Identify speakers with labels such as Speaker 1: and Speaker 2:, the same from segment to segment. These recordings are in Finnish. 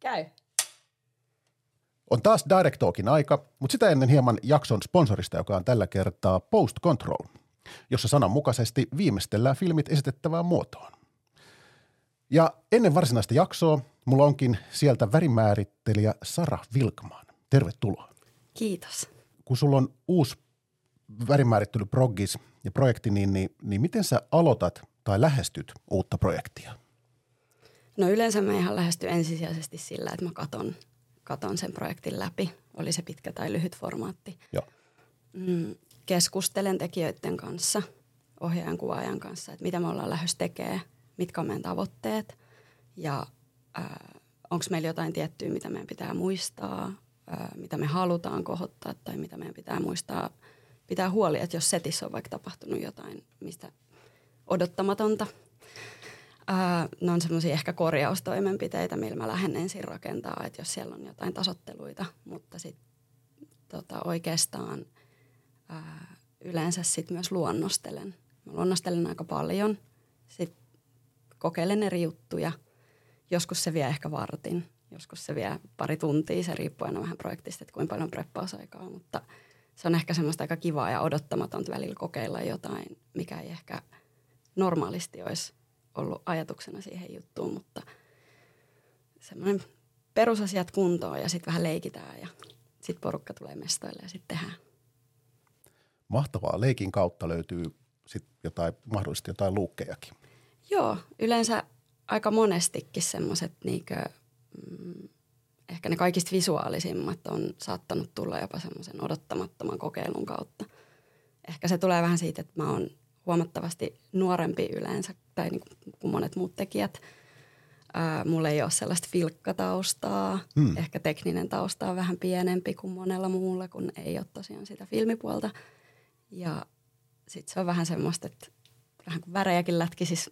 Speaker 1: Käy.
Speaker 2: On taas Direct Talkin aika, mutta sitä ennen hieman jakson sponsorista, joka on tällä kertaa Post Control, jossa sananmukaisesti viimeistellään filmit esitettävään muotoon. Ja ennen varsinaista jaksoa mulla onkin sieltä värimäärittelijä Sara Vilkman. Tervetuloa.
Speaker 1: Kiitos.
Speaker 2: Kun sulla on uusi värimäärittelyproggis ja projekti, niin miten sä aloitat tai lähestyt uutta projektia?
Speaker 1: No yleensä mä ihan lähestyn ensisijaisesti sillä, että mä katon sen projektin läpi, oli se pitkä tai lyhyt formaatti.
Speaker 2: Joo.
Speaker 1: Keskustelen tekijöiden kanssa, ohjaajan, kuvaajan kanssa, että mitä me ollaan lähdössä tekemään, mitkä on meidän tavoitteet ja onko meillä jotain tiettyä, mitä meidän pitää muistaa, mitä me halutaan kohottaa tai mitä meidän pitää muistaa. Pitää huoli, että jos setissä on vaikka tapahtunut jotain, mistä odottamatonta. Ne on semmoisia ehkä korjaustoimenpiteitä, millä mä lähden ensin rakentaa, että jos siellä on jotain tasoitteluita, mutta sitten oikeastaan yleensä sitten myös luonnostelen. Mä luonnostelen aika paljon, sitten kokeilen eri juttuja. Joskus se vie ehkä vartin, joskus se vie pari tuntia, se riippuu aina vähän projektista, että kuinka paljon preppausaikaa, mutta se on ehkä semmoista aika kivaa ja odottamatonta välillä kokeilla jotain, mikä ei ehkä normaalisti olisi ollut ajatuksena siihen juttuun, mutta semmoinen perusasiat kuntoon ja sitten vähän leikitään ja sitten porukka tulee mestoille ja sitten tehdään.
Speaker 2: Mahtavaa. Leikin kautta löytyy sitten mahdollisesti jotain luukkejakin.
Speaker 1: Joo, yleensä aika monestikin semmoiset ehkä ne kaikista visuaalisimmat on saattanut tulla jopa semmoisen odottamattoman kokeilun kautta. Ehkä se tulee vähän siitä, että mä oon huomattavasti nuorempi yleensä tai niin kuin monet muut tekijät. Mulla ei ole sellaista filkkataustaa. Ehkä tekninen tausta on vähän pienempi kuin monella muulla, kun ei ole tosiaan sitä filmipuolta. Ja sitten se on vähän semmoista, että vähän kuin värejäkin lätkisisi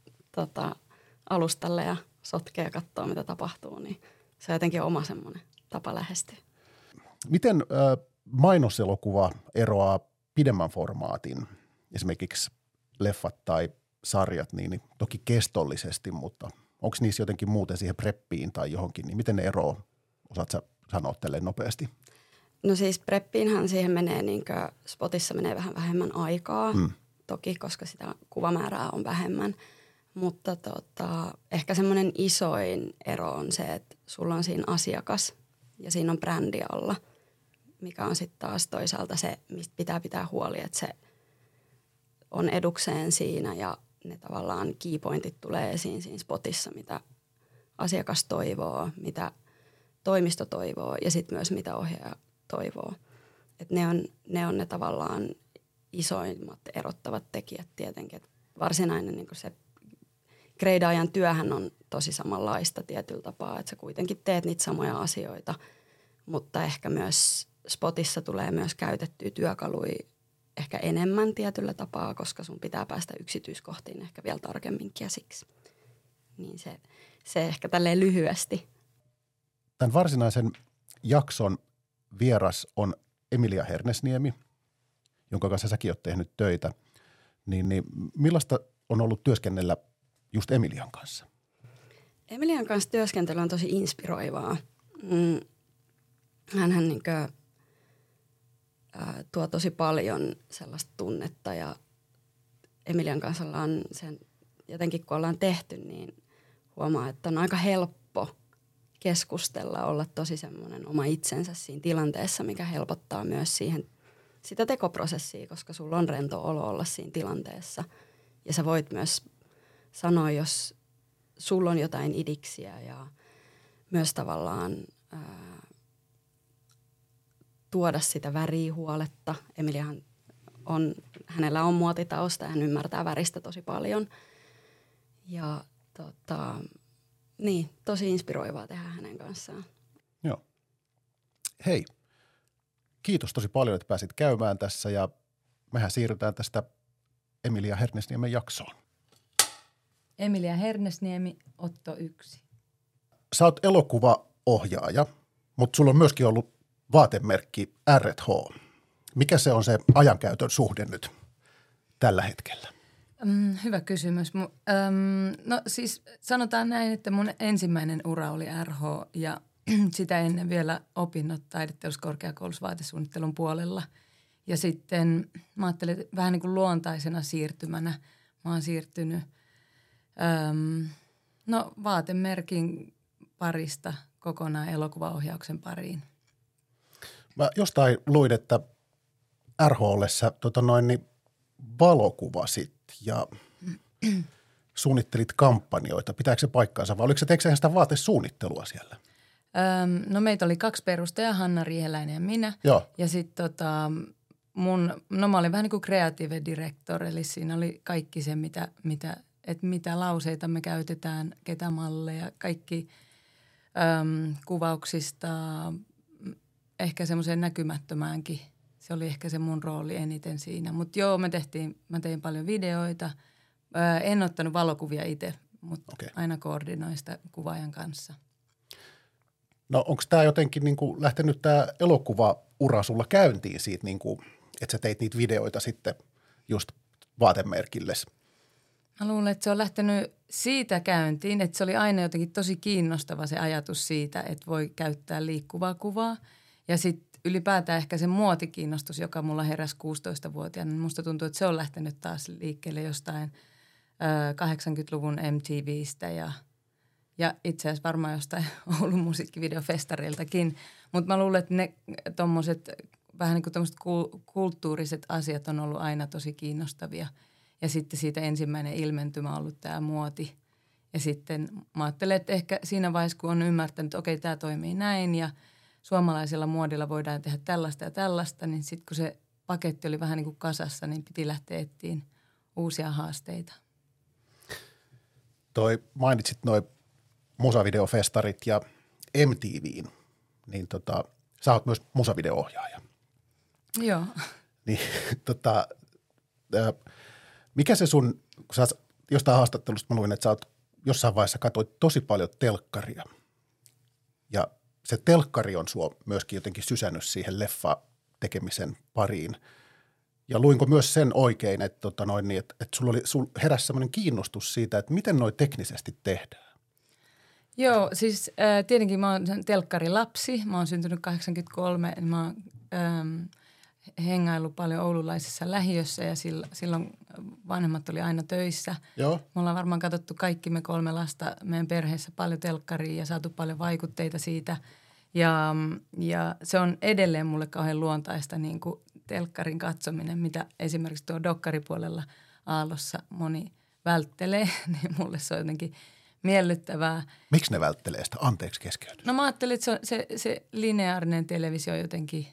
Speaker 1: alustalle ja sotkee ja katsoo, mitä tapahtuu, niin se on jotenkin oma semmoinen tapa lähestyä.
Speaker 2: Miten mainoselokuva eroaa pidemmän formaatin, esimerkiksi leffat tai sarjat, niin toki kestollisesti, mutta onko niissä jotenkin muuten siihen preppiin tai johonkin, niin miten ne eroaa? Osaatko sä sanoa tälleen nopeasti?
Speaker 1: No siis preppiinhan siihen menee, spotissa menee vähän vähemmän aikaa, toki, koska sitä kuvamäärää on vähemmän. Mutta ehkä semmoinen isoin ero on se, että sulla on siinä asiakas ja siinä on brändi alla, mikä on sitten taas toisaalta se, mistä pitää huoli, että se on edukseen siinä ja ne tavallaan keypointit tulee esiin siinä spotissa, mitä asiakas toivoo, mitä toimisto toivoo ja sitten myös mitä ohjaaja toivoo. Et ne on ne tavallaan isoimmat erottavat tekijät tietenkin. Et varsinainen niin se kreidaajan työhän on tosi samanlaista tietyllä tapaa, että sä kuitenkin teet niitä samoja asioita, mutta ehkä myös spotissa tulee myös käytettyä työkaluja ehkä enemmän tietyllä tapaa, koska sun pitää päästä yksityiskohtiin ehkä vielä tarkemmin käsiksi. Niin se ehkä tälleen lyhyesti.
Speaker 2: Tämän varsinaisen jakson vieras on Emilia Hernesniemi, jonka kanssa säkin oot tehnyt töitä. Niin millaista on ollut työskennellä just Emilian kanssa?
Speaker 1: Emilian kanssa työskentely on tosi inspiroivaa. Hänhän tuo tosi paljon sellaista tunnetta ja Emilian kanssa ollaan sen, jotenkin kun ollaan tehty, niin huomaa, että on aika helppo keskustella, olla tosi semmoinen oma itsensä siinä tilanteessa, mikä helpottaa myös sitä tekoprosessia, koska sulla on rento olo olla siinä tilanteessa. Ja sä voit myös sanoa, jos sulla on jotain idiksiä ja myös tavallaan tuoda sitä värihuoletta. Emiliahan hänellä on muotitausta ja hän ymmärtää väristä tosi paljon. Ja tosi inspiroivaa tehdä hänen kanssaan.
Speaker 2: Joo. Hei, kiitos tosi paljon, että pääsit käymään tässä ja mehän siirrytään tästä Emilia Hernesniemen jaksoon.
Speaker 3: Emilia Hernesniemi, Otto 1.
Speaker 2: Sä oot elokuvaohjaaja, mutta sulla on myöskin ollut vaatemerkki R&H. Mikä se on se ajankäytön suhde nyt tällä hetkellä?
Speaker 3: Hyvä kysymys. No siis sanotaan näin, että mun ensimmäinen ura oli RH ja sitä ennen vielä opinnot taideteollisuuskorkeakoulussa vaatesuunnittelun puolella. Ja sitten mä ajattelin, että vähän niin kuin luontaisena siirtymänä mä oon siirtynyt vaatemerkin parista kokonaan elokuvaohjauksen pariin.
Speaker 2: Mä jostain luin, että RHL:ssä niin valokuvasit ja suunnittelit kampanjoita. Pitääkö se paikkaansa vai oliko se teekö sitä vaatesuunnittelua siellä?
Speaker 3: No meitä oli 2 perustajaa, Hanna Riiheläinen ja minä.
Speaker 2: Joo.
Speaker 3: Ja sitten mä olin vähän niin kuin creative director, eli siinä oli kaikki se, mitä lauseita me käytetään, ketä malleja, kaikki kuvauksista, ehkä semmoiseen näkymättömäänkin. Se oli ehkä se mun rooli eniten siinä. Mutta joo, mä tein paljon videoita. En ottanut valokuvia itse, mutta aina koordinoin sitä kuvaajan kanssa.
Speaker 2: No onko tämä jotenkin niinku lähtenyt tämä elokuvaura sulla käyntiin siitä, niinku, että sä teit niitä videoita sitten just vaatemerkilles?
Speaker 3: Mä luulen, että se on lähtenyt siitä käyntiin, että se oli aina jotenkin tosi kiinnostava se ajatus siitä, että voi käyttää liikkuvaa kuvaa. Ja sitten ylipäätään ehkä se muotikiinnostus, joka mulla heräsi 16-vuotiaana, niin musta tuntuu, että se on lähtenyt taas liikkeelle jostain 80-luvun MTVstä ja itse asiassa varmaan jostain Oulun musiikkivideofestareiltakin. Mutta mä luulen, että ne tommoset vähän niin kuin tommoset kulttuuriset asiat on ollut aina tosi kiinnostavia. Ja sitten siitä ensimmäinen ilmentymä on ollut tämä muoti. Ja sitten mä ajattelen, että ehkä siinä vaiheessa, kun on ymmärtänyt, että okei, tämä toimii näin ja suomalaisella muodilla voidaan tehdä tällaista ja tällaista, niin sitten kun se paketti oli vähän niin kuin kasassa, niin piti lähteä etsiin uusia haasteita.
Speaker 2: Mainitsit noi musavideofestarit ja MTV:n, niin sä oot myös musavideo-ohjaaja.
Speaker 3: Joo.
Speaker 2: Niin mikä se sun, kun sä jostain haastattelusta mä luin, että sä oot jossain vaiheessa katsoit tosi paljon telkkaria ja se telkkari on sua myöskin jotenkin sysännyt siihen leffa-tekemisen pariin. Ja luinko myös sen oikein, että, että sulla heräsi sellainen kiinnostus siitä, että miten noi teknisesti tehdään?
Speaker 3: Joo, siis tietenkin mä oon telkkarilapsi. Mä oon syntynyt 83, eli mä oon hengaillut paljon oululaisessa lähiössä ja silloin vanhemmat oli aina töissä.
Speaker 2: Joo.
Speaker 3: Me ollaan varmaan katsottu kaikki me 3 lasta meidän perheessä paljon telkkaria ja saatu paljon vaikutteita siitä. Ja se on edelleen mulle kauhean luontaista niin kuin telkkarin katsominen, mitä esimerkiksi tuo dokkaripuolella Aallossa moni välttelee, niin mulle se on jotenkin miellyttävää.
Speaker 2: Miksi ne välttelee sitä? Anteeksi keskeytys.
Speaker 3: No mä ajattelin, että se lineaarinen televisio jotenkin,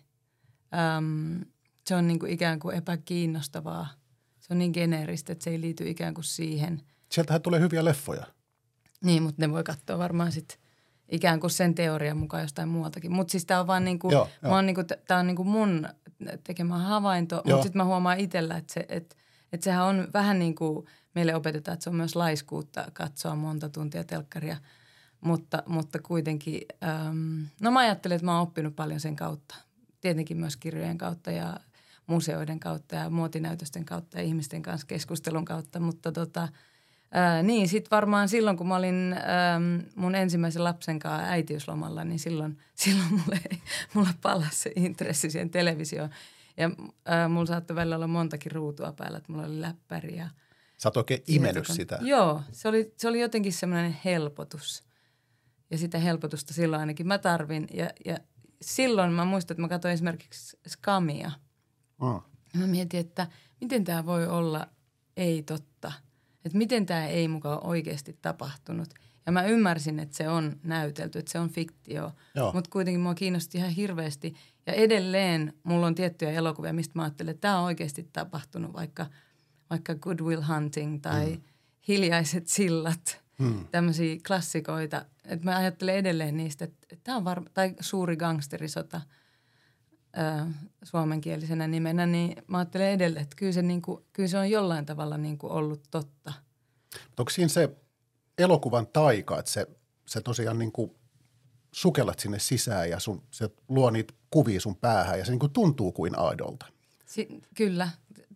Speaker 3: se on niin kuin ikään kuin epäkiinnostavaa. Se on niin geneeristä, että se ei liity ikään kuin siihen.
Speaker 2: Sieltähän tulee hyviä leffoja.
Speaker 3: Niin, mutta ne voi katsoa varmaan sitten ikään kuin sen teorian mukaan jostain muualtakin. Mutta siis tämä on vaan niin kuin, tämä on niin kuin mun tekemä havainto, mutta sitten mä huomaan itsellä, että sehän on vähän niin kuin meille opetetaan, että se on myös laiskuutta katsoa monta tuntia telkkaria, mutta kuitenkin, no mä ajattelen, että mä oon oppinut paljon sen kautta. Tietenkin myös kirjojen kautta ja museoiden kautta ja muotinäytösten kautta ja ihmisten kanssa keskustelun kautta, mutta niin, sitten varmaan silloin, kun mä olin mun ensimmäisen lapsen kanssa äitiyslomalla, niin silloin mulla palasi se intressi siihen televisioon. Ja mulla saattoi välillä olla montakin ruutua päällä, että mulla oli läppäri. Ja
Speaker 2: sä oot oikein imennyt sitä.
Speaker 3: Joo, se oli jotenkin semmoinen helpotus. Ja sitä helpotusta silloin ainakin mä tarvin. Ja silloin mä muistan, että mä katsoin esimerkiksi Scamia. Ja mä mietin, että miten tämä voi olla ei totta. Että miten tämä ei mukaan oikeasti tapahtunut. Ja mä ymmärsin, että se on näytelty, että se on fiktio. Mutta kuitenkin mua kiinnosti ihan hirveästi. Ja edelleen mulla on tiettyjä elokuvia, mistä mä ajattelen, että tämä on oikeasti tapahtunut. Vaikka Good Will Hunting tai Hiljaiset sillat, tämmöisiä klassikoita. Että mä ajattelen edelleen niistä, että tämä on tai Suuri gangsterisota suomenkielisenä nimenä, niin mä ajattelen edelleen, että kyllä se on jollain tavalla niin kuin ollut totta.
Speaker 2: Onko siinä se elokuvan taika, että se tosiaan niin kuin sukellat sinne sisään ja se luo niitä kuvia sun päähän ja se niin kuin tuntuu kuin aidolta?
Speaker 3: Kyllä.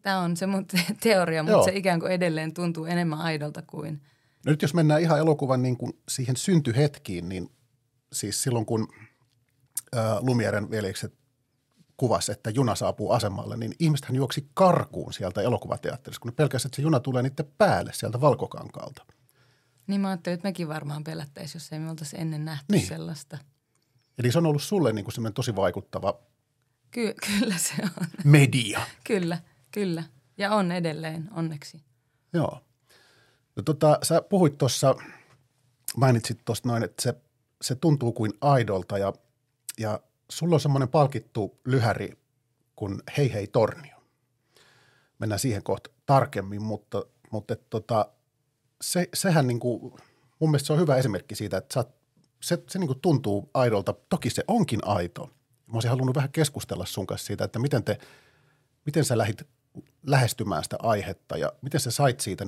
Speaker 3: Tämä on se mun teoria, mutta se ikään kuin edelleen tuntuu enemmän aidolta kuin.
Speaker 2: No nyt jos mennään ihan elokuvan niin kuin siihen syntyhetkiin, niin siis silloin kun Lumieren veljekset kuvasi, että juna saapuu asemalle, niin ihmisethän juoksi karkuun sieltä elokuvateatterissa, kun ne pelkäsivät, että se juna tulee niiden päälle sieltä Valkokankaalta.
Speaker 3: Niin mä ajattelin, että mekin varmaan pelättäisiin, jos ei me oltaisi ennen nähty sellaista.
Speaker 2: Eli se on ollut sulle niin kuin semmoinen tosi vaikuttava
Speaker 3: kyllä se on.
Speaker 2: Media.
Speaker 3: Kyllä. Ja on edelleen, onneksi.
Speaker 2: Joo. No sä puhuit tuossa, mainitsit tuosta noin, että se tuntuu kuin aidolta ja sulla on semmoinen palkittu lyhäri kuin Hei hei Tornio. Mennään siihen kohta tarkemmin, mutta sehän niin kuin, mun mielestä se on hyvä esimerkki siitä, että se niin kuin tuntuu aidolta. Toki se onkin aito. Mä olisin halunnut vähän keskustella sun kanssa siitä, että miten sä lähdit lähestymään sitä aihetta ja miten sä sait siitä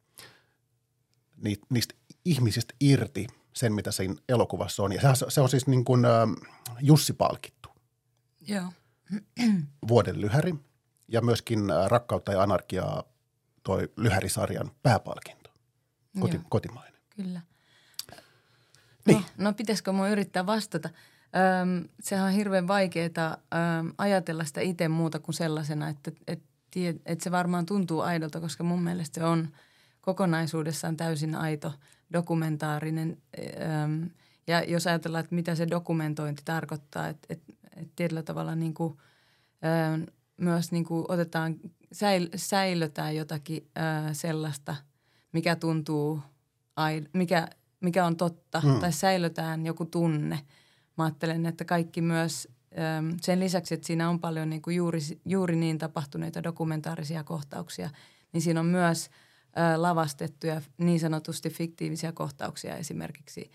Speaker 2: niistä ihmisistä irti sen, mitä siinä elokuvassa on. Ja se on siis niin kuin Jussi palkittu.
Speaker 3: Joo.
Speaker 2: Vuoden lyhäri ja myöskin Rakkautta ja anarkiaa toi lyhärisarjan pääpalkinto. Kotimainen.
Speaker 3: Kyllä.
Speaker 2: Niin.
Speaker 3: No pitäisikö mun yrittää vastata? Sehän on hirveän vaikeaa ajatella sitä itse muuta kuin sellaisena, että se varmaan tuntuu aidolta, koska mun mielestä se on kokonaisuudessaan täysin aito, dokumentaarinen. Ja jos ajatellaan, että mitä se dokumentointi tarkoittaa, että tietyllä tavalla niin kuin, myös niin kuin otetaan, säilötään jotakin sellaista, mikä tuntuu, mikä on totta, tai säilötään joku tunne. Mä ajattelen, että kaikki myös sen lisäksi, että siinä on paljon niin kuin juuri niin tapahtuneita dokumentaarisia kohtauksia, niin siinä on myös lavastettuja niin sanotusti fiktiivisiä kohtauksia, esimerkiksi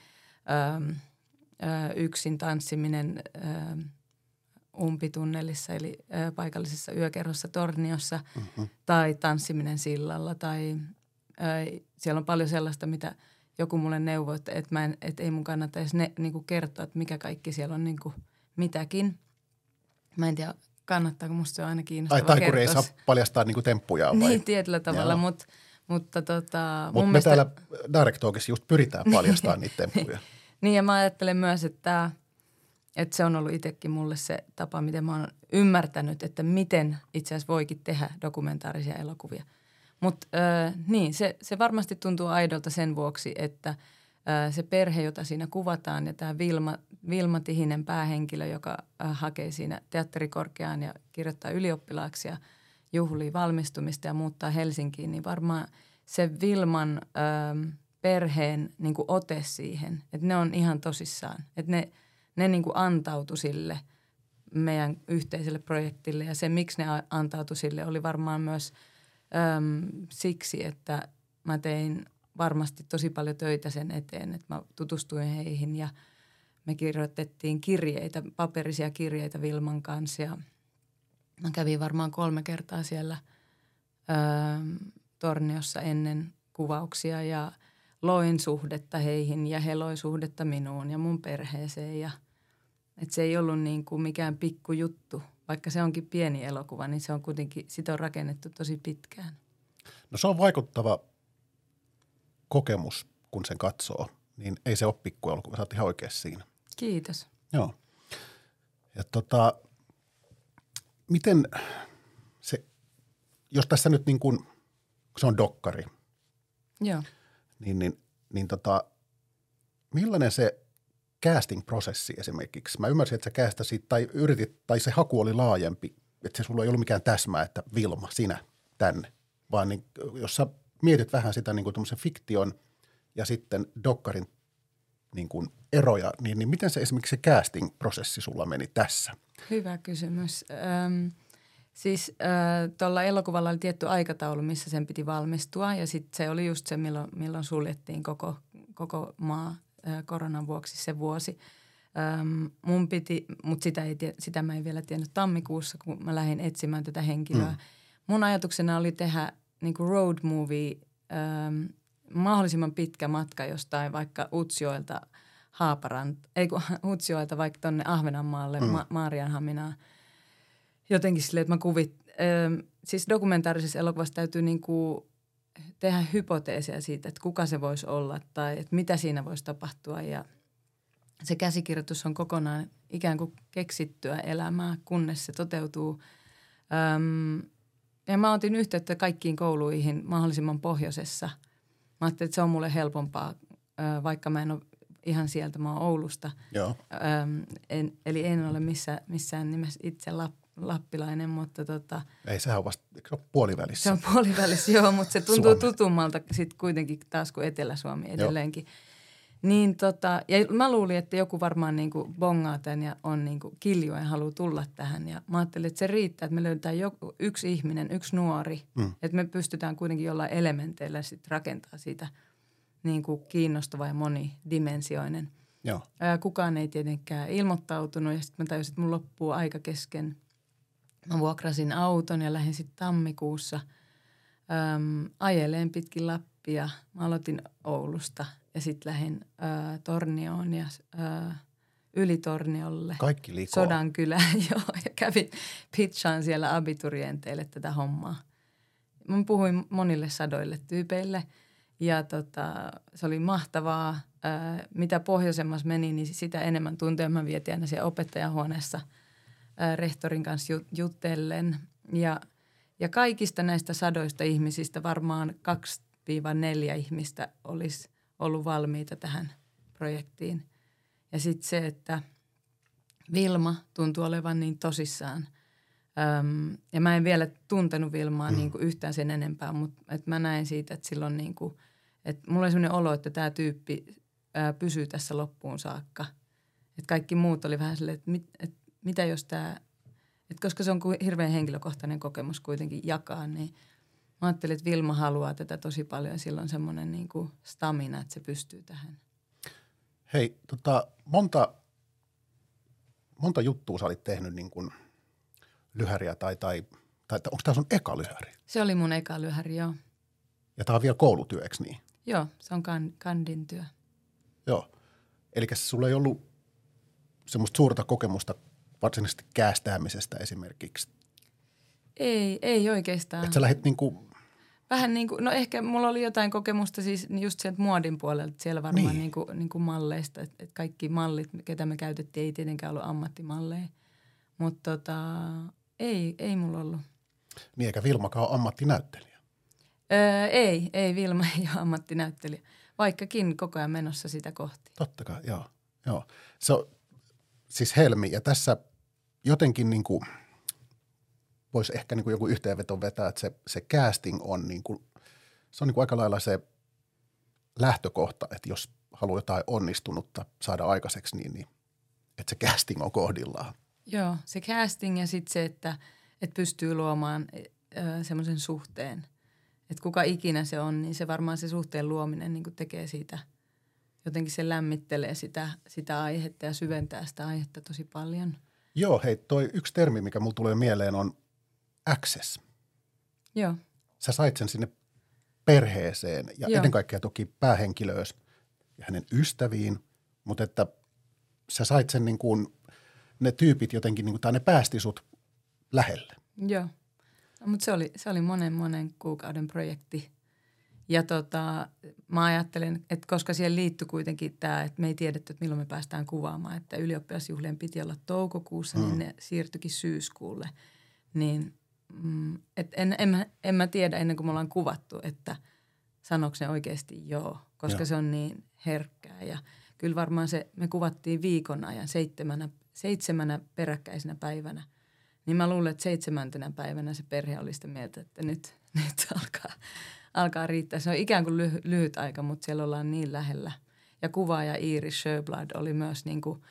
Speaker 3: yksin tanssiminen umpitunnelissa eli paikallisessa yökerhossa Torniossa tai tanssiminen sillalla tai siellä on paljon sellaista, mitä joku mulle neuvoi, että ei mun kannata edes niinku kertoa, että mikä kaikki siellä on niinku mitäkin. Mä en tiedä, kannattaako, musta se on aina kiinnostavaa kertoa.
Speaker 2: Taikuri ei saa paljastaa niinku temppuja vai?
Speaker 3: Niin, tietyllä tavalla, mutta
Speaker 2: mun mielestä täällä Direct Talkissa just pyritään paljastamaan niitä temppuja.
Speaker 3: Niin, ja mä ajattelen myös, että se on ollut itsekin mulle se tapa, miten mä oon ymmärtänyt, että miten itse asiassa voikin tehdä dokumentaarisia elokuvia. Mutta niin, se varmasti tuntuu aidolta sen vuoksi, että se perhe, jota siinä kuvataan ja tämä Vilma Tihinen päähenkilö, joka hakee siinä teatterikorkeaan ja kirjoittaa ylioppilaaksi ja juhlii valmistumista ja muuttaa Helsinkiin, niin varmaan se Vilman perheen niin kuin ote siihen, että ne on ihan tosissaan. Että ne niin kuin antautui sille meidän yhteiselle projektille ja se, miksi ne antautui sille, oli varmaan myös siksi, että mä tein varmasti tosi paljon töitä sen eteen, että mä tutustuin heihin ja me kirjoitettiin kirjeitä, paperisia kirjeitä Vilman kanssa ja mä kävin varmaan 3 kertaa siellä Torniossa ennen kuvauksia ja loin suhdetta heihin ja he loi suhdetta minuun ja mun perheeseen ja että se ei ollut niin kuin mikään pikkujuttu. Vaikka se onkin pieni elokuva, niin se on kuitenkin, sitä on rakennettu tosi pitkään. No
Speaker 2: se on vaikuttava kokemus, kun sen katsoo, niin ei se ole pikkuelokuva, sä oot ihan oikeassa siinä.
Speaker 3: Kiitos.
Speaker 2: Joo. Ja miten se, jos tässä nyt niin kuin, se on dokkari,
Speaker 3: joo.
Speaker 2: niin millainen se casting-prosessi esimerkiksi? Mä ymmärsin, että sä castasit tai yritit, tai se haku oli laajempi, että se sulla ei ollut mikään täsmää, että Vilma, sinä tänne, vaan niin, jos sä mietit vähän sitä niin kuin tämmöisen fiktion ja sitten dokkarin niin kuin eroja, niin miten se esimerkiksi se casting-prosessi sulla meni tässä? Hyvä
Speaker 3: kysymys. Siis tuolla elokuvalla oli tietty aikataulu, missä sen piti valmistua ja sitten se oli just se, milloin suljettiin koko maa koronan vuoksi se vuosi. Mun piti, mutta sitä mä en vielä tiennyt tammikuussa, kun mä lähdin etsimään tätä henkilöä. Mun ajatuksena oli tehdä niinku road movie, mahdollisimman pitkä matka jostain vaikka Utsjoelta Utsjoelta vaikka tonne Ahvenanmaalle, Maarianhaminaan. Jotenkin silleen, että mä siis dokumentaarisessa elokuvassa täytyy niinku tehdä hypoteeseja siitä, että kuka se voisi olla tai että mitä siinä voisi tapahtua. Ja se käsikirjoitus on kokonaan ikään kuin keksittyä elämää, kunnes se toteutuu. Ja mä otin yhteyttä kaikkiin kouluihin mahdollisimman pohjoisessa. Mä ajattelin, että se on mulle helpompaa, vaikka mä en ole ihan sieltä, mä oon Oulusta.
Speaker 2: Joo.
Speaker 3: Eli en ole missään nimessä itse lappilainen, mutta
Speaker 2: Ei, sehän on vasta puolivälissä.
Speaker 3: Se on puolivälissä, joo, mutta se tuntuu tutummalta sitten kuitenkin taas kuin Etelä-Suomi edelleenkin. Niin ja mä luulin, että joku varmaan niinku bongaa tämän ja on niinku kilju ja haluaa tulla tähän. Ja mä ajattelin, että se riittää, että me löydetään yksi ihminen, yksi nuori. Että me pystytään kuitenkin jollain elementeillä sitten rakentaa siitä niinku kiinnostava ja monidimensioinen.
Speaker 2: Joo.
Speaker 3: Kukaan ei tietenkään ilmoittautunut ja sitten mä tajusin, että mun loppuu aika kesken. Mä vuokrasin auton ja lähdin sitten tammikuussa ajeleen pitkin Lappia. Mä aloitin Oulusta ja sitten lähdin Tornioon ja yli Torniolle.
Speaker 2: Kaikki liikoo.
Speaker 3: Sodankylään, joo. Ja kävin pitchaan siellä abiturienteille tätä hommaa. Mä puhuin monille sadoille tyypeille ja se oli mahtavaa. Mitä pohjoisemmassa meni, niin sitä enemmän tunteja mä vietin aina siellä opettajahuoneessa rehtorin kanssa jutellen. Ja kaikista näistä sadoista ihmisistä varmaan 2-4 ihmistä olisi ollut valmiita tähän projektiin. Ja sitten se, että Vilma tuntui olevan niin tosissaan. Ja mä en vielä tuntenut Vilmaa niin kuin yhtään sen enempää, mutta että mä näin siitä, että silloin niin kuin, että mulla oli sellainen olo, että tämä tyyppi pysyy tässä loppuun saakka. Että kaikki muut oli vähän silleen, että mitä jos tämä, että koska se on hirveän henkilökohtainen kokemus kuitenkin jakaa, niin mä ajattelin, että Vilma haluaa tätä tosi paljon ja silloin semmoinen niin kuin stamina, että se pystyy tähän.
Speaker 2: Hei, monta juttua sä olit tehnyt niin kuin lyhäriä tai onko tämä sun eka lyhäri?
Speaker 3: Se oli mun eka lyhäri, joo.
Speaker 2: Ja tämä on vielä koulutyö, eikö niin?
Speaker 3: Joo, se on kandin työ.
Speaker 2: Joo. Eli sulla ei ollut semmoista suurta kokemusta varsinaisesti käästäämisestä esimerkiksi?
Speaker 3: Ei oikeastaan.
Speaker 2: Että sä lähdit niinku...
Speaker 3: Vähän niin kuin, no ehkä mulla oli jotain kokemusta siis just sieltä muodin puolelta, siellä varmaan niin kuin malleista, että kaikki mallit, ketä me käytettiin, ei tietenkään ollut ammattimalleja, mutta ei mulla ollut.
Speaker 2: Niin eikä Vilmakaan ole ammattinäyttelijä?
Speaker 3: Ei Vilma ei ole ammattinäyttelijä, vaikkakin koko ajan menossa sitä kohti.
Speaker 2: Totta kai, joo. Se on siis Helmi ja tässä jotenkin niin kuin voisi ehkä niin kuin joku yhteenveto vetää, että se casting on niin kuin, se on niin kuin aika lailla se lähtökohta, että jos haluaa jotain onnistunutta saada aikaiseksi, niin että se casting on kohdillaan.
Speaker 3: Joo, se casting ja sitten se, että pystyy luomaan semmoisen suhteen. Että kuka ikinä se on, niin se varmaan se suhteen luominen niin kuin tekee siitä, jotenkin se lämmittelee sitä aihetta ja syventää sitä aihetta tosi paljon.
Speaker 2: Joo, hei, toi yksi termi, mikä mulla tulee mieleen on access.
Speaker 3: Joo.
Speaker 2: Sä sait sen sinne perheeseen ja ennen kaikkea toki päähenkilöös ja hänen ystäviin, mutta että sä sait sen niin kuin, ne tyypit jotenkin, niin kuin, tai ne päästi sut lähelle.
Speaker 3: Joo, no, mutta se oli monen kuukauden projekti. Ja mä ajattelen, että koska siihen liittyi kuitenkin tämä, että me ei tiedetty, että milloin me päästään kuvaamaan, että ylioppilasjuhlien piti olla toukokuussa, niin ne siirtyikin syyskuulle. Niin en mä tiedä ennen kuin me ollaan kuvattu, että sanoiko ne oikeasti joo, koska se on niin herkkää. Ja kyllä varmaan me kuvattiin viikon ajan 7 peräkkäisenä päivänä. Niin mä luulen, että 7. päivänä se perhe oli sitä mieltä, että nyt alkaa riittää. Se on ikään kuin lyhyt aika, mutta siellä ollaan niin lähellä. Ja kuvaaja Iris Sjöblad oli myös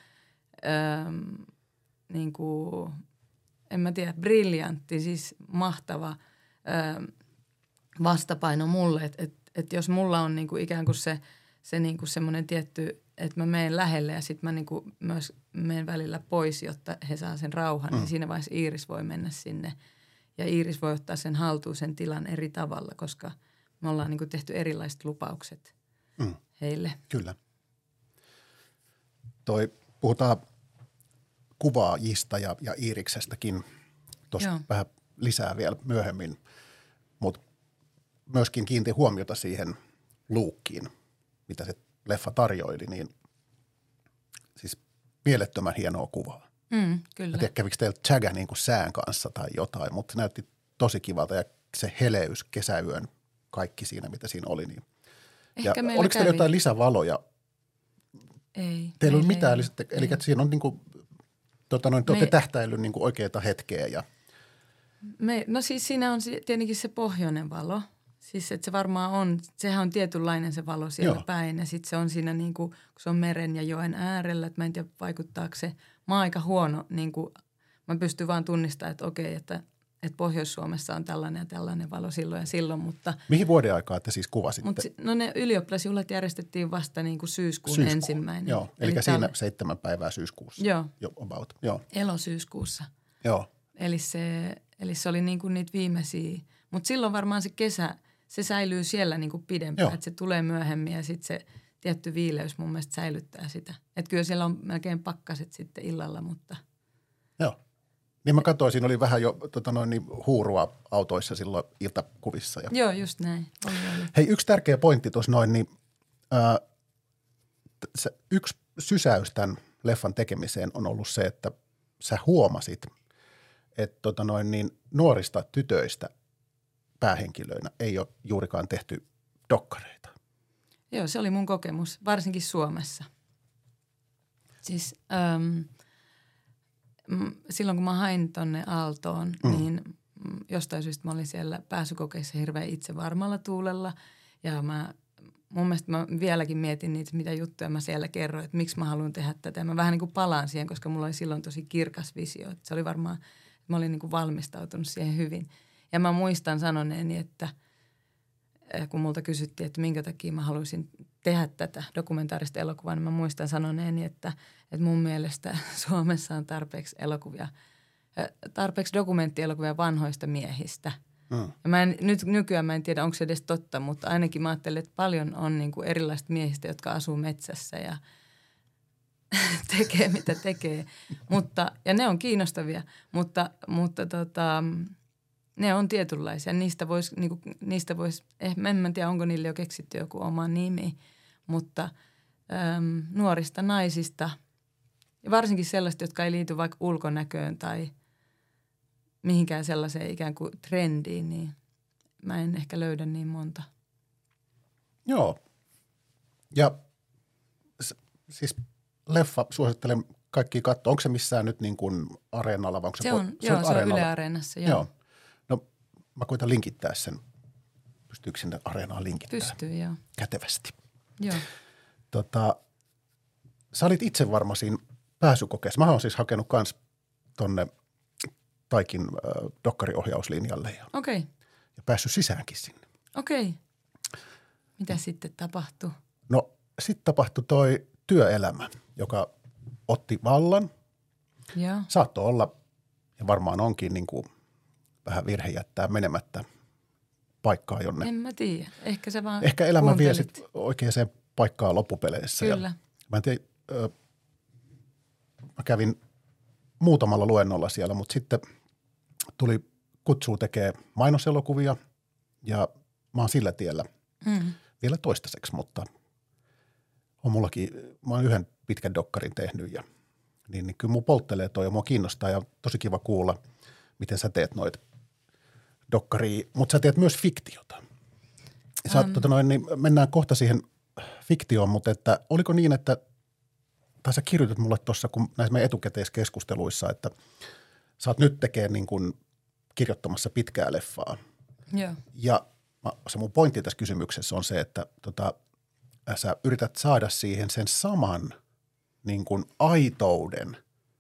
Speaker 3: en mä tiedä, briljantti, siis mahtava vastapaino mulle. Että jos mulla on niinku ikään kuin se niinku semmoinen tietty, että mä menen lähelle ja sitten mä niinku myös menen välillä pois, jotta he saa sen rauhan, niin siinä vaiheessa Iris voi mennä sinne. Ja Iris voi ottaa sen haltuun sen tilan eri tavalla, koska me ollaan niinku tehty erilaiset lupaukset heille.
Speaker 2: Kyllä. Puhutaan kuvaajista ja Iiriksestäkin tuossa vähän lisää vielä myöhemmin. Mutta myöskin kiinnitin huomiota siihen luukkiin, mitä se leffa tarjoili, niin siis mielettömän hienoa kuvaa.
Speaker 3: Kyllä.
Speaker 2: Mä tiedän, kävikö teillä tsägä niin kuin sään kanssa tai jotain, mutta se näytti tosi kivalta ja se heleys, kesäyön, kaikki siinä, mitä siinä oli. Niin. Ja oliko teillä jotain lisävaloja?
Speaker 3: Ei.
Speaker 2: Teillä ei ole mitään eli siinä on niin kuin, te olette tähtäillyt niin kuin oikeaa hetkeä. Ja.
Speaker 3: No siis siinä on tietenkin se pohjoinen valo. Siis että se varmaan on, sehän on tietynlainen se valo siellä päin ja sitten se on siinä niin kuin, kun se on meren ja joen äärellä, että mä en tiedä vaikuttaako se. Mä oon aika huono, niin kuin, mä pystyn vaan tunnistamaan, että okei, että Pohjois-Suomessa on tällainen ja tällainen valo silloin ja silloin, mutta.
Speaker 2: Mihin vuoden aikaa te siis kuvasitte?
Speaker 3: No ne ylioppilasjuhlat järjestettiin vasta niin kuin syyskuun ensimmäinen.
Speaker 2: Joo, eli siinä 7 päivää syyskuussa.
Speaker 3: Joo.
Speaker 2: About. Joo.
Speaker 3: Elosyyskuussa.
Speaker 2: Joo.
Speaker 3: Eli se oli niin kuin niitä viimeisiä, mutta silloin varmaan se kesä, se säilyy siellä niin kuin pidempään, että se tulee myöhemmin ja sitten se tietty viileys mun mielestä säilyttää sitä. Että kyllä siellä on melkein pakkaset sitten illalla, mutta.
Speaker 2: Joo. Niin mä katsoin, siinä oli vähän jo huurua autoissa silloin iltakuvissa. Ja.
Speaker 3: Joo, just näin. Oli.
Speaker 2: Hei, yksi tärkeä pointti tuossa noin, niin yksi sysäys tämän leffan tekemiseen on ollut se, että sä huomasit, että nuorista tytöistä päähenkilöinä ei ole juurikaan tehty dokkareita.
Speaker 3: Joo, se oli mun kokemus, varsinkin Suomessa. Siis silloin kun mä hain tonne Aaltoon, niin jostain syystä mä olin siellä pääsykokeissa hirveän itsevarmalla tuulella. Ja mun mielestä mä vieläkin mietin niitä, mitä juttuja mä siellä kerroin, että miksi mä haluan tehdä tätä. Ja mä vähän niin kuin palaan siihen, koska mulla oli silloin tosi kirkas visio. Että se oli varmaan, että mä olin niin kuin valmistautunut siihen hyvin. Ja mä muistan sanoneeni, että kun multa kysyttiin, että minkä takia mä haluaisin tehdä tätä dokumentaarista elokuvaa, niin mä muistan sanoneeni, että mun mielestä Suomessa on tarpeeksi dokumenttielokuvia vanhoista miehistä. Ja nykyään mä en tiedä, onko se edes totta, mutta ainakin mä ajattelin, että paljon on niin kuin erilaista miehistä, jotka asuu metsässä ja tekee mitä tekee. Ja ne on kiinnostavia, mutta ne on tietynlaisia. Niistä vois en tiedä, onko niille jo keksitty joku oma nimi, mutta nuorista naisista, ja varsinkin sellaista, jotka ei liity vaikka ulkonäköön tai mihinkään sellaiseen ikään kuin trendiin, niin mä en ehkä löydä niin monta.
Speaker 2: Joo. Ja siis leffa suosittelen kaikkia katsoa. Onko se missään nyt niin kuin areenalla? Vai onko
Speaker 3: se on Yle Areenassa, joo.
Speaker 2: No mä koitan linkittää sen. Pystyykö sinne Areenaan linkittämään?
Speaker 3: Pystyy, joo.
Speaker 2: Kätevästi.
Speaker 3: Joo.
Speaker 2: Sä olit itse varma siinä pääsykokeessa. Mä oon siis hakenut kans tonne Taikin dokkariohjauslinjalle ja päässyt sisäänkin sinne.
Speaker 3: Okei. Mitä sitten tapahtui?
Speaker 2: No sitten tapahtui toi työelämä, joka otti vallan.
Speaker 3: Joo.
Speaker 2: Saattoi olla ja varmaan onkin niin kuin vähän virhe jättää menemättä paikkaa jonne.
Speaker 3: En mä tiedä. Ehkä se vaan
Speaker 2: ehkä elämä vie sitten oikeaan paikkaan loppupeleissä.
Speaker 3: Kyllä.
Speaker 2: Ja mä en tiedä, mä kävin muutamalla luennolla siellä, mutta sitten tuli kutsua tekee mainoselokuvia ja mä oon sillä tiellä vielä toistaiseksi, mutta on mullakin, mä oon yhden pitkän dokkarin tehnyt ja niin kyllä mun polttelee toi ja mua kiinnostaa ja tosi kiva kuulla, miten sä teet noita dokkaria, mutta sä teet myös fiktiota. Sä niin mennään kohta siihen fiktioon, mutta että oliko niin, että tai sä kirjoitit mulle tuossa, kun näissä meidän etukäteiskeskusteluissa, että sä oot nyt tekemään niin kuin kirjoittamassa pitkää leffaa.
Speaker 3: Joo.
Speaker 2: Ja se mun pointti tässä kysymyksessä on se, että sä yrität saada siihen sen saman niin kuin aitouden,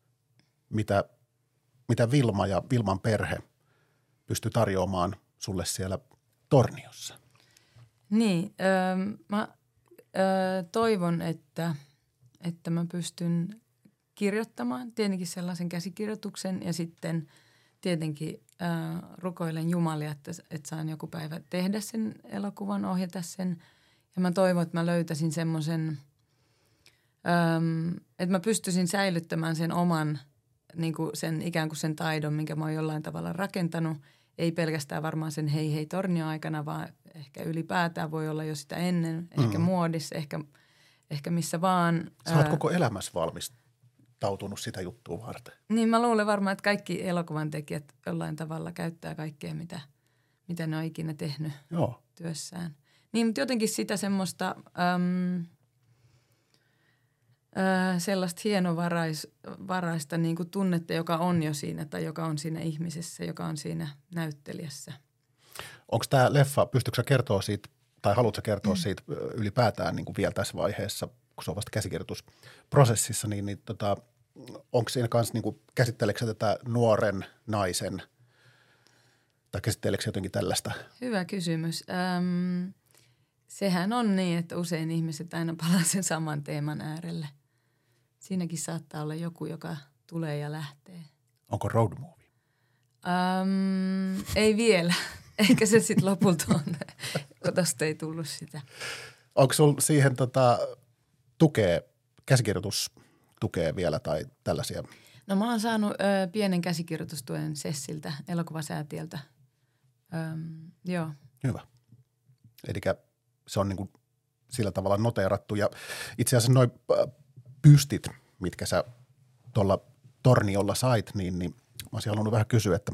Speaker 2: mitä Vilma ja Vilman perhe pystyy tarjoamaan sulle siellä Torniossa.
Speaker 3: Niin, mä toivon, että mä pystyn kirjoittamaan tietenkin sellaisen käsikirjoituksen ja sitten tietenkin rukoilen Jumalia, että saan joku päivä tehdä sen elokuvan, ohjata sen. Ja mä toivon, että mä löytäisin semmoisen, että mä pystyisin säilyttämään sen oman niin kuin sen ikään kuin sen taidon, minkä mä oon jollain tavalla rakentanut. Ei pelkästään varmaan sen Hei Hei Tornio-aikana, vaan ehkä ylipäätään voi olla jo sitä ennen. Ehkä muodissa, ehkä missä vaan.
Speaker 2: Sä oot koko elämässä valmistautunut sitä juttua varten.
Speaker 3: Niin mä luulen varmaan, että kaikki elokuvan tekijät jollain tavalla käyttää kaikkea, mitä ne on ikinä tehnyt työssään. Niin, mutta jotenkin sitä semmoista sellaista hienovaraista niin kuin tunnetta, joka on jo siinä tai joka on siinä ihmisessä, joka on siinä näyttelijässä. Onko
Speaker 2: tämä leffa, pystytkö sä kertoa siitä tai haluatko kertoa siitä ylipäätään niin kuin vielä tässä vaiheessa, kun se on vasta käsikirjoitusprosessissa, niin onko siinä kanssa, niin kuin, käsitteleekö tätä nuoren naisen tai käsitteleekö jotenkin tällaista?
Speaker 3: Hyvä kysymys. Sehän on niin, että usein ihmiset aina palaa sen saman teeman äärelle. Siinäkin saattaa olla joku, joka tulee ja lähtee.
Speaker 2: Onko road movie?
Speaker 3: Ei vielä. Eikä se sitten lopulta on, kun tosta ei tullut sitä.
Speaker 2: Onko sinulla siihen käsikirjoitustukea vielä tai tällaisia?
Speaker 3: No mä oon saanut pienen käsikirjoitustuen Sessiltä, elokuvasäätiöltä. Joo.
Speaker 2: Hyvä. Eli se on niin kuin sillä tavalla noteerattu ja itse asiassa noi pystit, mitkä sä tuolla Torniolla sait, niin mä olisin halunnut vähän kysyä, että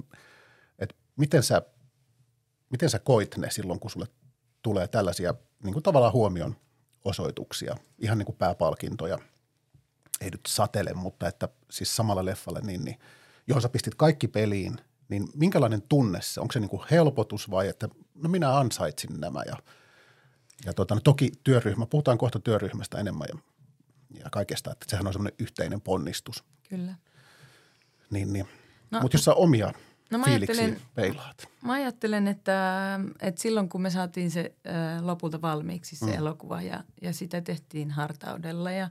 Speaker 2: miten sä koit ne silloin, kun sulle tulee tällaisia niin kuin tavallaan huomion osoituksia, ihan niin kuin pääpalkintoja, ei nyt satele, mutta että siis samalla leffalle, niin johon sä pistit kaikki peliin, niin minkälainen tunne se, onko se niin kuin helpotus vai että no minä ansaitsin nämä ja no toki puhutaan kohta työryhmästä enemmän ja kaikesta, että sehän on semmoinen yhteinen ponnistus.
Speaker 3: Kyllä.
Speaker 2: Niin. No, mutta jos sä omia fiiliksiä peilaat.
Speaker 3: Mä ajattelen, että silloin kun me saatiin se lopulta valmiiksi se elokuva ja sitä tehtiin hartaudella ja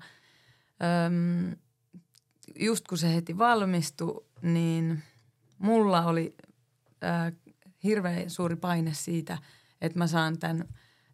Speaker 3: just kun se heti valmistui, niin mulla oli hirveän suuri paine siitä, että mä saan tämän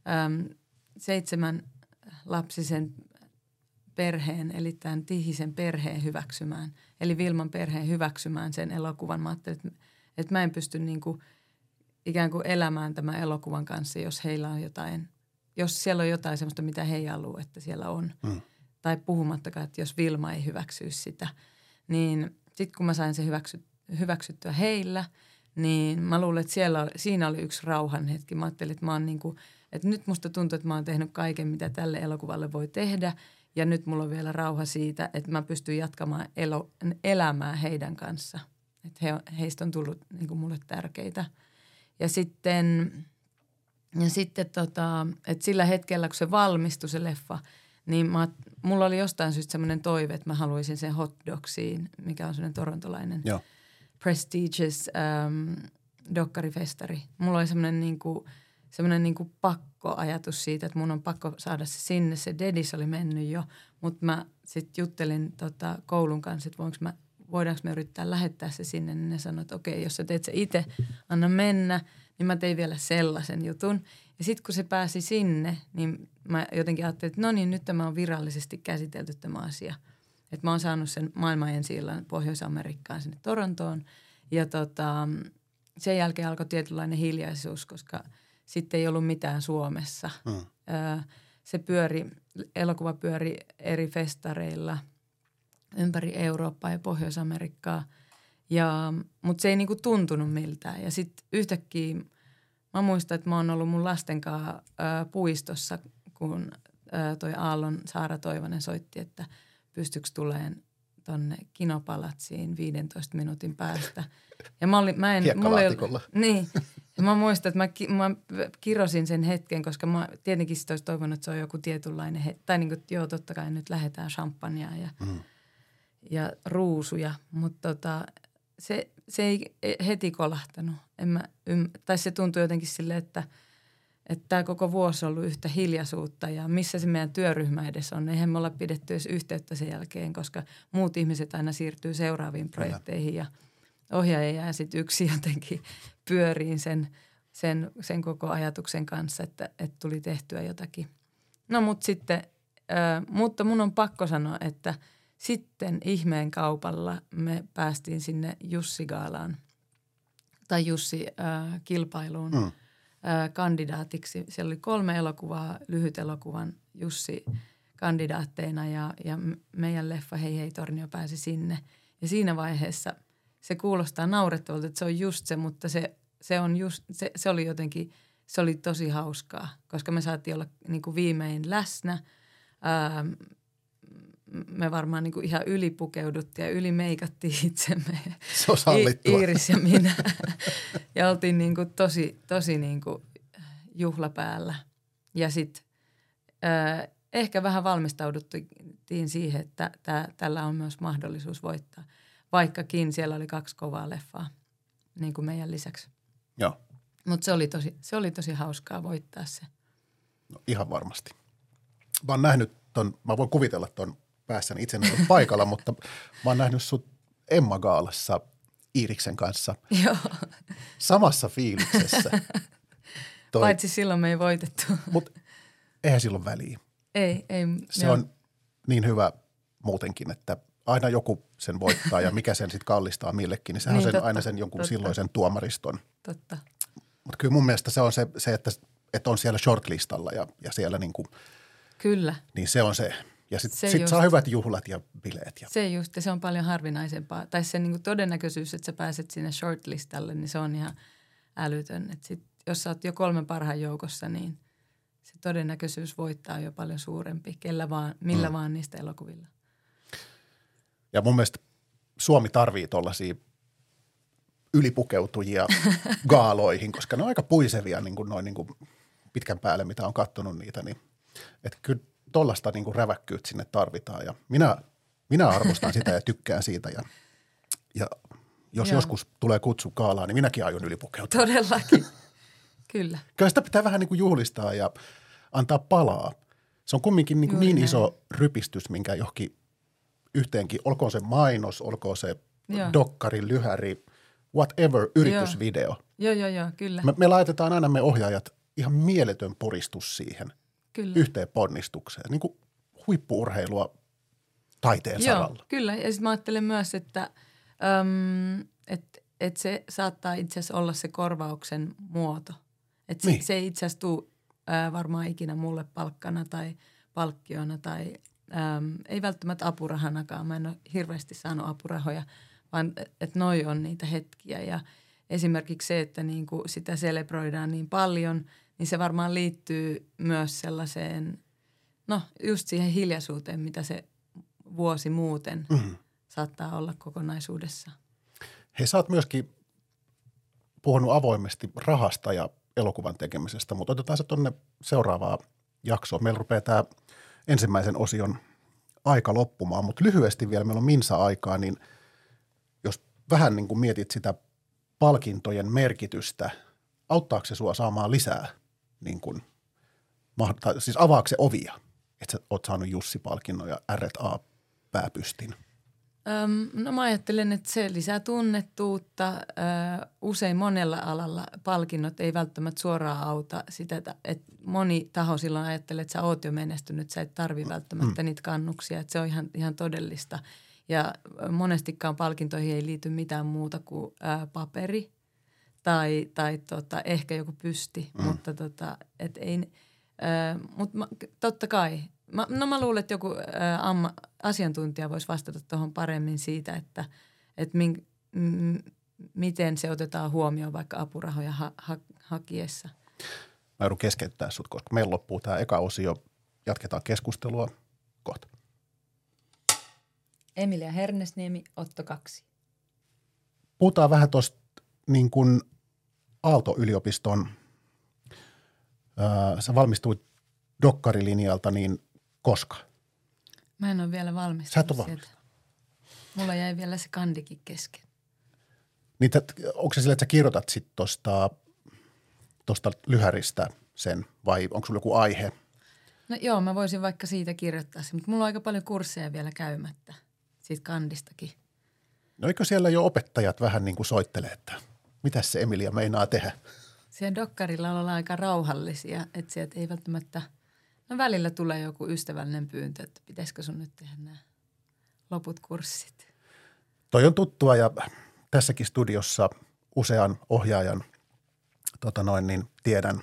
Speaker 3: 7-lapsisen perheen, eli tämän Tihisen perheen hyväksymään, eli Vilman perheen hyväksymään sen elokuvan. Mä ajattelin, että mä en pysty niin kuin ikään kuin elämään tämän elokuvan kanssa, jos heillä on jotain, jos siellä on jotain sellaista, mitä he ei halua, että siellä on. Tai puhumattakaan, että jos Vilma ei hyväksy sitä, niin sitten kun mä sain sen hyväksyttyä heillä, niin mä luulen, että siinä oli yksi rauhan hetki. Mä ajattelin, että mä oon niin kuin, että nyt musta tuntuu, että mä oon tehnyt kaiken, mitä tälle elokuvalle voi tehdä. Ja nyt mulla on vielä rauha siitä, että mä pystyn jatkamaan elämää heidän kanssa. Että heistä on tullut niin kuin mulle tärkeitä. Ja sitten että sillä hetkellä, kun se valmistui se leffa, niin mulla oli jostain syystä semmoinen toive, että mä haluaisin sen Hot Dogsiin, mikä on semmoinen torontolainen prestigious dokkarifestari. Mulla oli semmoinen niinku pakkoajatus siitä, että mun on pakko saada se sinne. Se Dedis oli mennyt jo, mutta mä sitten juttelin koulun kanssa, että voidaanko me yrittää lähettää se sinne. Niin ne sanoivat, että okei, jos sä teet se itse, anna mennä, niin mä tein vielä sellaisen jutun. Ja sitten kun se pääsi sinne, niin mä jotenkin ajattelin, että no niin, nyt tämä on virallisesti käsitelty tämä asia. Että mä oon saanut sen maailman ensi-illan Pohjois-Amerikkaan sinne Torontoon. Ja sen jälkeen alkoi tietynlainen hiljaisuus, koska sitten ei ollut mitään Suomessa. Elokuva pyöri eri festareilla ympäri Eurooppaa ja Pohjois-Amerikkaa. Mutta se ei niinku tuntunut miltään. Ja sitten yhtäkkiä mä muistan, että mä oon ollut mun lasten kanssa puistossa, kun toi Aallon Saara Toivonen soitti, että pystyykö tuleen tonne Kinopalatsiin 15 minuutin päästä. Ja
Speaker 2: Hiekkalaatikolla.
Speaker 3: Niin. Ja mä muistan, että mä kirosin sen hetken, koska mä tietenkin sit olisi toivonut, että se on joku tietynlainen tai niin kuin, joo, totta kai nyt lähdetään champagnea ja ruusuja. Mutta se ei heti kolahtanut. Tai se tuntui jotenkin silleen, että tämä koko vuosi on ollut yhtä hiljaisuutta ja missä se meidän työryhmä edes on. Eihän me olla pidetty edes yhteyttä sen jälkeen, koska muut ihmiset aina siirtyy seuraaviin projekteihin ja ohjaaja jää sitten yksi jotenkin pyöriin sen koko ajatuksen kanssa, että tuli tehtyä jotakin. No mutta mun on pakko sanoa, että sitten ihmeen kaupalla me päästiin sinne Jussi-gaalaan tai Jussi-kilpailuun kandidaatiksi. Siellä oli 3 elokuvaa, lyhyt elokuvan Jussi-kandidaatteina ja meidän leffa Hei hei Tornio pääsi sinne. Ja siinä vaiheessa se kuulostaa naurettavalta, että se on just se, mutta se oli jotenkin, se oli tosi hauskaa, koska me saatiin olla niin kuin viimein läsnä. Me varmaan niin kuin ihan ylipukeuduttiin ja ylimeikattiin itsemme.
Speaker 2: Se on sallittua.
Speaker 3: Iiris ja minä. Ja oltiin niin kuin tosi niin kuin juhlapäällä. Ja sitten ehkä vähän valmistauduttiin siihen, että tällä on myös mahdollisuus voittaa. Vaikkakin siellä oli 2 kovaa leffaa niin kuin meidän lisäksi.
Speaker 2: Joo.
Speaker 3: Mutta se oli tosi hauskaa voittaa se.
Speaker 2: No, ihan varmasti. Mä oon nähnyt mä voin kuvitella ton päässäni, itse en ole paikalla, mutta mä oon nähnyt sut Emma-gaalassa Iiriksen kanssa.
Speaker 3: Joo.
Speaker 2: Samassa fiiliksessä.
Speaker 3: Paitsi silloin me ei voitettu.
Speaker 2: Mutta eihän silloin väliä.
Speaker 3: Ei.
Speaker 2: Se
Speaker 3: joo.
Speaker 2: on niin hyvä muutenkin, että aina joku sen voittaa ja mikä sen sitten kallistaa millekin, niin sehän
Speaker 3: niin,
Speaker 2: on
Speaker 3: totta,
Speaker 2: aina sen jonkun silloisen tuomariston.
Speaker 3: Totta.
Speaker 2: Mutta kyllä mun mielestä se on se että on siellä shortlistalla ja siellä niinku,
Speaker 3: kyllä.
Speaker 2: Niin se on se. Ja sitten saa hyvät juhlat ja bileet.
Speaker 3: Se just, ja se on paljon harvinaisempaa. Tai se niinku todennäköisyys, että sä pääset sinne shortlistalle, niin se on ihan älytön. Et sit, jos sä oot jo 3 parhaan joukossa, niin se todennäköisyys voittaa on jo paljon suurempi. Millä vaan niistä elokuvilla.
Speaker 2: Ja mun mielestä Suomi tarvii tuollaisia ylipukeutujia gaaloihin, koska ne on aika puisevia niin kuin noin niin kuin pitkän päälle, mitä on katsonut niitä. Niin, että kyllä tuollaista niin kuin räväkkyyttä sinne tarvitaan ja minä arvostan sitä ja tykkään siitä ja jos joskus tulee kutsu gaalaan, niin minäkin aion ylipukeutua.
Speaker 3: Todellakin, kyllä.
Speaker 2: Kyllä sitä pitää vähän niin kuin juhlistaa ja antaa palaa. Se on kumminkin niin iso rypistys, minkä johonkin yhteenkin, olkoon se mainos, olkoon se dokkari, lyhäri, whatever, yritysvideo.
Speaker 3: Joo, kyllä.
Speaker 2: Me laitetaan aina me ohjaajat ihan mieletön puristus siihen yhteen ponnistukseen, niin kuin huippu-urheilua taiteen saralla.
Speaker 3: Kyllä, ja sitten mä ajattelen myös, että se saattaa itse asiassa olla se korvauksen muoto. Että niin. Se ei itse asiassa tule varmaan ikinä mulle palkkana tai palkkiona tai ei välttämättä apurahanakaan. Mä en ole hirveästi saanut apurahoja, vaan että noi on niitä hetkiä. Ja esimerkiksi se, että niinku sitä celebroidaan niin paljon, niin se varmaan liittyy myös sellaiseen, just siihen hiljaisuuteen, mitä se vuosi muuten saattaa olla kokonaisuudessa.
Speaker 2: Hei, sä oot myöskin puhunut avoimesti rahasta ja elokuvan tekemisestä, mutta otetaan se tuonne seuraavaan jaksoon. Meillä rupeaa tämä ensimmäisen osion aika loppumaan, mutta lyhyesti vielä, meillä on minsa-aikaa, niin jos vähän niin kuin mietit sitä palkintojen merkitystä, auttaako se sua saamaan lisää, niin kuin, siis avaako se ovia, että sä oot saanut Jussi-palkinnon ja R&A pääpystin?
Speaker 3: No mä ajattelen, että se lisää tunnettuutta. Usein monella alalla palkinnot ei välttämättä suoraan auta sitä, että moni taho silloin ajattelee, että sä oot jo menestynyt, sä et tarvi välttämättä niitä kannuksia, että se on ihan todellista. Ja monestikaan palkintoihin ei liity mitään muuta kuin paperi tai ehkä joku pysti, mutta totta kai. Mä luulen, että joku asiantuntija voisi vastata tuohon paremmin siitä, että miten se otetaan huomioon vaikka apurahoja hakiessa.
Speaker 2: Mä joudun keskeyttää sut, koska meillä loppuu tämä eka osio. Jatketaan keskustelua kohta.
Speaker 3: Emilia Hernesniemi, Otto 2.
Speaker 2: Puhutaan vähän tuosta niin kuin Aalto-yliopiston, sä valmistuit dokkarilinjalta, niin koska?
Speaker 3: Mä en ole vielä valmistunut.
Speaker 2: Sä et ole valmistunut.
Speaker 3: Mulla jäi vielä se kandikin kesken.
Speaker 2: Niin, onko se sillä, että sä kirjoitat sitten tuosta lyhäristä sen vai onko sulla joku aihe?
Speaker 3: No joo, mä voisin vaikka siitä kirjoittaa sen, mutta mulla on aika paljon kursseja vielä käymättä siitä kandistakin.
Speaker 2: No eikö siellä jo opettajat vähän niin kuin soittelee, että mitäs se Emilia meinaa tehdä?
Speaker 3: Siellä dokkarilla ollaan aika rauhallisia, että sieltä ei välttämättä, välillä tulee joku ystävällinen pyyntö, että pitäisikö sun nyt tehdä nämä loput kurssit.
Speaker 2: Toi on tuttua ja tässäkin studiossa usean ohjaajan tiedän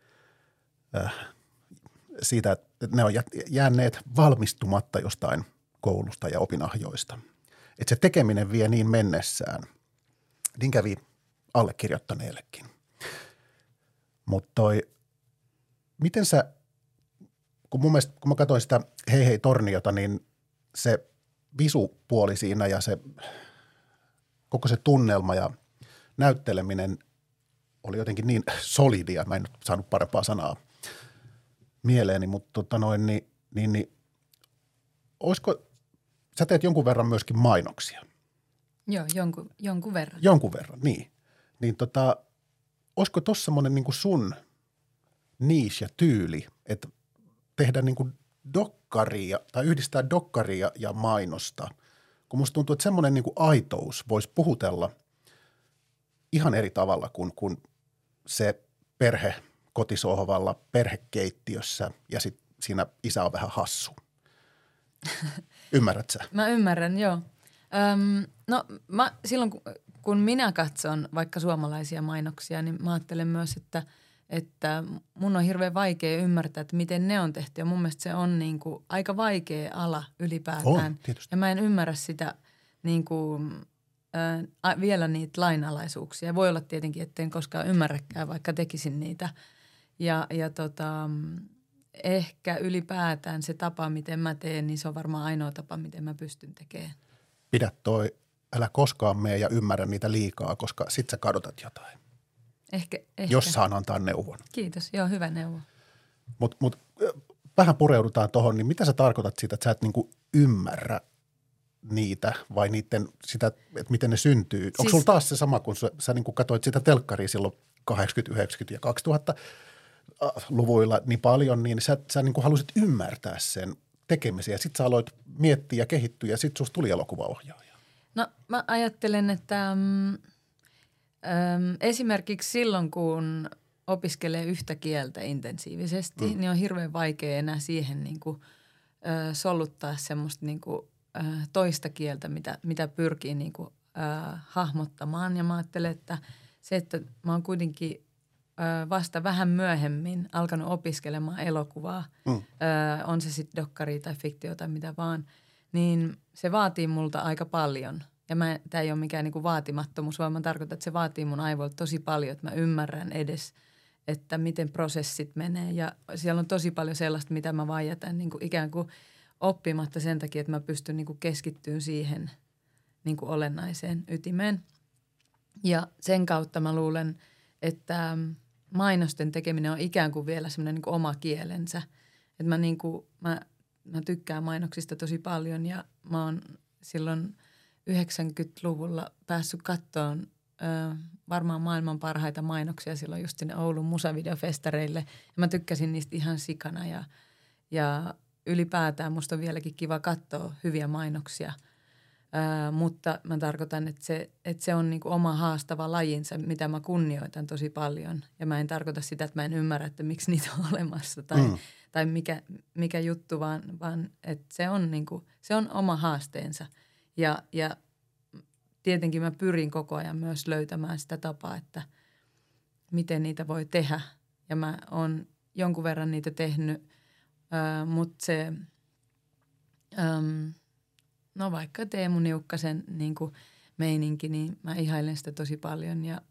Speaker 2: siitä, että ne on jääneet valmistumatta jostain koulusta ja opinahjoista. Että se tekeminen vie niin mennessään. Niin kävi allekirjoittaneellekin. Mutta miten sä, kun mä katsoin sitä Hei hei Torniota, niin se visupuoli siinä ja se koko se tunnelma ja näytteleminen oli jotenkin niin solidia. Mä en nyt saanut parempaa sanaa mieleeni, mutta niin olisiko, sä teet jonkun verran myöskin mainoksia.
Speaker 3: Joo, jonkun verran.
Speaker 2: Jonkun verran, niin. Niin olisiko tossa semmoinen niin kuin sun niche ja tyyli, että tehdä niin kuin dokkaria tai yhdistää dokkaria ja mainosta, kun musta tuntuu, että semmoinen niin kuin aitous voisi puhutella ihan eri tavalla kuin se perhe kotisohvalla, perhekeittiössä ja sitten siinä isä on vähän hassu. Ymmärrät sä?
Speaker 3: Mä ymmärrän, joo. Silloin kun minä katson vaikka suomalaisia mainoksia, niin mä ajattelen myös, että mun on hirveän vaikea ymmärtää, että miten ne on tehty. Ja mun mielestä se on niin kuin aika vaikea ala ylipäätään.
Speaker 2: On, tietysti.
Speaker 3: Ja mä en ymmärrä sitä niin kuin, vielä niitä lainalaisuuksia. Voi olla tietenkin, etten koskaan ymmärräkään, vaikka tekisin niitä. Ja ehkä ylipäätään se tapa, miten mä teen, niin se on varmaan ainoa tapa, miten mä pystyn tekemään.
Speaker 2: Pidä älä koskaan mene ja ymmärrä niitä liikaa, koska sit sä kadotat jotain.
Speaker 3: Ehkä.
Speaker 2: Jos saan antaa neuvon.
Speaker 3: Kiitos, joo, hyvä neuvo.
Speaker 2: Mut vähän pureudutaan tuohon, niin mitä sä tarkoitat siitä, että sä et niinku ymmärrä niitä vai niiden sitä, että miten ne syntyy? Siis, onko sulla taas se sama, kun sä niinku katsoit sitä telkkaria silloin 80-, 90- ja 2000-luvuilla niin paljon, niin sä niinku halusit ymmärtää sen tekemisen ja sit sä aloit miettiä ja kehittyä ja sit susta tuli elokuvaohjaaja.
Speaker 3: No mä ajattelen, että esimerkiksi silloin, kun opiskelee yhtä kieltä intensiivisesti, niin on hirveän vaikea enää siihen niin kuin, soluttaa semmoista niin kuin, toista kieltä, mitä pyrkii niin kuin, hahmottamaan. Ja mä ajattelen, että se, että mä oon kuitenkin vasta vähän myöhemmin alkanut opiskelemaan elokuvaa, on se sitten dokkari tai fiktio tai mitä vaan, niin se vaatii multa aika paljon. Ja tämä ei ole mikään niinku vaatimattomuus, vaan mä tarkoitan, että se vaatii mun aivoilta tosi paljon, että mä ymmärrän edes, että miten prosessit menee. Ja siellä on tosi paljon sellaista, mitä mä vaan jätän niinku ikään kuin oppimatta sen takia, että mä pystyn niinku keskittymään siihen niinku olennaiseen ytimeen. Ja sen kautta mä luulen, että mainosten tekeminen on ikään kuin vielä semmoinen niinku oma kielensä. Että mä tykkään mainoksista tosi paljon ja mä oon silloin 90-luvulla päässyt kattoon varmaan maailman parhaita mainoksia silloin just sinne Oulun musavideofestareille. Ja mä tykkäsin niistä ihan sikana ja ylipäätään musta on vieläkin kiva katsoa hyviä mainoksia. Mutta mä tarkoitan, että se on niinku oma haastava lajinsa, mitä mä kunnioitan tosi paljon. Ja mä en tarkoita sitä, että mä en ymmärrä, että miksi niitä on olemassa tai mikä juttu, vaan että se on oma haasteensa. Ja tietenkin mä pyrin koko ajan myös löytämään sitä tapaa, että miten niitä voi tehdä. Ja mä oon jonkun verran niitä tehnyt, mutta se, vaikka Teemu Niukkasen niin kuin meininki, niin mä ihailen sitä tosi paljon. Ja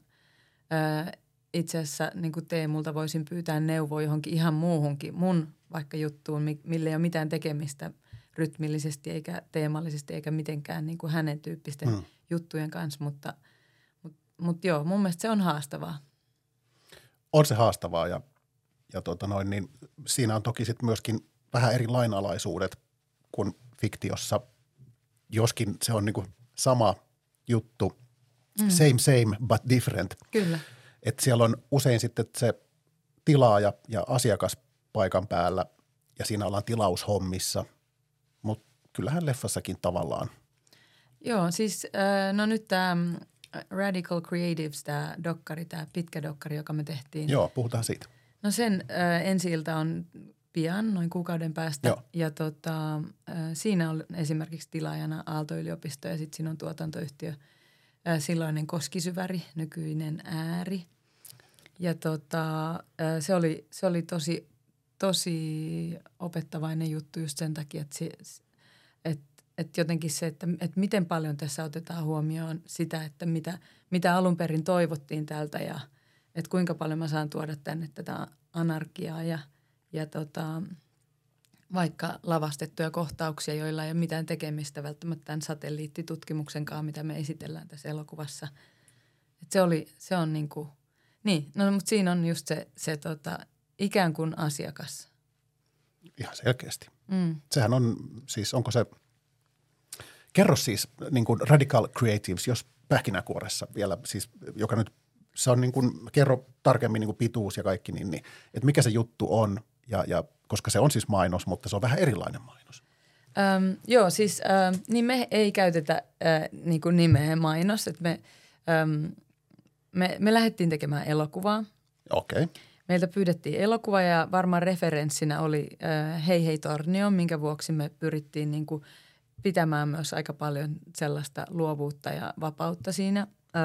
Speaker 3: itse asiassa niin kuin Teemulta voisin pyytää neuvoa johonkin ihan muuhunkin mun vaikka juttuun, millä ei ole mitään tekemistä rytmillisesti eikä teemallisesti eikä mitenkään niin kuin hänen tyyppisten juttujen kanssa, mutta joo, mun mielestä se on haastavaa.
Speaker 2: On se haastavaa ja niin siinä on toki sitten myöskin vähän eri lainalaisuudet kuin fiktiossa, joskin se on niinku sama juttu, same but different.
Speaker 3: Kyllä.
Speaker 2: Että siellä on usein sitten se tilaaja ja asiakas paikan päällä ja siinä ollaan tilaushommissa, mutta kyllähän leffassakin tavallaan. Joo,
Speaker 3: siis no nyt tämä Radical Creatives, tämä dokkari, tämä pitkä dokkari, joka me tehtiin.
Speaker 2: Joo, puhutaan siitä.
Speaker 3: No sen ensi-ilta on pian, noin kuukauden päästä.
Speaker 2: Joo.
Speaker 3: Ja siinä on esimerkiksi tilaajana Aalto-yliopisto ja sitten siinä on tuotantoyhtiö silloinen Koskisyväri, nykyinen Ääri. Ja se oli tosi opettavainen juttu just sen takia, että jotenkin se, että miten paljon tässä otetaan huomioon sitä, että mitä alun perin toivottiin täältä ja että kuinka paljon mä saan tuoda tänne tätä anarkiaa ja vaikka lavastettuja kohtauksia, joilla ei ole mitään tekemistä välttämättä tämän satelliittitutkimuksenkaan, mitä me esitellään tässä elokuvassa. Että se on niin kuin, niin, no mutta siinä on just se ikään kuin asiakas.
Speaker 2: Ihan selkeästi. Sehän on siis, onko se, kerro siis niin kuin Radical Creatives, jos pähkinäkuoressa vielä, siis joka nyt, se on niin kuin, kerro tarkemmin niin kuin pituus ja kaikki, niin että mikä se juttu on ja koska se on siis mainos, mutta se on vähän erilainen mainos.
Speaker 3: Joo, siis niin me ei käytetä niin kuin nimeä mainos, että me lähdettiin tekemään elokuvaa.
Speaker 2: Okei.
Speaker 3: Meiltä pyydettiin elokuva ja varmaan referenssinä oli Hei hei Tornio, minkä vuoksi me pyrittiin niin kuin pitämään myös aika paljon sellaista luovuutta ja vapautta siinä.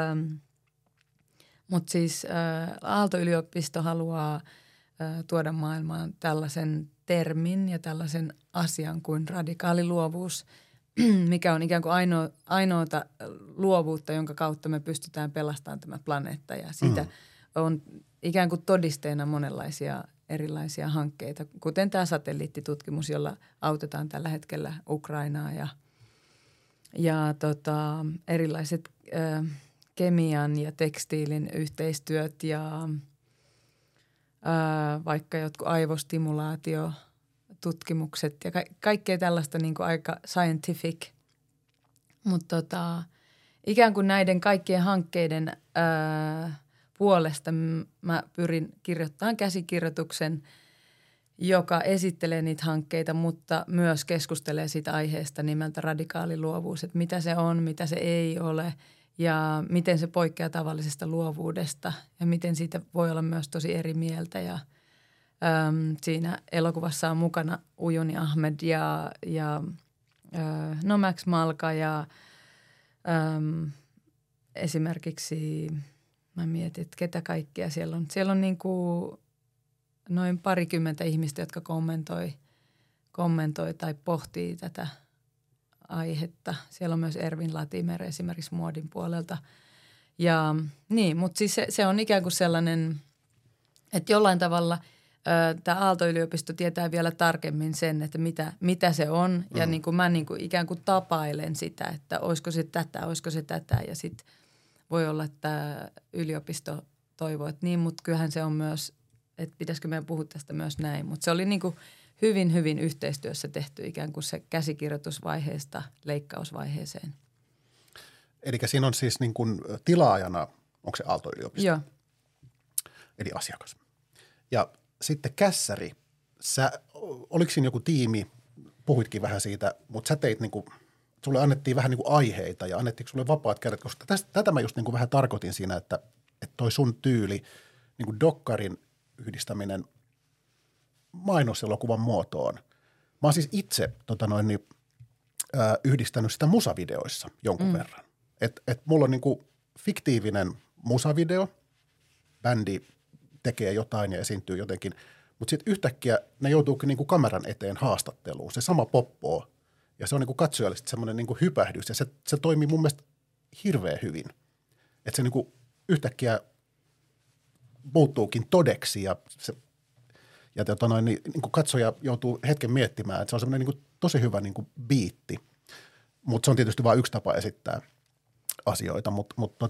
Speaker 3: Mutta siis Aalto-yliopisto haluaa tuoda maailmaan tällaisen termin ja tällaisen asian kuin radikaali luovuus, mikä on ikään kuin ainoata luovuutta, jonka kautta me pystytään pelastamaan tämä planeetta. Ja siitä on ikään kuin todisteena monenlaisia erilaisia hankkeita, kuten tämä satelliittitutkimus, jolla autetaan tällä hetkellä Ukrainaa ja erilaiset kemian ja tekstiilin yhteistyöt ja vaikka jotkut aivostimulaatiotutkimukset ja kaikkea tällaista niin kuin aika scientific. Mutta ikään kuin näiden kaikkien hankkeiden puolesta mä pyrin kirjoittamaan käsikirjoituksen, joka esittelee niitä hankkeita, mutta myös keskustelee siitä aiheesta nimeltä radikaali luovuus, että mitä se on, mitä se ei ole ja miten se poikkeaa tavallisesta luovuudesta ja miten siitä voi olla myös tosi eri mieltä. Ja siinä elokuvassa on mukana Ujuni Ahmed ja Max Malka ja esimerkiksi mä mietin, että ketä kaikkia siellä on. Siellä on niin kuin noin 20 ihmistä, jotka kommentoi tai pohtii tätä aihetta. Siellä on myös Ervin Latimer esimerkiksi muodin puolelta. Ja niin, mutta siis se on ikään kuin sellainen, että jollain tavalla tämä Aalto-yliopisto tietää vielä tarkemmin sen, että mitä se on. Ja niin kuin mä niin kuin ikään kuin tapailen sitä, että olisiko se tätä ja sitten voi olla, että yliopisto toivoo, että niin, mutta kyllähän se on myös, että pitäisikö meidän puhua tästä myös näin. Mutta se oli niin kuin hyvin, hyvin yhteistyössä tehty ikään kuin se käsikirjoitusvaiheesta leikkausvaiheeseen.
Speaker 2: Eli siinä on siis niin kuin tilaajana, onko se Aalto-yliopisto?
Speaker 3: Joo.
Speaker 2: Eli asiakas. Ja sitten kässäri, oliko siinä joku tiimi, puhuitkin vähän siitä, mutta sä teit niin kuin, sulle annettiin vähän niin kuin aiheita ja annettiinko sulle vapaat kädet, koska tätä mä just niin kuin vähän tarkoitin siinä, että toi sun tyyli, niin kuin dokkarin yhdistäminen mainoselokuvan muotoon. Mä oon siis itse yhdistänyt sitä musavideoissa jonkun verran. Et mulla on niin kuin fiktiivinen musavideo, bändi tekee jotain ja esiintyy jotenkin, mutta sitten yhtäkkiä ne joutuukin niin kuin kameran eteen haastatteluun. Se sama poppoo ja se on niin kuin katsojallisesti semmoinen niin kuin hypähdys ja se toimii mun mielestä hirveän hyvin. Että se niin kuin yhtäkkiä muuttuukin todeksi ja niin kuin katsoja joutuu hetken miettimään, että se on semmoinen niin kuin tosi hyvä niin kuin biitti. Mutta se on tietysti vain yksi tapa esittää asioita, mutta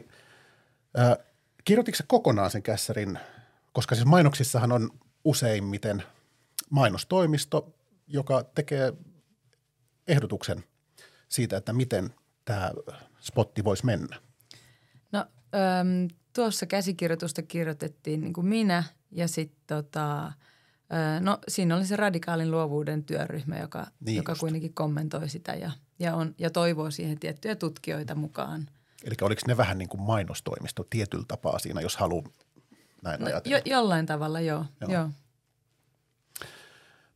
Speaker 2: kirjoititko sä kokonaan sen kässärin, koska siis mainoksissahan on useimmiten mainostoimisto, joka tekee ehdotuksen siitä, että miten tämä spotti voisi mennä.
Speaker 3: No tuossa käsikirjoitusta kirjoitettiin niin kuin minä ja sitten siinä oli se radikaalin luovuuden työryhmä, joka kuitenkin kommentoi sitä ja toivoo siihen tiettyjä tutkijoita mukaan.
Speaker 2: Eli oliko ne vähän niin kuin mainostoimisto tietyllä tapaa siinä, jos haluaa näin ajatella?
Speaker 3: Jollain tavalla, joo.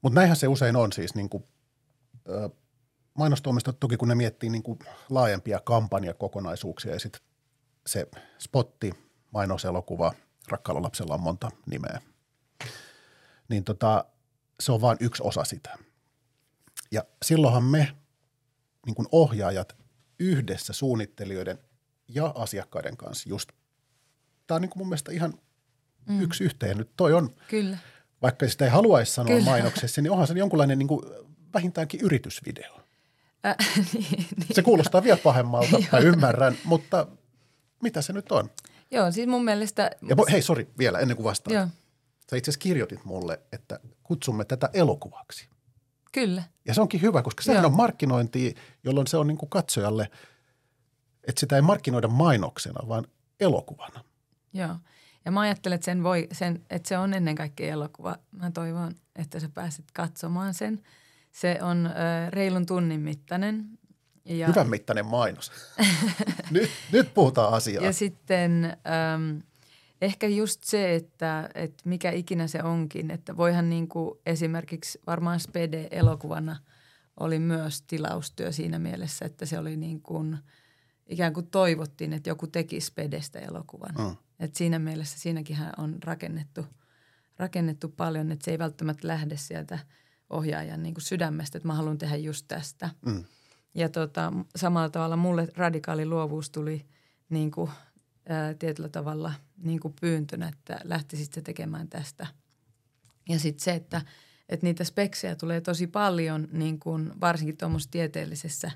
Speaker 2: Mutta näinhän se usein on siis niin kuin, mainostoimistot toki, kun ne miettii niin kuin laajempia kampanjakokonaisuuksia ja sitten se spotti, mainoselokuva, rakkaalla lapsella on monta nimeä, niin se on vain yksi osa sitä. Ja silloinhan me niin kuin ohjaajat yhdessä suunnittelijoiden ja asiakkaiden kanssa just, tämä on niin kuin mun mielestä ihan yksi yhteen. Nyt toi on,
Speaker 3: Kyllä.
Speaker 2: vaikka sitä ei haluaisi sanoa mainoksessa, niin onhan se jonkunlainen niin kuin vähintäänkin yritysvideo.
Speaker 3: Niin.
Speaker 2: Se kuulostaa vielä pahemmalta, mä ymmärrän, mutta mitä se nyt on?
Speaker 3: Joo, siis mun mielestä...
Speaker 2: Ja hei, sori vielä, ennen kuin vastaat.
Speaker 3: Joo.
Speaker 2: Sä itse asiassa kirjoitit mulle, että kutsumme tätä elokuvaksi.
Speaker 3: Kyllä.
Speaker 2: Ja se onkin hyvä, koska sehän on markkinointia, jolloin se on niin kuin katsojalle, että sitä ei markkinoida mainoksena, vaan elokuvana.
Speaker 3: Joo. Ja mä ajattelen, että, että se on ennen kaikkea elokuva. Mä toivon, että sä pääsit katsomaan sen. Se on reilun tunnin mittainen. Ja
Speaker 2: hyvän mittainen mainos. nyt puhutaan asiaa.
Speaker 3: Ja sitten ehkä just se, että mikä ikinä se onkin, että voihan niin kuin esimerkiksi varmaan Spede-elokuvana oli myös tilaustyö siinä mielessä, että se oli niin kuin ikään kuin toivottiin, että joku teki Spedestä elokuvan. Et siinä mielessä siinäkinhän on rakennettu paljon, että se ei välttämättä lähde sieltä ohjaajan niin kuin sydämestä, että mä haluan tehdä just tästä. Ja samalla tavalla mulle radikaali luovuus tuli niin kuin, tietyllä tavalla niin kuin pyyntönä, että lähtisit se tekemään tästä. Ja sitten se, että niitä speksejä tulee tosi paljon, niin kuin varsinkin tuommoisessa tieteellisessä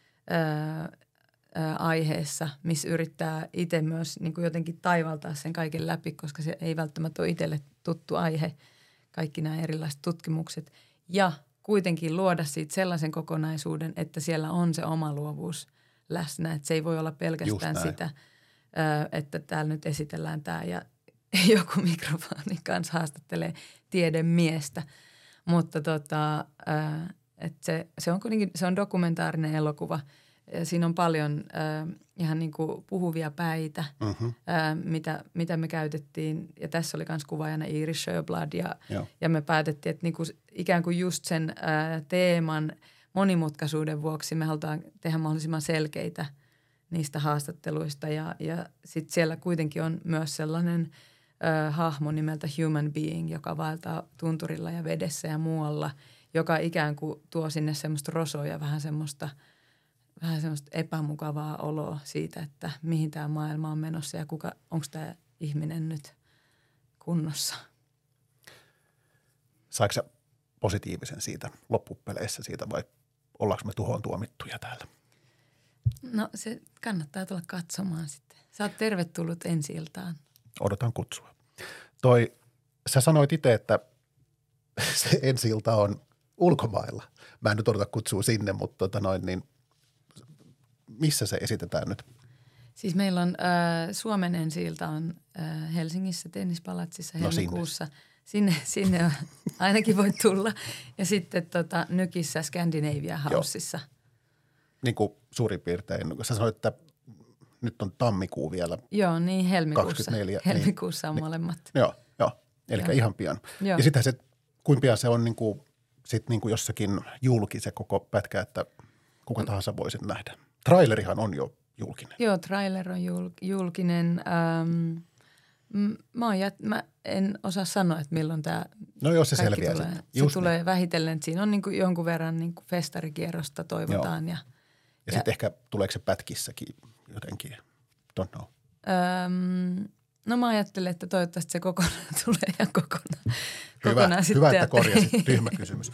Speaker 3: aiheessa, missä yrittää itse myös niin kuin jotenkin taivaltaa sen kaiken läpi, koska se ei välttämättä ole itselle tuttu aihe, kaikki nämä erilaiset tutkimukset. Ja kuitenkin luoda siitä sellaisen kokonaisuuden, että siellä on se oma luovuus läsnä. Että se ei voi olla pelkästään sitä, että täällä nyt esitellään tämä ja joku mikrofonin kanssa haastattelee tiedemiestä. Mutta että se on kuitenkin, se on dokumentaarinen elokuva. Siinä on paljon ihan niin kuin puhuvia päitä, mitä me käytettiin. Ja tässä oli myös kuvaajana Iris Sjöblad ja me päätettiin, että niin kuin ikään kuin just sen teeman monimutkaisuuden vuoksi me halutaan tehdä mahdollisimman selkeitä niistä haastatteluista. Ja sitten siellä kuitenkin on myös sellainen hahmo nimeltä Human Being, joka vaeltaa tunturilla ja vedessä ja muualla, joka ikään kuin tuo sinne semmoista rosoa ja vähän semmoista epämukavaa oloa siitä, että mihin tämä maailma on menossa ja onko tämä ihminen nyt kunnossa.
Speaker 2: Saiko sä positiivisen siitä loppupeleissä siitä vai ollaanko me tuhoon tuomittuja täällä?
Speaker 3: No se kannattaa tulla katsomaan sitten. Sä oot tervetullut ensi-iltaan. Odotan
Speaker 2: kutsua. Sä sanoit itse, että se ensi-ilta on ulkomailla. Mä en nyt odota kutsua sinne, mutta niin missä se esitetään nyt?
Speaker 3: Siis meillä on Suomen ensi-ilta on Helsingissä Tennispalatsissa helmikuussa. Sinne on, ainakin voi tulla. Ja sitten Nykissä Scandinavia Houseissa. Niin
Speaker 2: kuin suurin piirtein. Sä sanoit, että nyt on tammikuu vielä.
Speaker 3: Joo, niin helmikuussa.
Speaker 2: 24,
Speaker 3: helmikuussa on molemmat.
Speaker 2: Joo. Eli ihan pian. Joo. Ja sittenhän se, kuinka pian se on niin kuin jossakin julki se koko pätkä, että kuka tahansa voi sen nähdä. Trailerihan on jo julkinen.
Speaker 3: Joo, trailer on julkinen. Mä en osaa sanoa, että milloin tämä
Speaker 2: se selviää
Speaker 3: tulee.
Speaker 2: Sitten.
Speaker 3: Se tulee vähitellen. Siinä on niin kuin jonkun verran niin kuin festarikierrosta toivotaan.
Speaker 2: Ja sitten ehkä tuleeko se pätkissäkin jotenkin? Don't know.
Speaker 3: No mä ajattelen, että toivottavasti se kokonaan tulee ja kokonaan sitten.
Speaker 2: Hyvä, että korjasit. Tyhmä kysymys.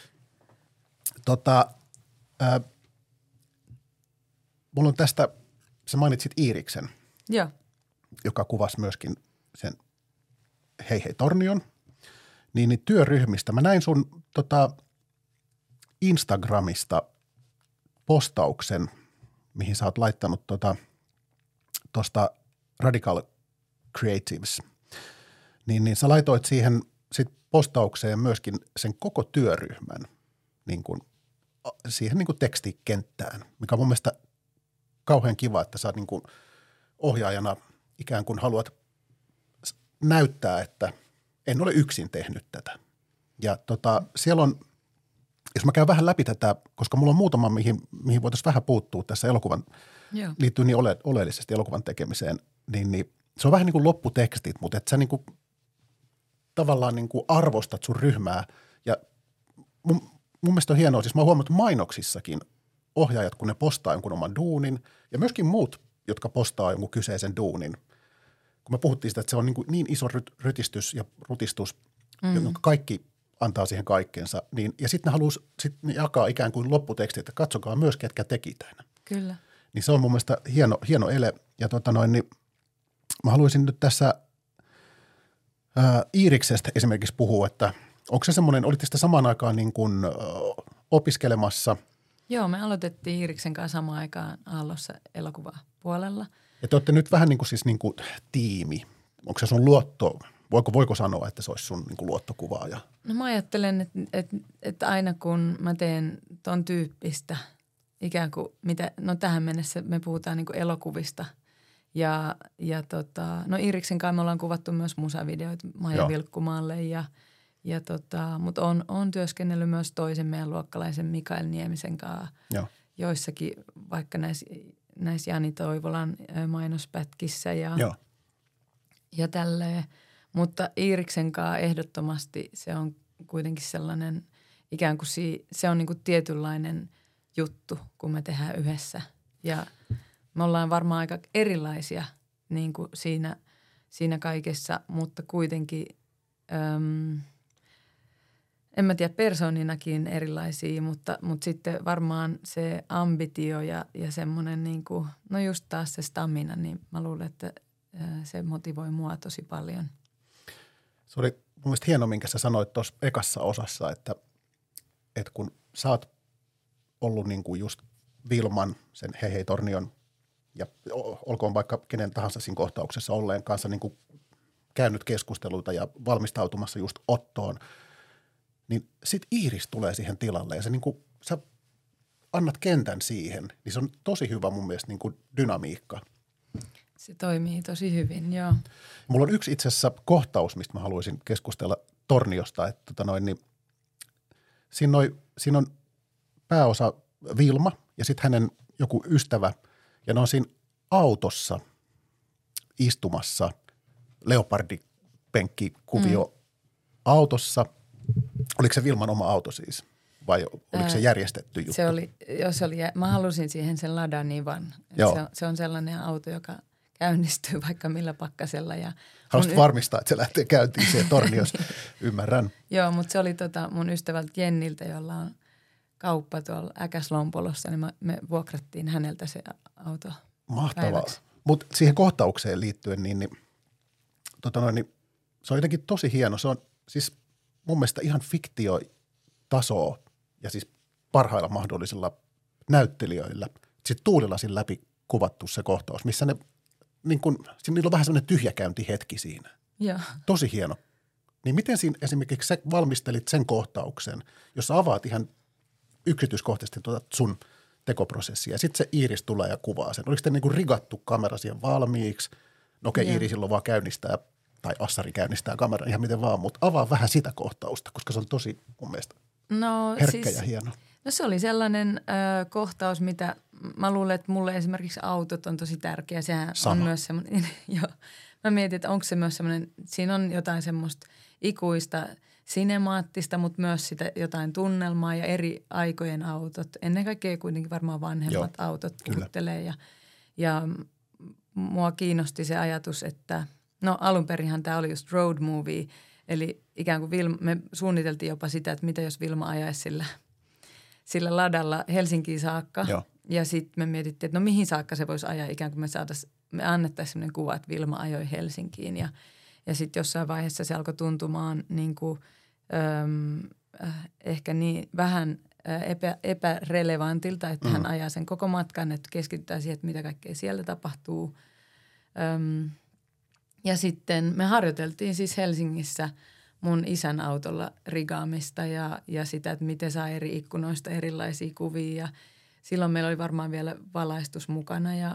Speaker 2: Mulla on tästä, sä mainitsit Iiriksen,
Speaker 3: Joo.
Speaker 2: joka kuvasi myöskin sen Hei hei Tornion, niin työryhmistä. Mä näin sun Instagramista postauksen, mihin sä oot laittanut tuosta Radical Creatives. Niin sä laitoit siihen sit postaukseen myöskin sen koko työryhmän niin kuin, siihen niin kuin tekstikenttään, mikä on mun mielestä kauhean kiva, että sä oot niin kuin ohjaajana ikään kuin haluat näyttää, että en ole yksin tehnyt tätä. Ja siellä on, jos mä käyn vähän läpi tätä, koska mulla on muutama, mihin voitaisiin vähän puuttua tässä elokuvan, liittyy niin oleellisesti elokuvan tekemiseen, niin se on vähän niin kuin lopputekstit, mutta että sä niin kuin tavallaan niin kuin arvostat sun ryhmää ja mun mielestä on hienoa, siis mä oon huomannut mainoksissakin ohjaajat, kun ne postaa jonkun oman duunin ja myöskin muut, jotka postaa jonkun kyseisen duunin. Kun me puhuttiin sitä, että se on niin iso rytistys ja rutistus, jonka kaikki antaa siihen kaikkeensa, niin, ja sitten ne jakaa ikään kuin lopputekstit, että katsokaa myös, ketkä teki tämän.
Speaker 3: Kyllä.
Speaker 2: Niin se on mun mielestä hieno ele. Ja niin mä haluaisin nyt tässä Iiriksestä esimerkiksi puhua, että onko se semmoinen, olitte sitä samaan aikaan niin kuin opiskelemassa? Joo,
Speaker 3: me aloitettiin Iiriksen kanssa samaan aikaan Aallossa elokuvapuolella.
Speaker 2: Ja te olette nyt vähän niin kuin siis niin kuin tiimi. Onko se sun voiko sanoa, että se olisi sun niin kuin luottokuvaaja?
Speaker 3: No mä ajattelen, että aina kun mä teen ton tyyppistä ikään kuin tähän mennessä me puhutaan niin kuin elokuvista no Iiriksen kanssa me ollaan kuvattu myös musavideoita Maija Vilkkumaalle mutta on työskennellyt myös toisen meidän luokkalaisen Mikael Niemisen kanssa joissakin vaikka näissä Jani Toivolan mainospätkissä ja tälleen. Mutta Iiriksen kanssa ehdottomasti se on kuitenkin sellainen ikään kuin se on niin kuin tietynlainen juttu, kun me tehdään yhdessä. Ja me ollaan varmaan aika erilaisia niin kuin siinä kaikessa, mutta kuitenkin en mä tiedä persooninakin erilaisia, mutta sitten varmaan se ambitio ja semmoinen niin kuin, no just taas se stamina, niin mä luulen, että se motivoi mua tosi paljon.
Speaker 2: Se oli mun mielestä hieno, minkä sä sanoit tuossa ekassa osassa, että kun sä oot ollut niin kuin just Vilman, sen Hei Hei Tornion ja olkoon vaikka kenen tahansa siinä kohtauksessa olleen kanssa niin kuin käynyt keskusteluita ja valmistautumassa just Ottoon, niin sit Iiris tulee siihen tilalle ja se niin kuin, sä annat kentän siihen, niin se on tosi hyvä mun mielestä niin kuin dynamiikka.
Speaker 3: Se toimii tosi hyvin, joo.
Speaker 2: Mulla on yksi itse asiassa kohtaus, mistä mä haluaisin keskustella Torniosta, että niin siinä on pääosa Vilma ja sitten hänen joku ystävä ja ne on siinä autossa istumassa leopardipenkkikuvio autossa. Oliko se Vilman oma auto siis vai oliko se järjestetty juttu?
Speaker 3: Mä halusin siihen sen Ladanivan. Se on sellainen auto, joka käynnistyy vaikka millä pakkasella.
Speaker 2: Haluaisit varmistaa, että se lähtee käyntiin siihen Torniossa, ymmärrän.
Speaker 3: Joo, mutta se oli mun ystävältä Jenniltä, jolla on kauppa tuolla Äkäslompolossa, niin me vuokrattiin häneltä se auto.
Speaker 2: Mahtavaa. Mutta siihen kohtaukseen liittyen, niin se on jotenkin tosi hieno. Se on siis mun mielestä ihan fiktiotasoa ja siis parhailla mahdollisilla näyttelijöillä. Sitten tuulilasin läpi kuvattu se kohtaus, missä ne niin kun, niillä on vähän sellainen tyhjäkäyntihetki siinä.
Speaker 3: Joo.
Speaker 2: Tosi hieno. Niin miten siinä esimerkiksi sä valmistelit sen kohtauksen, jossa avaat ihan yksityiskohtaisesti sun tekoprosessia ja sitten se Iiris tulee ja kuvaa sen. Oliko te niin kuin rigattu kamera siihen valmiiksi? No okei, Iirisillä vaan käynnistää tai Assari käynnistää kameran ihan miten vaan, mutta avaa vähän sitä kohtausta, koska se on tosi mun mielestä herkkä ja hieno.
Speaker 3: No se oli sellainen kohtaus, mitä mä luulen, että mulle esimerkiksi autot on tosi tärkeä. Sehän on myös semmoinen, joo. Mä mietin, että onko se myös semmoinen, siinä on jotain semmoista ikuista sinemaattista, mutta myös sitä jotain tunnelmaa ja eri aikojen autot. Ennen kaikkea kuitenkin varmaan vanhemmat autot puhuttelee ja mua kiinnosti se ajatus, että no alunperinhan tämä oli just road movie, eli ikään kuin me suunniteltiin jopa sitä, että mitä jos Vilma ajaisi sillä ladalla Helsinkiin saakka.
Speaker 2: Joo.
Speaker 3: Ja sitten me mietittiin, että no mihin saakka se voisi ajaa, ikään kuin me annettaisiin sellainen kuva, että Vilma ajoi Helsinkiin. Ja sitten jossain vaiheessa se alkoi tuntumaan niin kuin, ehkä niin vähän epärelevantilta, että hän ajaa sen koko matkan, että keskitytään siihen, että mitä kaikkea siellä tapahtuu. Ja sitten me harjoiteltiin siis Helsingissä mun isän autolla rigaamista ja sitä, että miten saa eri ikkunoista erilaisia kuvia. Ja silloin meillä oli varmaan vielä valaistus mukana ja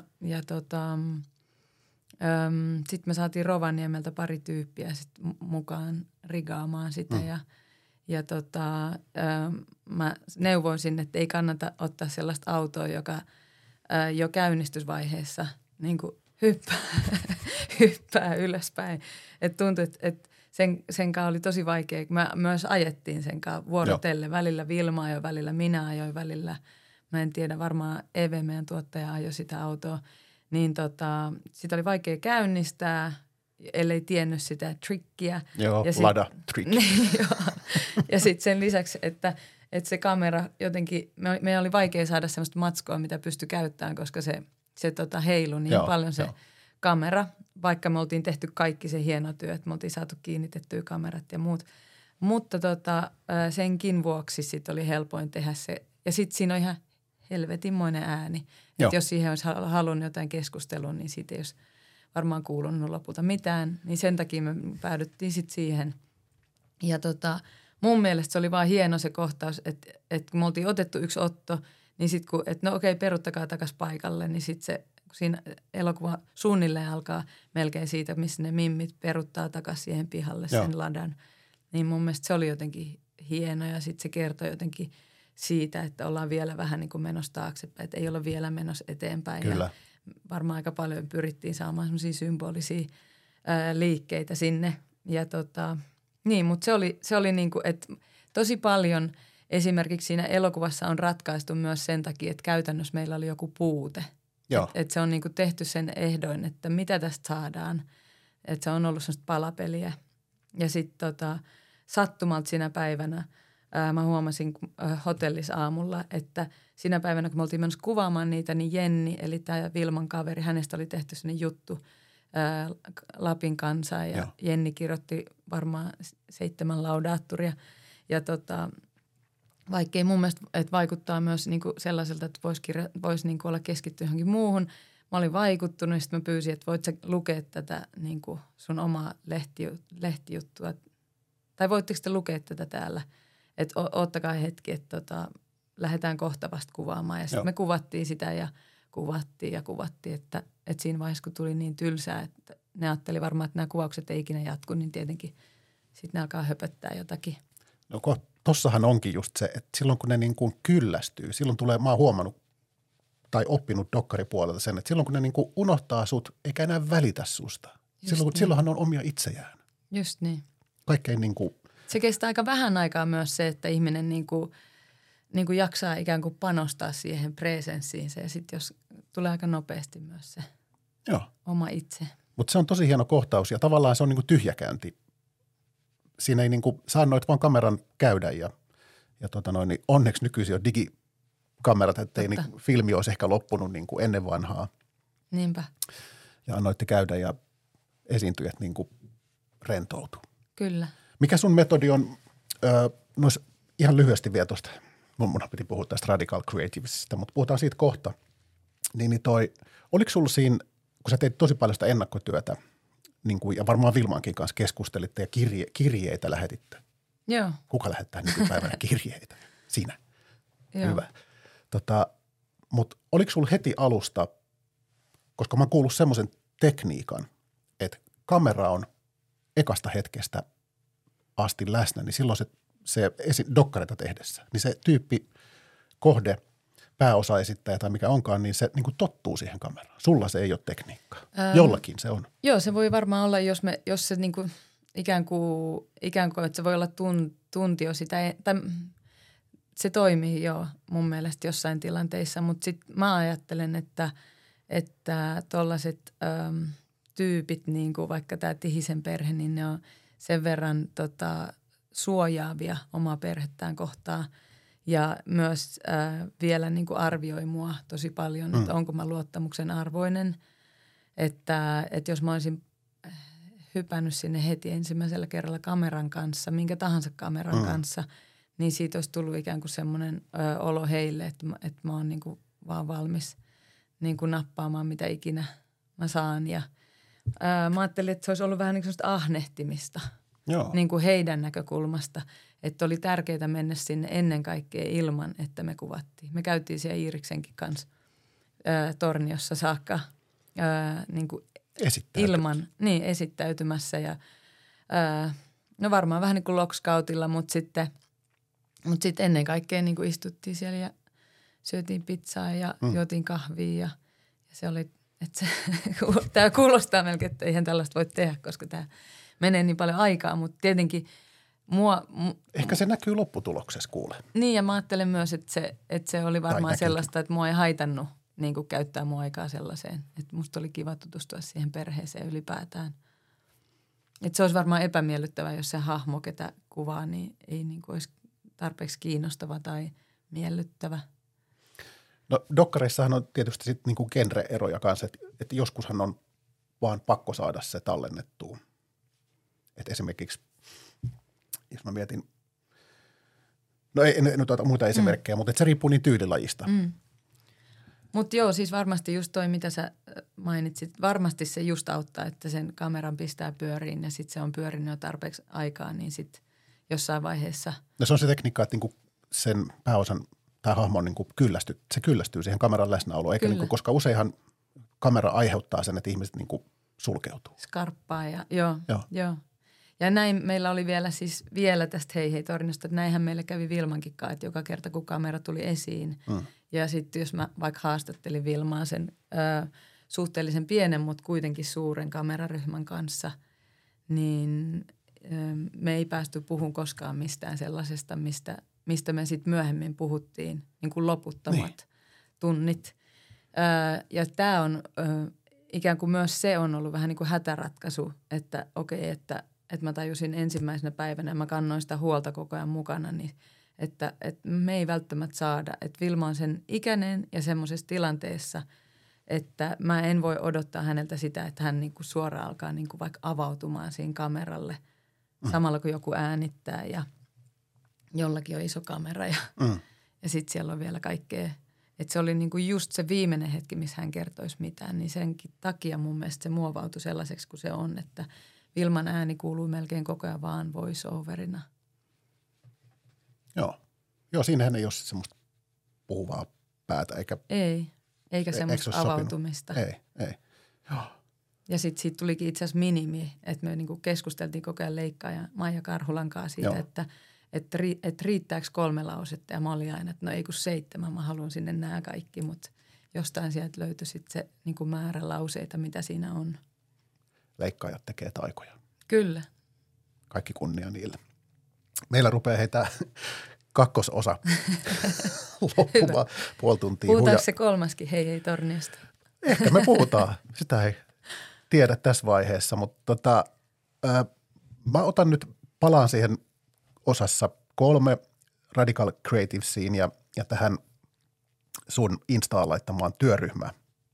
Speaker 3: sitten me saatiin Rovaniemeltä pari tyyppiä sit mukaan rigaamaan sitä Ja mä neuvoin sinne, että ei kannata ottaa sellaista autoa, joka jo käynnistysvaiheessa niin kuin hyppää ylöspäin. Että tuntui, että sen kanssa oli tosi vaikea. Mä myös ajettiin sen kanssa vuorotellen. Välillä Vilma ajoi, välillä minä ajoin, välillä mä en tiedä, varmaan EV, meidän tuottaja, ajoi sitä autoa. Niin sitä oli vaikea käynnistää, ellei tiennyt sitä trickiä.
Speaker 2: Joo,
Speaker 3: ja
Speaker 2: lada-trick.
Speaker 3: Ja sitten sen lisäksi, että se kamera jotenkin, meidän oli vaikea saada sellaista matskoa, mitä pystyi käyttämään, koska se heilui niin paljon se kamera, vaikka me oltiin tehty kaikki se hieno työ, että me oltiin saatu kiinnitettyä kamerat ja muut. Mutta senkin vuoksi sitten oli helpoin tehdä se. Ja sitten siinä on ihan helvetinmoinen ääni. Että jos siihen olisi halunnut jotain keskustelua, niin siitä ei olisi varmaan kuulunut lopulta mitään. Niin sen takia me päädyttiin sitten siihen. Ja mun mielestä se oli vaan hieno se kohtaus, että kun me oltiin otettu yksi otto, niin sitten kun, että no okei, peruttakaa takaisin paikalle, niin sitten se, kun siinä elokuva suunnilleen alkaa melkein siitä, missä ne mimmit peruttaa takaisin siihen pihalle sen ladan. Niin mun mielestä se oli jotenkin hieno ja sitten se kertoi jotenkin siitä, että ollaan vielä vähän niin kuin menossa taaksepäin, että ei olla vielä menossa eteenpäin.
Speaker 2: Kyllä.
Speaker 3: Ja varmaan aika paljon pyrittiin saamaan semmoisia symbolisia liikkeitä sinne. Ja niin, mutta se oli niin kuin, että tosi paljon esimerkiksi siinä elokuvassa on ratkaistu myös sen takia, että käytännössä meillä oli joku puute. Että se on niin kuin tehty sen ehdoin, että mitä tästä saadaan. Että se on ollut semmoista palapeliä. Ja sitten sattumalta siinä päivänä mä huomasin hotellissa aamulla, että siinä päivänä, kun me oltiin menossa kuvaamaan niitä, niin Jenni, eli tämä Vilman kaveri, hänestä oli tehty sellainen juttu Lapin kansaa ja Jenni kirjoitti varmaan 7 laudaatturia. Ja vaikkei mun mielestä, että vaikuttaa myös niinku sellaiselta, että voisi niinku olla keskittyä johonkin muuhun. Mä olin vaikuttunut ja sitten mä pyysin, että voit sä lukea tätä niinku sun omaa lehtijuttua. Tai voitteko te lukea tätä täällä? Että ottakaa hetki, että lähdetään kohta vasta kuvaamaan. Ja sitten me kuvattiin sitä ja kuvattiin, että siinä vaiheessa, kun tuli niin tylsää, että ne ajatteli varmaan, että nämä kuvaukset ei ikinä jatku, niin tietenkin sitten ne alkaa höpöttää jotakin.
Speaker 2: No tossahan onkin just se, että silloin kun ne niin kuin kyllästyy, silloin tulee, mä oon huomannut tai oppinut dokkaripuolelta sen, että silloin kun ne niin kuin unohtaa sut, eikä enää välitä susta. Silloinhan on omia itsejään.
Speaker 3: Just niin.
Speaker 2: Kaikkein niin kuin.
Speaker 3: Se kestää aika vähän aikaa myös se, että ihminen niin kuin jaksaa ikään kuin panostaa siihen presenssiinsä ja sitten jos tulee aika nopeasti myös se oma itse.
Speaker 2: Mutta se on tosi hieno kohtaus ja tavallaan se on niin kuin tyhjäkäynti. Siinä ei niin kuin saa noit vaan kameran käydä ja niin onneksi nykyisin on digikamerat, ettei niin filmi olisi ehkä loppunut niin kuin ennen vanhaa.
Speaker 3: Niinpä.
Speaker 2: Ja annoitte käydä ja esiintyjät niin kuin rentoutu.
Speaker 3: Kyllä.
Speaker 2: Mikä sun metodi on, ihan lyhyesti vielä tuosta, mun piti puhua tästä Radical Creativesista, mutta puhutaan siitä kohta. Oliko sulla siinä, kun sä teit tosi paljon sitä ennakkotyötä, niin kuin, ja varmaan Vilmankin kanssa keskustelitte ja kirjeitä lähetitte.
Speaker 3: Joo.
Speaker 2: Kuka lähettää nykypäivänä kirjeitä? Sinä.
Speaker 3: Joo.
Speaker 2: Hyvä. Mutta oliko sulla heti alusta, koska mä oon kuullut semmoisen tekniikan, että kamera on ekasta hetkestä asti läsnä, niin silloin se dokkareita tehdessä, niin se tyyppi, kohde, pääosaesittäjä tai mikä onkaan, niin se niin kuin tottuu siihen kameraan. Sulla se ei ole tekniikkaa. Jollakin se on. Joo,
Speaker 3: se voi varmaan olla, jos se niin kuin ikään kuin, että se voi olla tunti jo sitä, tai se toimii jo mun mielestä jossain tilanteissa, mutta sitten mä ajattelen, että tollaiset tyypit, niin kuin vaikka tämä Tihisen perhe, niin ne on sen verran suojaavia omaa perhettään kohtaan ja myös vielä niin kuin arvioi mua tosi paljon, että onko mä luottamuksen arvoinen, että jos mä olisin hypännyt sinne heti ensimmäisellä kerralla kameran kanssa, minkä tahansa kameran kanssa, niin siitä olisi tullut ikään kuin semmoinen olo heille, että mä oon niin kuin vaan valmis niin kuin nappaamaan mitä ikinä mä saan ja mä ajattelin, että se olisi ollut vähän niin kuin sellaista ahnehtimista.
Speaker 2: Joo.
Speaker 3: Niin kuin heidän näkökulmasta, että oli tärkeää mennä sinne ennen kaikkea ilman, että me kuvattiin. Me käytiin siellä Iiriksenkin kanssa Torniossa saakka niin kuin ilman, esittäytymässä ja No varmaan vähän niin kuin Lock-Scoutilla, mutta sitten ennen kaikkea niin kuin istuttiin siellä ja syötiin pizzaa ja juotiin kahvia ja se oli, että tämä kuulostaa melkein, että eihän tällaista voi tehdä, koska tämä menee niin paljon aikaa, mutta tietenkin
Speaker 2: Ehkä se näkyy lopputuloksessa, kuule.
Speaker 3: Niin ja mä ajattelen myös, että se oli varmaan sellaista, että mua ei haitannut niin kuin käyttää mun aikaa sellaiseen. Että musta oli kiva tutustua siihen perheeseen ylipäätään. Että se olisi varmaan epämiellyttävää, jos se hahmo, ketä kuvaa, niin ei niin kuin olisi tarpeeksi kiinnostava tai miellyttävä.
Speaker 2: No dokkareissahan on tietysti sitten niin kuin genre-eroja kanssa, että joskushan on vaan pakko saada se tallennettua. Että esimerkiksi, jos mä mietin, no ei nyt ota muita esimerkkejä, mutta se riippuu niin tyylilajista.
Speaker 3: Mutta joo, siis varmasti just toi, mitä sä mainitsit, varmasti se just auttaa, että sen kameran pistää pyöriin ja sitten se on pyörinyt jo tarpeeksi aikaa, niin sitten jossain vaiheessa.
Speaker 2: No se on se tekniikka, että niinku sen pääosan tai hahmon niinku kyllästyy siihen kameran läsnäoloon, eikä niinku, koska useinhan kamera aiheuttaa sen, että ihmiset niinku sulkeutuu.
Speaker 3: Skarppaa ja joo. Ja näin meillä oli vielä tästä Hei -tornista, että näinhän meillä kävi Vilmankin kanssa, että joka kerta kun kamera tuli esiin ja sitten jos mä vaikka haastattelin Vilmaa sen suhteellisen pienen, mutta kuitenkin suuren kameraryhmän kanssa, niin me ei päästy puhumaan koskaan mistään sellaisesta, mistä me sitten myöhemmin puhuttiin niin kuin loputtomat tunnit. Ja tämä on ikään kuin myös se on ollut vähän niin kuin hätäratkaisu, että okei, että mä tajusin ensimmäisenä päivänä ja mä kannoin sitä huolta koko ajan mukana, niin että me ei välttämättä saada. Että Vilma on sen ikäinen ja semmoisessa tilanteessa, että mä en voi odottaa häneltä sitä, että hän niinku suoraan alkaa niinku vaikka avautumaan siinä kameralle samalla kun joku äänittää ja jollakin on iso kamera ja sitten siellä on vielä kaikkea. Että se oli niinku just se viimeinen hetki, missä hän kertoisi mitään, niin senkin takia mun mielestä se muovautui sellaiseksi kuin se on, että Vilman ääni kuuluu melkein koko ajan vaan voice-overina.
Speaker 2: Joo, siinähän ei ole semmoista puhuvaa päätä
Speaker 3: eikä semmoista avautumista.
Speaker 2: Ei. Joo.
Speaker 3: Ja sitten siitä tulikin itse asiassa minimi, että me niinku keskusteltiin koko ajan leikkaaja Maija Karhulan kanssa siitä, että riittääkö 3 lausetta. Ja mä olin aina, että no ei kun 7, mä haluan sinne nämä kaikki, mutta jostain sieltä löytyi sitten se niinku määrä lauseita, mitä siinä on.
Speaker 2: Leikkaajat tekee taikoja.
Speaker 3: Kyllä.
Speaker 2: Kaikki kunnia niille. Meillä rupeaa heitä kakkososa loppumaan puoli tuntia.
Speaker 3: Puhutaanko se 3. Hei -tornista?
Speaker 2: Ehkä me puhutaan. Sitä ei tiedä tässä vaiheessa, mutta mä otan nyt, palaan siihen osassa 3 Radical Creativesiin ja tähän sun Instaan laittamaan työryhmä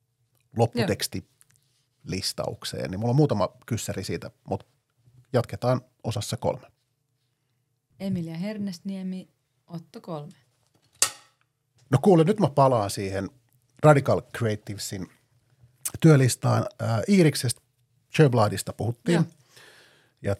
Speaker 2: lopputekstilistaukseen. Niin mulla on muutama kyssäri siitä, mutta jatketaan osassa 3.
Speaker 3: Emilia Hernestniemi, Otto 3.
Speaker 2: No kuule, nyt mä palaan siihen Radical Creativesin työlistaan. Iiriksestä, Sjöbladista puhuttiin. Ja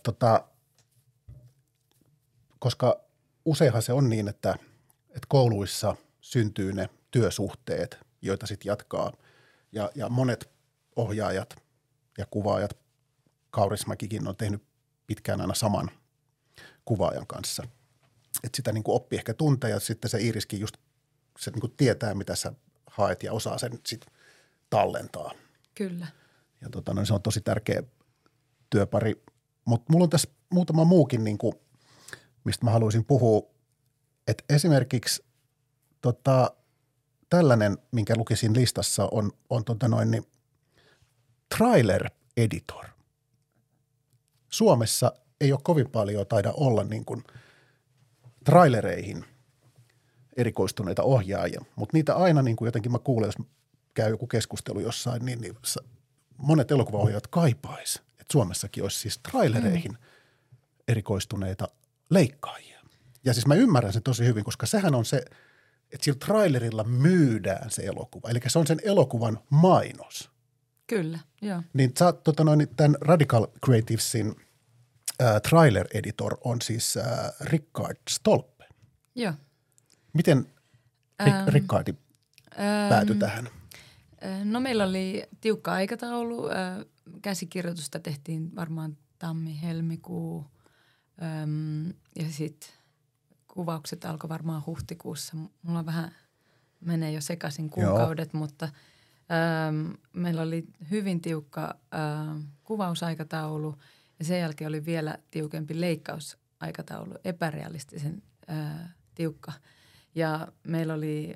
Speaker 2: koska useinhan se on niin, että kouluissa syntyy ne työsuhteet, joita sitten jatkaa. Ja monet ohjaajat ja kuvaajat, Kaurismäkikin on tehnyt pitkään aina saman kuvaajan kanssa. Että sitä niin kuin oppii ehkä tuntea ja sitten se Iiriskin just se niin kuin tietää, mitä sä haet ja osaa sen sitten tallentaa.
Speaker 3: Kyllä.
Speaker 2: Ja se on tosi tärkeä työpari. Mutta mulla on tässä muutama muukin, niin kuin, mistä mä haluaisin puhua. Että esimerkiksi tällainen, minkä lukisin listassa, on niin trailer editor. Suomessa ei ole kovin paljon taida olla niin kuin trailereihin erikoistuneita ohjaajia, mutta niitä aina niin kuin jotenkin mä kuulen, jos käy joku keskustelu jossain, niin monet elokuvaohjaajat kaipais, että Suomessakin olisi siis trailereihin erikoistuneita leikkaajia. Ja siis mä ymmärrän sen tosi hyvin, koska sehän on se, että sillä trailerilla myydään se elokuva, eli se on sen elokuvan mainos.
Speaker 3: Kyllä, joo.
Speaker 2: Niin sä oot tämän Radical Creativesin trailer editor on siis Rickard Stolpe.
Speaker 3: Joo.
Speaker 2: Miten Riccardi päätyi tähän?
Speaker 3: No meillä oli tiukka aikataulu. Käsikirjoitusta tehtiin varmaan tammi-helmikuu Ja sitten kuvaukset alkoi varmaan huhtikuussa. Mulla vähän menee jo sekaisin kuukaudet, mutta meillä oli hyvin tiukka kuvausaikataulu ja sen jälkeen oli vielä tiukempi leikkausaikataulu, epärealistisen tiukka. Ja meillä oli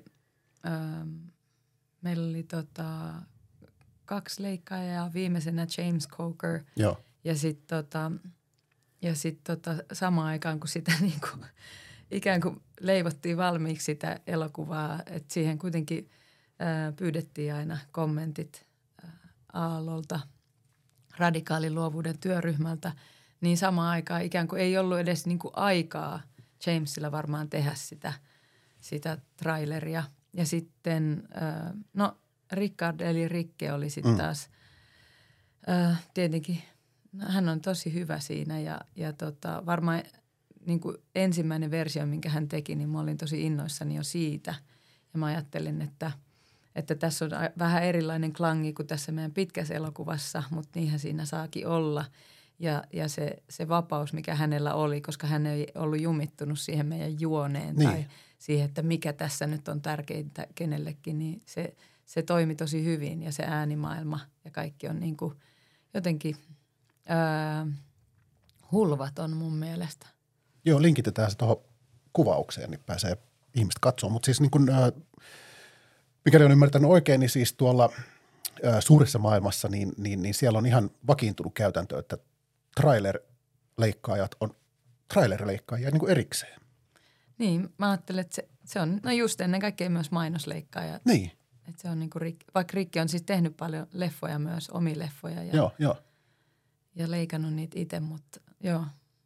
Speaker 3: 2 leikkaajaa, viimeisenä James Coker.
Speaker 2: Joo.
Speaker 3: Ja sitten samaan aikaan, kun sitä niinku, ikään kuin leivottiin valmiiksi sitä elokuvaa, että siihen kuitenkin pyydettiin aina kommentit Aallolta, radikaaliluovuuden työryhmältä, niin samaan aikaan ikään kuin ei ollut edes niinku aikaa Jamesilla varmaan tehdä sitä traileria. Ja sitten, Rickard eli Rikke oli sitten taas tietenkin, hän on tosi hyvä siinä ja varmaan niin kuin ensimmäinen versio, minkä hän teki, niin mä olin tosi innoissani jo siitä. Ja mä ajattelin, että tässä on vähän erilainen klangi kuin tässä meidän pitkässä elokuvassa, mutta niinhän siinä saakin olla. Ja se vapaus, mikä hänellä oli, koska hän ei ollut jumittunut siihen meidän juoneen tai siihen, että mikä tässä nyt on tärkeintä kenellekin, niin se toimi tosi hyvin ja se äänimaailma ja kaikki on niin kuin jotenkin hulvaton mun mielestä.
Speaker 2: Joo, linkitetään se tuohon kuvaukseen, niin pääsee ihmiset katsomaan. Mutta siis niin kun, mikäli on ymmärtänyt oikein, niin siis tuolla suuressa maailmassa, niin siellä on ihan vakiintunut käytäntö, että trailer-leikkaajat on trailer-leikkaajia niin kuin erikseen.
Speaker 3: Niin, mä ajattelen, että se on, just ennen kaikkea myös mainosleikkaajat.
Speaker 2: Niin.
Speaker 3: Että se on niin kuin, vaikka Rikki on siis tehnyt paljon leffoja myös, omia leffoja.
Speaker 2: Joo.
Speaker 3: Ja leikannut niitä itse, mutta joo.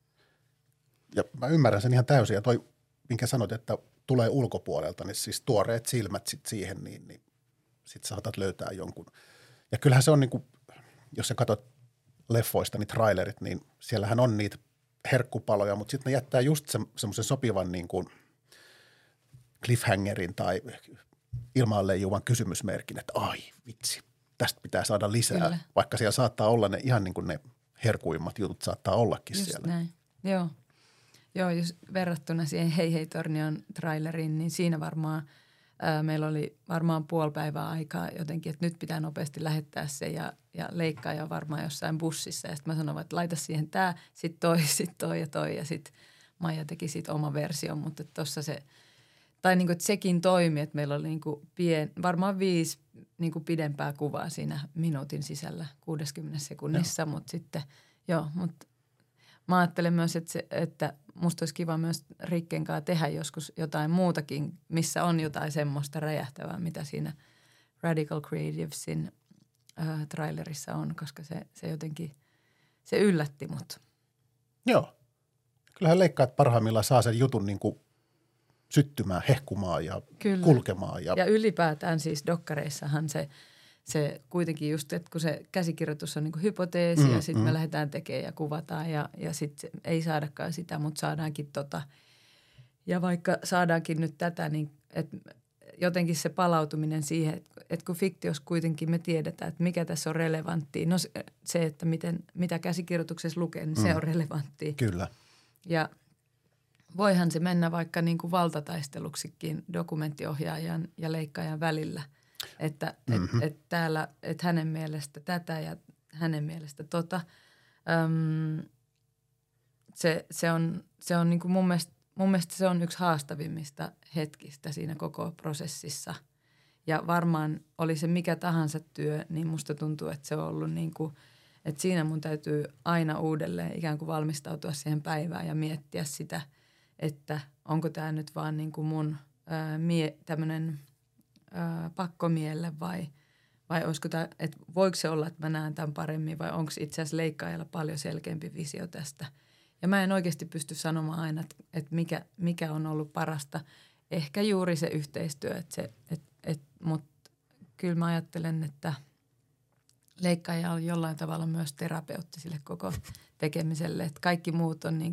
Speaker 2: Ja mä ymmärrän sen ihan täysin. Ja toi, minkä sanot, että tulee ulkopuolelta, niin siis tuoreet silmät sit siihen, niin sit saatat löytää jonkun. Ja kyllähän se on niin kuin, jos sä katsot leffoista, niin trailerit, niin siellähän on niitä herkkupaloja, mutta sitten ne jättää just semmoisen sopivan niin kuin cliffhangerin tai ilmaan leijuvan kysymysmerkin, että ai vitsi, tästä pitää saada lisää. Kyllä. Vaikka siellä saattaa olla ne ihan niin kuin ne herkuimmat jutut saattaa ollakin
Speaker 3: just
Speaker 2: siellä.
Speaker 3: Näin. Joo, jos verrattuna siihen Hei Hei Tornion traileriin, niin siinä varmaan meillä oli varmaan puoli päivää aikaa jotenkin, että nyt pitää nopeasti lähettää se ja leikkaaja varmaan jossain bussissa. Ja sitten mä sanoin, että laita siihen tämä, sitten toi ja toi ja sitten Maija teki siitä oma version, mutta tuossa se, tai niin kuin, että sekin toimi, että meillä oli niin kuin varmaan 5 niin kuin pidempää kuvaa siinä minuutin sisällä 60 sekunnissa, mutta sitten mutta mä ajattelen myös, että musta olisi kiva myös Rikken kanssa tehdä joskus jotain muutakin, missä on jotain semmoista räjähtävää, mitä siinä Radical Creativesin trailerissa on, koska se jotenkin, se yllätti mut. Joo.
Speaker 2: Kyllähän leikkaat parhaimmillaan saa sen jutun niin kuin syttymään, hehkumaan ja Kyllä. kulkemaan.
Speaker 3: Ja ylipäätään siis dokkareissahan se kuitenkin just, että kun se käsikirjoitus on niin kuin hypoteesi ja sitten me lähdetään tekemään ja kuvataan ja sitten ei saadakaan sitä, mutta saadaankin Ja vaikka saadaankin nyt tätä, niin että jotenkin se palautuminen siihen, että kun fiktiossa kuitenkin me tiedetään, että mikä tässä on relevanttia. No se, että mitä käsikirjoituksessa lukee, niin se on relevanttia.
Speaker 2: Kyllä.
Speaker 3: Ja voihan se mennä vaikka niin kuin valtataisteluksikin dokumenttiohjaajan ja leikkaajan välillä. Että täällä, että hänen mielestä tätä ja hänen mielestä se on niin kuin mun mielestä se on yksi haastavimmista hetkistä siinä koko prosessissa. Ja varmaan oli se mikä tahansa työ, niin musta tuntuu, että se on ollut niin kuin, että siinä mun täytyy aina uudelleen ikään kuin valmistautua siihen päivään ja miettiä sitä, että onko tämä nyt vaan niin kuin mun tämmöinen pakkomielle vai olisiko tämä, että voiko se olla, että mä näen tämän paremmin vai onko itse asiassa leikkaajalla paljon selkeämpi visio tästä. Ja mä en oikeasti pysty sanomaan aina, että mikä on ollut parasta. Ehkä juuri se yhteistyö, mutta kyllä mä ajattelen, että leikkaaja on jollain tavalla myös terapeutti sille koko tekemiselle. Että kaikki muut on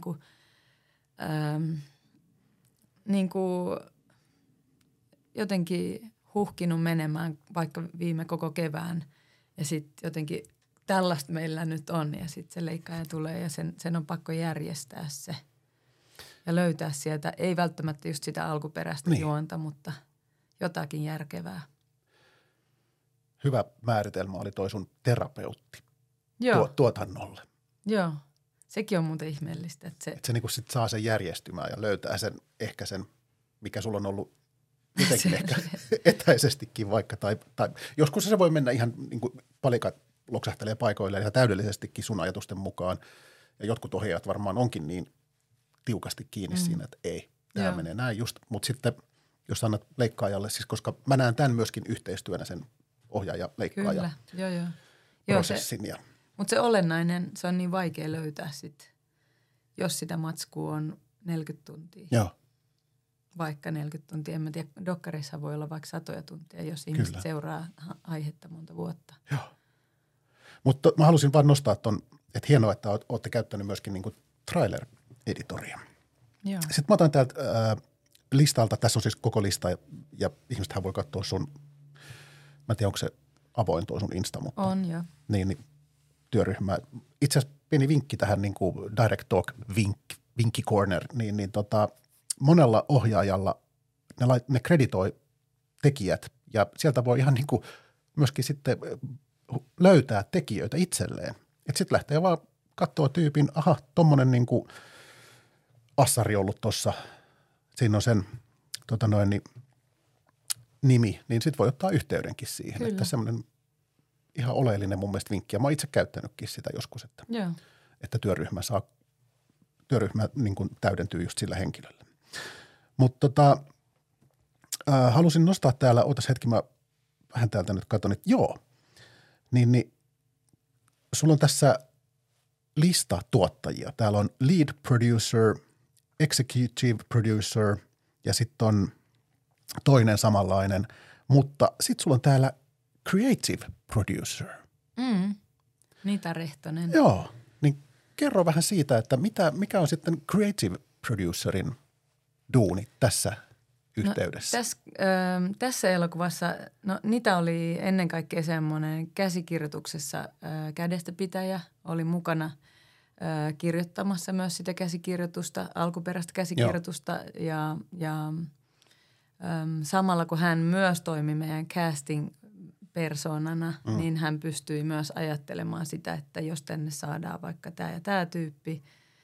Speaker 3: niin kuin jotenkin huhkinut menemään vaikka viime koko kevään ja sitten jotenkin tällaista meillä nyt on ja sitten se leikkaaja tulee ja sen on pakko järjestää se ja löytää sieltä, ei välttämättä just sitä alkuperäistä juonta, mutta jotakin järkevää.
Speaker 2: Hyvä määritelmä oli toi sun terapeutti tuotannolle.
Speaker 3: Joo, sekin on muuten ihmeellistä. Että
Speaker 2: se niinku sit saa sen järjestymään ja löytää ehkä sen, mikä sulla on ollut jotenkin ehkä etäisestikin vaikka. Tai joskus se voi mennä ihan niin kuin palikat loksahtelee paikoilleen ihan täydellisestikin sun ajatusten mukaan. Ja jotkut ohjaajat varmaan onkin niin tiukasti kiinni siinä, että ei, tämä menee näin just. Mutta sitten jos annat leikkaajalle, siis koska mä näen tämän myöskin yhteistyönä sen ohjaaja-leikkaaja prosessin.
Speaker 3: Mutta se olennainen, se on niin vaikea löytää sitten, jos sitä matskua on 40 tuntia.
Speaker 2: Joo.
Speaker 3: Vaikka 40 tuntia. En mä tiedä, dokkareissa voi olla vaikka 100 tuntia, jos ihmiset seuraa aihetta monta vuotta.
Speaker 2: Joo. Mutta mä halusin vaan nostaa ton, että hienoa, että olette käyttänyt myöskin niinku trailer-editoria.
Speaker 3: Joo.
Speaker 2: Sitten mä otan täältä listalta, tässä on siis koko lista ja ihmisethän voi katsoa sun, mä en tiedä onko se avoin tuo sun Insta, mutta
Speaker 3: on joo.
Speaker 2: Niin työryhmä. Itse asiassa pieni vinkki tähän niin kuin Direct Talk vinkki corner, niin monella ohjaajalla ne kreditoi tekijät ja sieltä voi ihan niin kuin myöskin sitten löytää tekijöitä itselleen. Että sitten lähtee vaan katsoa tyypin, aha, tommonen niin kuin assari ollut tuossa, siinä on sen nimi, niin sitten voi ottaa yhteydenkin siihen. Kyllä. Että semmoinen ihan oleellinen mun mielestä vinkki. Ja mä oon itse käyttänytkin sitä joskus, että työryhmä niin kuin täydentyy just sillä henkilöllä. Mutta halusin nostaa täällä, ootas hetki, mä vähän täältä nyt katson, että niin sulla on tässä lista tuottajia. Täällä on lead producer, executive producer ja sitten on toinen samanlainen, mutta sitten sulla on täällä creative producer.
Speaker 3: Niitä Rehtonen.
Speaker 2: Joo, niin kerro vähän siitä, että mikä on sitten creative producerin duuni tässä yhteydessä?
Speaker 3: No, tässä elokuvassa, niitä oli ennen kaikkea semmoinen käsikirjoituksessa kädestäpitäjä oli mukana kirjoittamassa myös sitä käsikirjoitusta, alkuperäistä käsikirjoitusta ja samalla kun hän myös toimi meidän casting-persoonana, niin hän pystyi myös ajattelemaan sitä, että jos tänne saadaan vaikka tämä ja tämä tyyppi,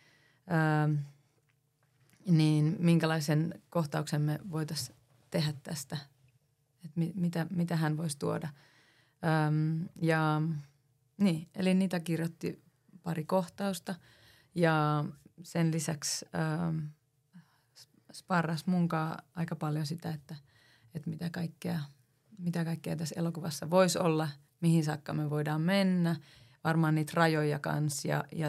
Speaker 3: niin minkälaisen kohtauksen me voitaisiin tehdä tästä, että mitä hän voisi tuoda. Eli niitä kirjoitti pari kohtausta ja sen lisäksi sparras munkaan aika paljon sitä, että mitä kaikkea tässä elokuvassa voisi olla, mihin saakka me voidaan mennä, varmaan niitä rajoja kanssa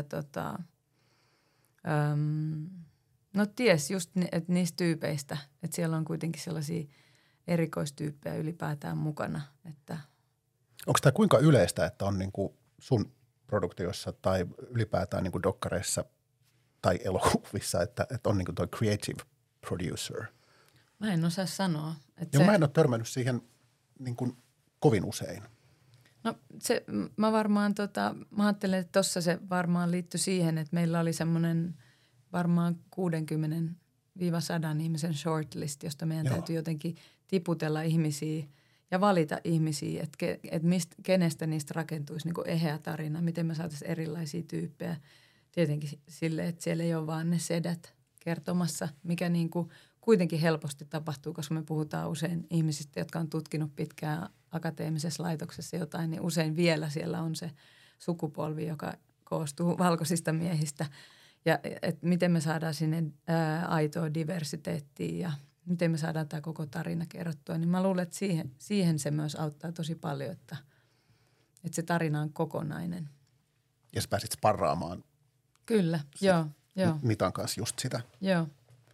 Speaker 3: ties just että niistä tyypeistä, että siellä on kuitenkin sellaisia erikoistyyppejä ylipäätään mukana. Että
Speaker 2: onko tämä kuinka yleistä, että on niinku sun produktiossa tai ylipäätään niinku dokkareissa tai elokuvissa, että on niinku toi creative producer?
Speaker 3: Mä en osaa sanoa.
Speaker 2: Mä en ole törmännyt siihen niinku kovin usein.
Speaker 3: No mä varmaan mä ajattelen, että tossa se varmaan liittyi siihen, että meillä oli semmoinen varmaan 60-100 ihmisen shortlist, josta meidän täytyy jotenkin tiputella ihmisiä ja valita ihmisiä, että kenestä niistä rakentuisi niin kuin eheä tarina, miten me saataisiin erilaisia tyyppejä. Tietenkin silleen, että siellä ei ole vaan ne sedät kertomassa, mikä niin kuin kuitenkin helposti tapahtuu, koska me puhutaan usein ihmisistä, jotka on tutkinut pitkään akateemisessa laitoksessa jotain, niin usein vielä siellä on se sukupolvi, joka koostuu valkoisista miehistä. Ja että miten me saadaan sinne aitoa diversiteettiä ja miten me saadaan tämä koko tarina kerrottua. Niin mä luulen, että siihen se myös auttaa tosi paljon, että se tarina on kokonainen.
Speaker 2: Ja sä pääsit sparraamaan.
Speaker 3: Kyllä, joo.
Speaker 2: Mitan kanssa just sitä.
Speaker 3: Joo.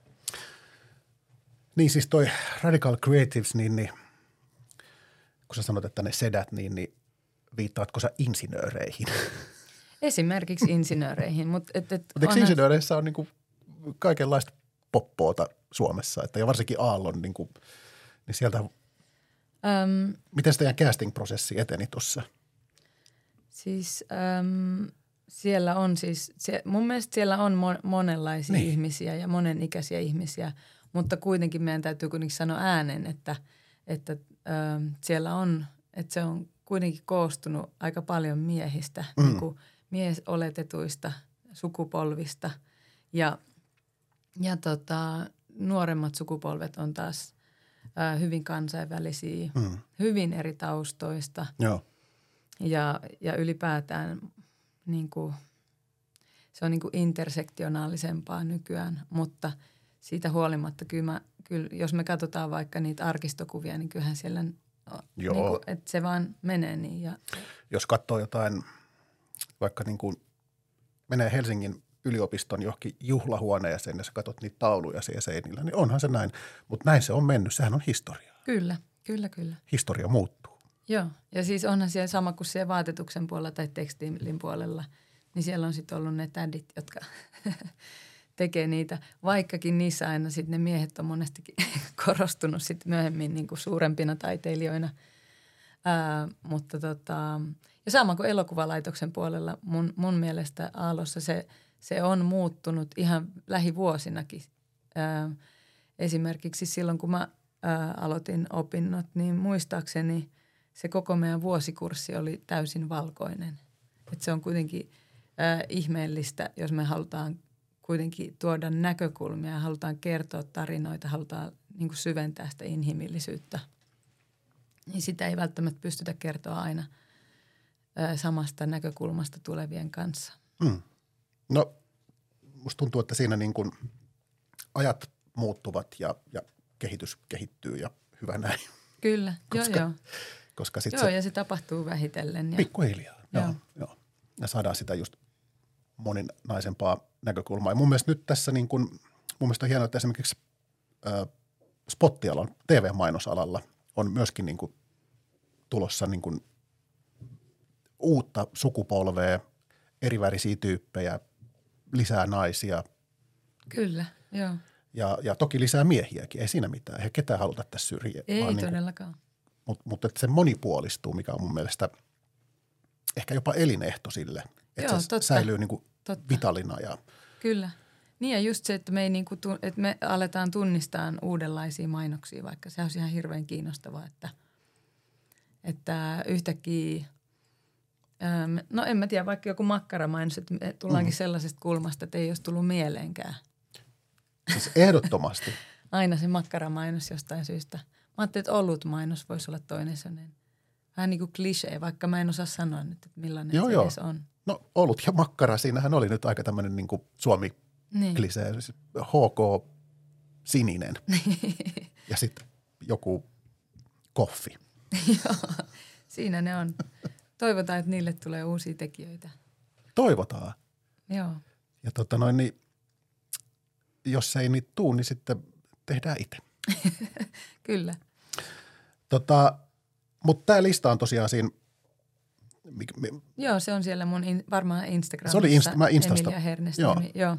Speaker 2: Niin siis toi Radical Creatives, niin kun sä sanot, että ne sedät, niin viittaatko sä insinööreihin?
Speaker 3: Esimerkiksi insinööreihin. Mutta
Speaker 2: eikö insinööreissä on niinku kaikenlaista poppoota Suomessa, ja varsinkin Aallon, niin sieltä, miten teidän casting-prosessi eteni tuossa?
Speaker 3: Siis siellä on siis, mun mielestä siellä on monenlaisia ihmisiä ja monenikäisiä ihmisiä, mutta kuitenkin meidän täytyy kuitenkin sanoa äänen, että siellä on, että se on kuitenkin koostunut aika paljon miehistä, niin kuin miesoletetuista sukupolvista ja nuoremmat sukupolvet on taas hyvin kansainvälisiä, hyvin eri taustoista.
Speaker 2: Joo.
Speaker 3: Ja ylipäätään niin kuin, se on niin kuin intersektionaalisempaa nykyään, mutta siitä huolimatta kyllä jos me katsotaan vaikka niitä arkistokuvia, niin kyllähän siellä niin kuin, että se vaan menee niin. Ja
Speaker 2: jos katsoo jotain, vaikka niin kuin menee Helsingin yliopiston johonkin juhlahuoneeseen ja sä katsot niitä tauluja siellä seinillä, niin onhan se näin. Mutta näin se on mennyt, sehän on historiaa.
Speaker 3: Kyllä.
Speaker 2: Historia muuttuu.
Speaker 3: Joo, ja siis onhan siellä sama kuin siellä vaatetuksen puolella tai tekstiilin puolella, niin siellä on sitten ollut ne tädit, jotka tekee niitä, vaikkakin niissä aina sitten ne miehet on monestikin korostunut sitten myöhemmin niin kuin suurempina taiteilijoina. Mutta ja sama kuin elokuvalaitoksen puolella mun mielestä Aallossa se on muuttunut ihan lähivuosinakin. Esimerkiksi silloin, kun mä aloitin opinnot, niin muistaakseni se koko meidän vuosikurssi oli täysin valkoinen. Et se on kuitenkin ihmeellistä, jos me halutaan kuitenkin tuoda näkökulmia, halutaan kertoa tarinoita, halutaan niin kuin syventää sitä inhimillisyyttä. Niin sitä ei välttämättä pystytä kertoa aina samasta näkökulmasta tulevien kanssa.
Speaker 2: No musta tuntuu, että siinä niin kuin ajat muuttuvat ja kehitys kehittyy ja hyvä näin.
Speaker 3: Kyllä, joo.
Speaker 2: Koska sit
Speaker 3: ja se tapahtuu vähitellen.
Speaker 2: Pikkuhiljaa, joo. Ja saadaan sitä just moninaisempaa näkökulmaa. Ja mun mielestä nyt tässä niin kuin, mun mielestä on hienoa, että esimerkiksi spottialan, TV-mainosalalla on myöskin niin kuin tulossa niin kuin uutta sukupolvea, erivärisiä tyyppejä, lisää naisia.
Speaker 3: Kyllä, joo.
Speaker 2: Ja toki lisää miehiäkin, ei siinä mitään. Eihän ketään haluta tässä syrjiä.
Speaker 3: Ei todellakaan.
Speaker 2: Mutta että se monipuolistuu, mikä on mun mielestä ehkä jopa elinehto sille, että se säilyy niin kuin vitalina.
Speaker 3: Kyllä. Niin ja just se, että me, ei niin kuin, että me aletaan tunnistaa uudenlaisia mainoksia, vaikka se on ihan hirveän kiinnostavaa, että yhtäkkiä, no en mä tiedä, vaikka joku makkaramainos, että me tullaankin sellaisesta kulmasta, että ei olisi tullut mieleenkään.
Speaker 2: Siis ehdottomasti.
Speaker 3: Aina se makkaramainos jostain syystä. Mä ajattelin, että olutmainos voisi olla toinen sellainen. Vähän niin kuin klisee, vaikka mä en osaa sanoa nyt, että millainen se edes on.
Speaker 2: No olut ja makkara, siinähän oli nyt aika tämmöinen niin kuin Suomi-klisee. Niin. HK sininen ja sitten joku koffi.
Speaker 3: Joo, siinä ne on. Toivotaan, että niille tulee uusia tekijöitä.
Speaker 2: Toivotaan.
Speaker 3: Joo.
Speaker 2: Ja niin jos ei niitä tuu, niin sitten tehdään itse.
Speaker 3: Kyllä.
Speaker 2: Mutta tämä lista on tosiaan siinä.
Speaker 3: Joo, se on siellä mun varmaan Instagramissa.
Speaker 2: Se oli mä Instasta.
Speaker 3: Emilia Hernes.
Speaker 2: Joo.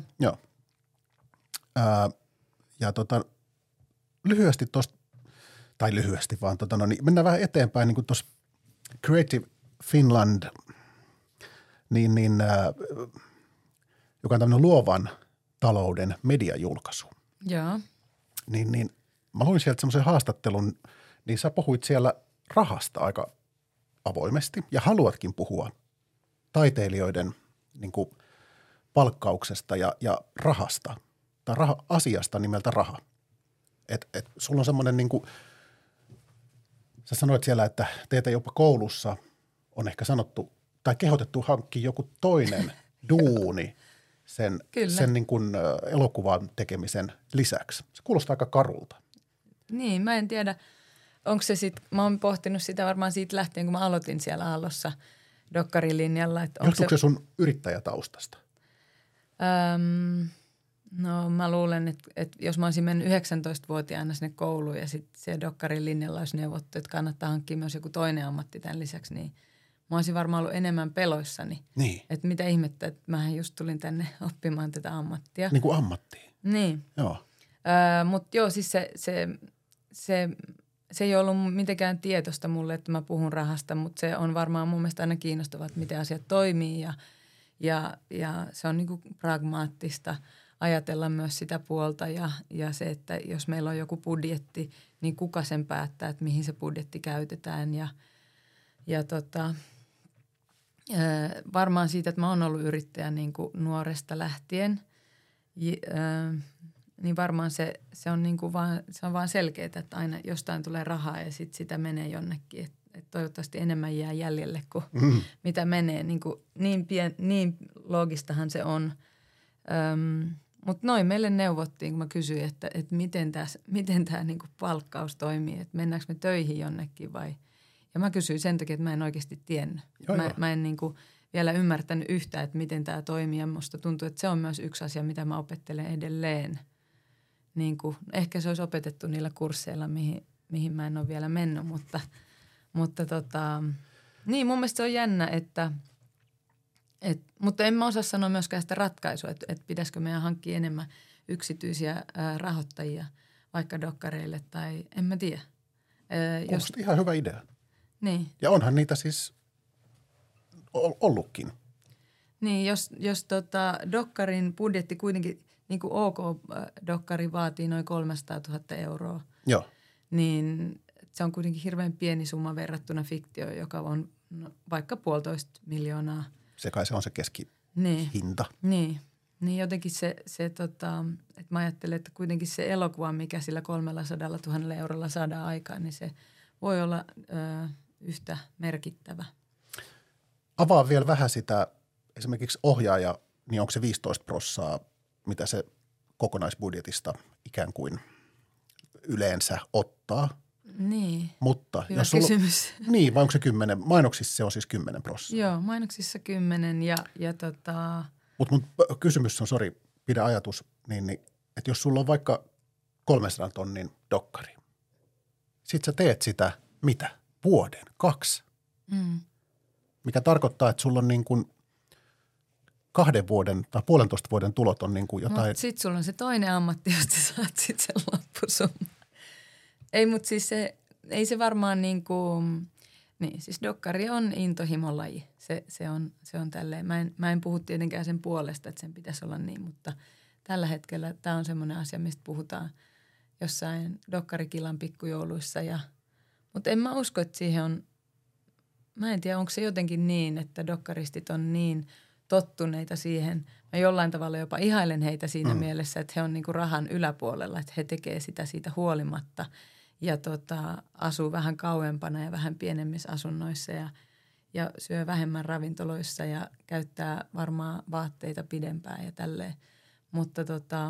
Speaker 2: Ja lyhyesti tuosta, tai lyhyesti vaan, niin mennään vähän eteenpäin niin kuin tuossa Creative Finland, joka on tämmöinen luovan talouden mediajulkaisu.
Speaker 3: Joo.
Speaker 2: Niin mä luin sieltä semmoisen haastattelun, niin sä puhuit siellä rahasta aika avoimesti ja haluatkin puhua taiteilijoiden niin kuin palkkauksesta ja rahasta tai asiasta nimeltä raha. Et sulla on semmoinen niin kuin, sä sanoit siellä, että teitä jopa koulussa on ehkä sanottu tai kehotettu hankkia joku toinen duuni sen niin kuin elokuvan tekemisen lisäksi. Se kuulostaa aika karulta.
Speaker 3: Niin, mä en tiedä. Onko se sitten, mä oon pohtinut sitä varmaan siitä lähtien, kun mä aloitin siellä Aallossa dokkarilinjalla.
Speaker 2: Johtuuko se sun yrittäjätaustasta?
Speaker 3: No mä luulen, että jos mä olisin mennyt 19-vuotiaana sinne kouluun ja sitten siellä dokkarilinjalla olisi neuvottu, että kannattaa hankkia myös joku toinen ammatti tämän lisäksi, niin mä olisin varmaan ollut enemmän peloissani.
Speaker 2: Niin.
Speaker 3: Että mitä ihmettä, että mähän just tulin tänne oppimaan tätä ammattia.
Speaker 2: Niin kuin ammattiin.
Speaker 3: Niin.
Speaker 2: Joo.
Speaker 3: Mutta joo, siis se se ei ollut mitenkään tietoista mulle, että mä puhun rahasta, mutta se on varmaan mun mielestä aina kiinnostavaa, että miten asiat toimii ja se on niin kuin pragmaattista ajatella myös sitä puolta ja se, että jos meillä on joku budjetti, niin kuka sen päättää, että mihin se budjetti käytetään ja varmaan siitä, että mä oon ollut yrittäjä niin kuin nuoresta lähtien, niin varmaan se on niin kuin se on vaan selkeää, että aina jostain tulee rahaa ja sitten sitä menee jonnekin. Et toivottavasti enemmän jää jäljelle kuin mitä menee. Niin loogistahan se on. Mutta noin meille neuvottiin, kun mä kysyin, että miten tämä niinku palkkaus toimii, että mennäänkö me töihin jonnekin vai. Ja mä kysyin sen takia, että mä en oikeasti tiennyt. Mä en niinku vielä ymmärtänyt yhtään, että miten tämä toimii ja musta tuntuu, että se on myös yksi asia, mitä mä opettelen edelleen. Niinku, ehkä se olisi opetettu niillä kursseilla, mihin mä en ole vielä mennyt, mutta niin mun mielestä se on jännä, mutta en mä osaa sanoa myöskään sitä ratkaisua, että pitäisikö meidän hankkia enemmän yksityisiä rahoittajia vaikka dokkareille tai en mä tiedä.
Speaker 2: Onko ihan hyvä idea?
Speaker 3: Niin.
Speaker 2: Ja onhan niitä siis ollutkin.
Speaker 3: Niin, jos dokkarin budjetti kuitenkin, niin kuin OK-dokkari vaatii noin 300 000 euroa,
Speaker 2: Joo.
Speaker 3: niin se on kuitenkin hirveän pieni summa verrattuna fiktioon, joka on vaikka 1,5 miljoonaa.
Speaker 2: Se kai se on se keskihinta.
Speaker 3: Niin jotenkin että mä ajattelen, että kuitenkin se elokuva, mikä sillä 300 000 eurolla saadaan aikaan, niin se voi olla yhtä merkittävä.
Speaker 2: Avaa vielä vähän sitä, esimerkiksi ohjaaja, niin onko se 15%, mitä se kokonaisbudjetista ikään kuin yleensä ottaa?
Speaker 3: Niin,
Speaker 2: mutta
Speaker 3: hyvä kysymys.
Speaker 2: Niin, vai onko se 10? Mainoksissa se on siis 10%.
Speaker 3: Joo, mainoksissa 10
Speaker 2: Mutta mun kysymys on, pidä ajatus, niin, että jos sulla on vaikka 300 000 dokkari, sit sä teet sitä mitä? Vuoden, 2. Mikä tarkoittaa, että sulla on niin kuin 2 vuoden tai 1,5 vuoden tulot on niin kuin jotain.
Speaker 3: Mutta sit sulla on se toinen ammatti, josta saat sit sen loppusumman. Ei, mutta siis ei se varmaan niin kuin, niin siis dokkari on intohimolaji. Se on tälleen. Mä en puhu tietenkään sen puolesta, että sen pitäisi olla niin, mutta tällä hetkellä tämä on semmoinen asia, mistä puhutaan jossain dokkarikilan pikkujouluissa. Mutta en mä usko, että siihen on, mä en tiedä, onko se jotenkin niin, että dokkaristit on niin tottuneita siihen. Mä jollain tavalla jopa ihailen heitä siinä mielessä, että he on niinku rahan yläpuolella, että he tekee sitä siitä huolimatta ja asuu vähän kauempana ja vähän pienemmissä asunnoissa ja syö vähemmän ravintoloissa ja käyttää varmaan vaatteita pidempään ja tälleen. Mutta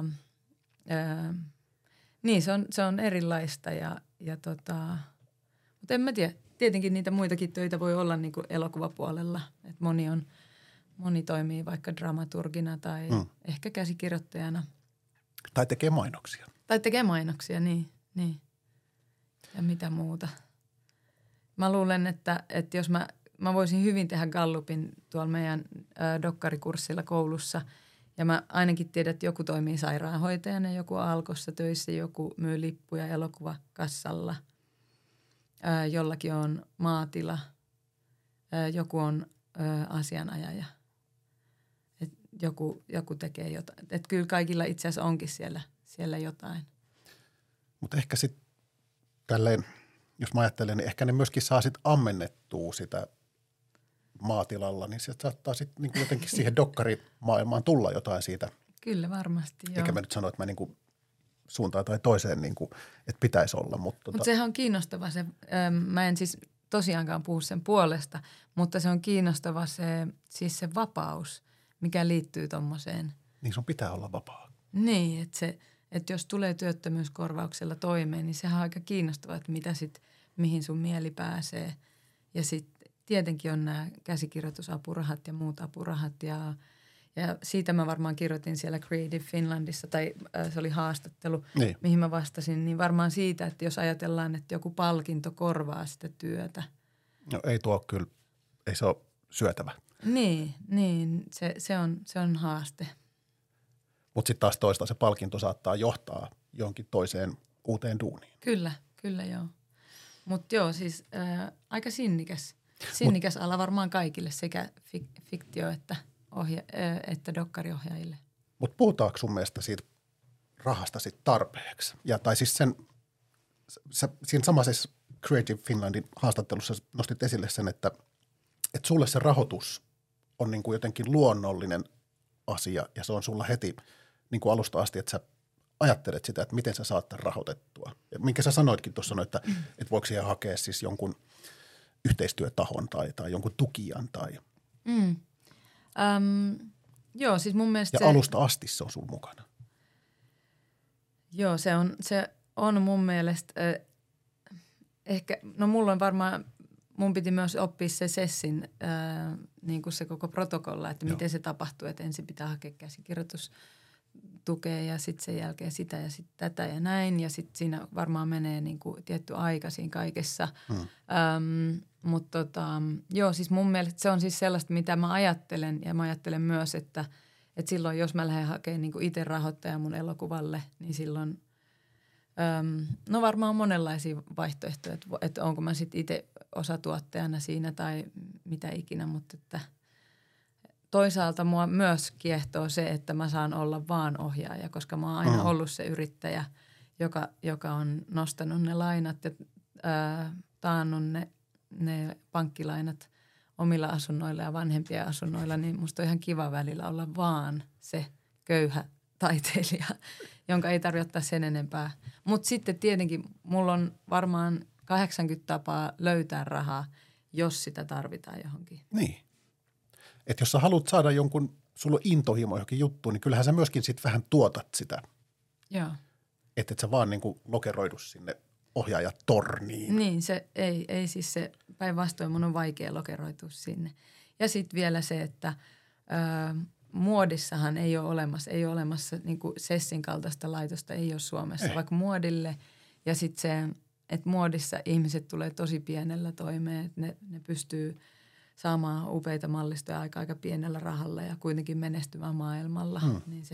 Speaker 3: niin se on erilaista mutta en mä tiedä. Tietenkin niitä muitakin töitä voi olla niin kuin elokuvapuolella, että moni toimii vaikka dramaturgina tai ehkä käsikirjoittajana.
Speaker 2: Tai tekee mainoksia. Niin. Ja mitä muuta. Mä luulen, että jos mä voisin hyvin tehdä gallupin tuolla meidän dokkarikurssilla koulussa. Ja mä ainakin tiedän, että joku toimii sairaanhoitajana, joku Alkossa töissä, joku myy lippuja elokuvakassalla. Jollakin on maatila, joku on asianajaja. Joku tekee jotain. Että kyllä kaikilla itse asiassa onkin siellä jotain. Mutta ehkä sitten tälleen, jos mä ajattelen, niin ehkä ne myöskin saa sitten ammennettua sitä maatilalla, niin sieltä saattaa sitten niin jotenkin siihen dokkarimaailmaan tulla jotain siitä.
Speaker 3: Kyllä varmasti, joo.
Speaker 2: Eikä mä nyt sano, että mä niin suuntaan tai toiseen, niin kuin, että pitäisi olla. Mutta
Speaker 3: sehän on kiinnostava se, mä en siis tosiaankaan puhu sen puolesta, mutta se on kiinnostava se vapaus, mikä liittyy tommoseen.
Speaker 2: Niin sun pitää olla vapaa.
Speaker 3: Niin, että jos tulee työttömyyskorvauksella toimeen, niin sehän on aika kiinnostavaa, että mihin sun mieli pääsee. Ja sitten tietenkin on nämä käsikirjoitusapurahat ja muut apurahat ja siitä mä varmaan kirjoitin siellä Creative Finlandissa tai se oli haastattelu, mihin mä vastasin. Niin varmaan siitä, että jos ajatellaan, että joku palkinto korvaa sitä työtä.
Speaker 2: No ei kyllä, ei se ole syötävä.
Speaker 3: Niin se on haaste.
Speaker 2: Mutta sitten taas toista se palkinto saattaa johtaa jonkin toiseen uuteen duuniin.
Speaker 3: Kyllä joo. Mutta joo, siis aika sinnikäs ala varmaan kaikille, sekä fiktio- että dokkariohjaajille.
Speaker 2: Mutta puhutaanko sun mielestä siitä rahasta sit tarpeeksi? Tai siis siinä samaisessa Creative Finlandin haastattelussa nostit esille sen, että sulle se rahoitus on niin kuin jotenkin luonnollinen asia ja se on sulla heti niin kuin alusta asti, että sä ajattelet sitä, että miten sä saat tämän rahoitettua. Ja minkä sä sanoitkin tuossa, että voiko siihen hakea siis jonkun yhteistyötahon tai jonkun tukijan tai.
Speaker 3: Joo, siis mun mielestä
Speaker 2: ja alusta asti se on sun mukana.
Speaker 3: Joo, se on mun mielestä ehkä, no mulla on varmaan, mun piti myös oppia se sessin, niin kuin se koko protokolla, että miten se tapahtuu, että ensin pitää hakea käsikirjoitustukea ja sitten sen jälkeen sitä ja sitten tätä ja näin ja sitten siinä varmaan menee niin kuin tietty aika siinä kaikessa. Mutta joo, siis mun mielestä se on siis sellaista, mitä mä ajattelen ja mä ajattelen myös, että silloin jos mä lähden hakemaan niin kuin itse rahoittajan mun elokuvalle, niin silloin no varmaan monenlaisia vaihtoehtoja, että onko mä sitten itse osatuottajana siinä tai mitä ikinä, mutta että toisaalta mua myös kiehtoo se, että mä saan olla vaan ohjaaja, koska mä oon aina ollut se yrittäjä, joka on nostanut ne lainat ja taannut ne pankkilainat omilla asunnoilla ja vanhempien asunnoilla, niin musta on ihan kiva välillä olla vaan se köyhä taiteilija, jonka ei tarvitse ottaa sen enempää. Mutta sitten tietenkin mulla on varmaan 80 tapaa löytää rahaa, jos sitä tarvitaan johonkin.
Speaker 2: Niin. Että jos sä haluat saada sulla on intohimo johonkin juttuun, niin kyllähän sä myöskin sit vähän tuotat sitä.
Speaker 3: Joo.
Speaker 2: Että et sä vaan niinku lokeroidu sinne ohjaajatorniin.
Speaker 3: Niin, se ei siis se päinvastoin mun on vaikea lokeroitua sinne. Ja sitten vielä se, että muodissahan ei ole olemassa niin kuin Sessin kaltaista laitosta, ei ole Suomessa, vaikka muodille. Ja sitten se, että muodissa ihmiset tulee tosi pienellä toimeen, että ne pystyy saamaan upeita mallistoja aika pienellä rahalla ja kuitenkin menestymään maailmalla. Niin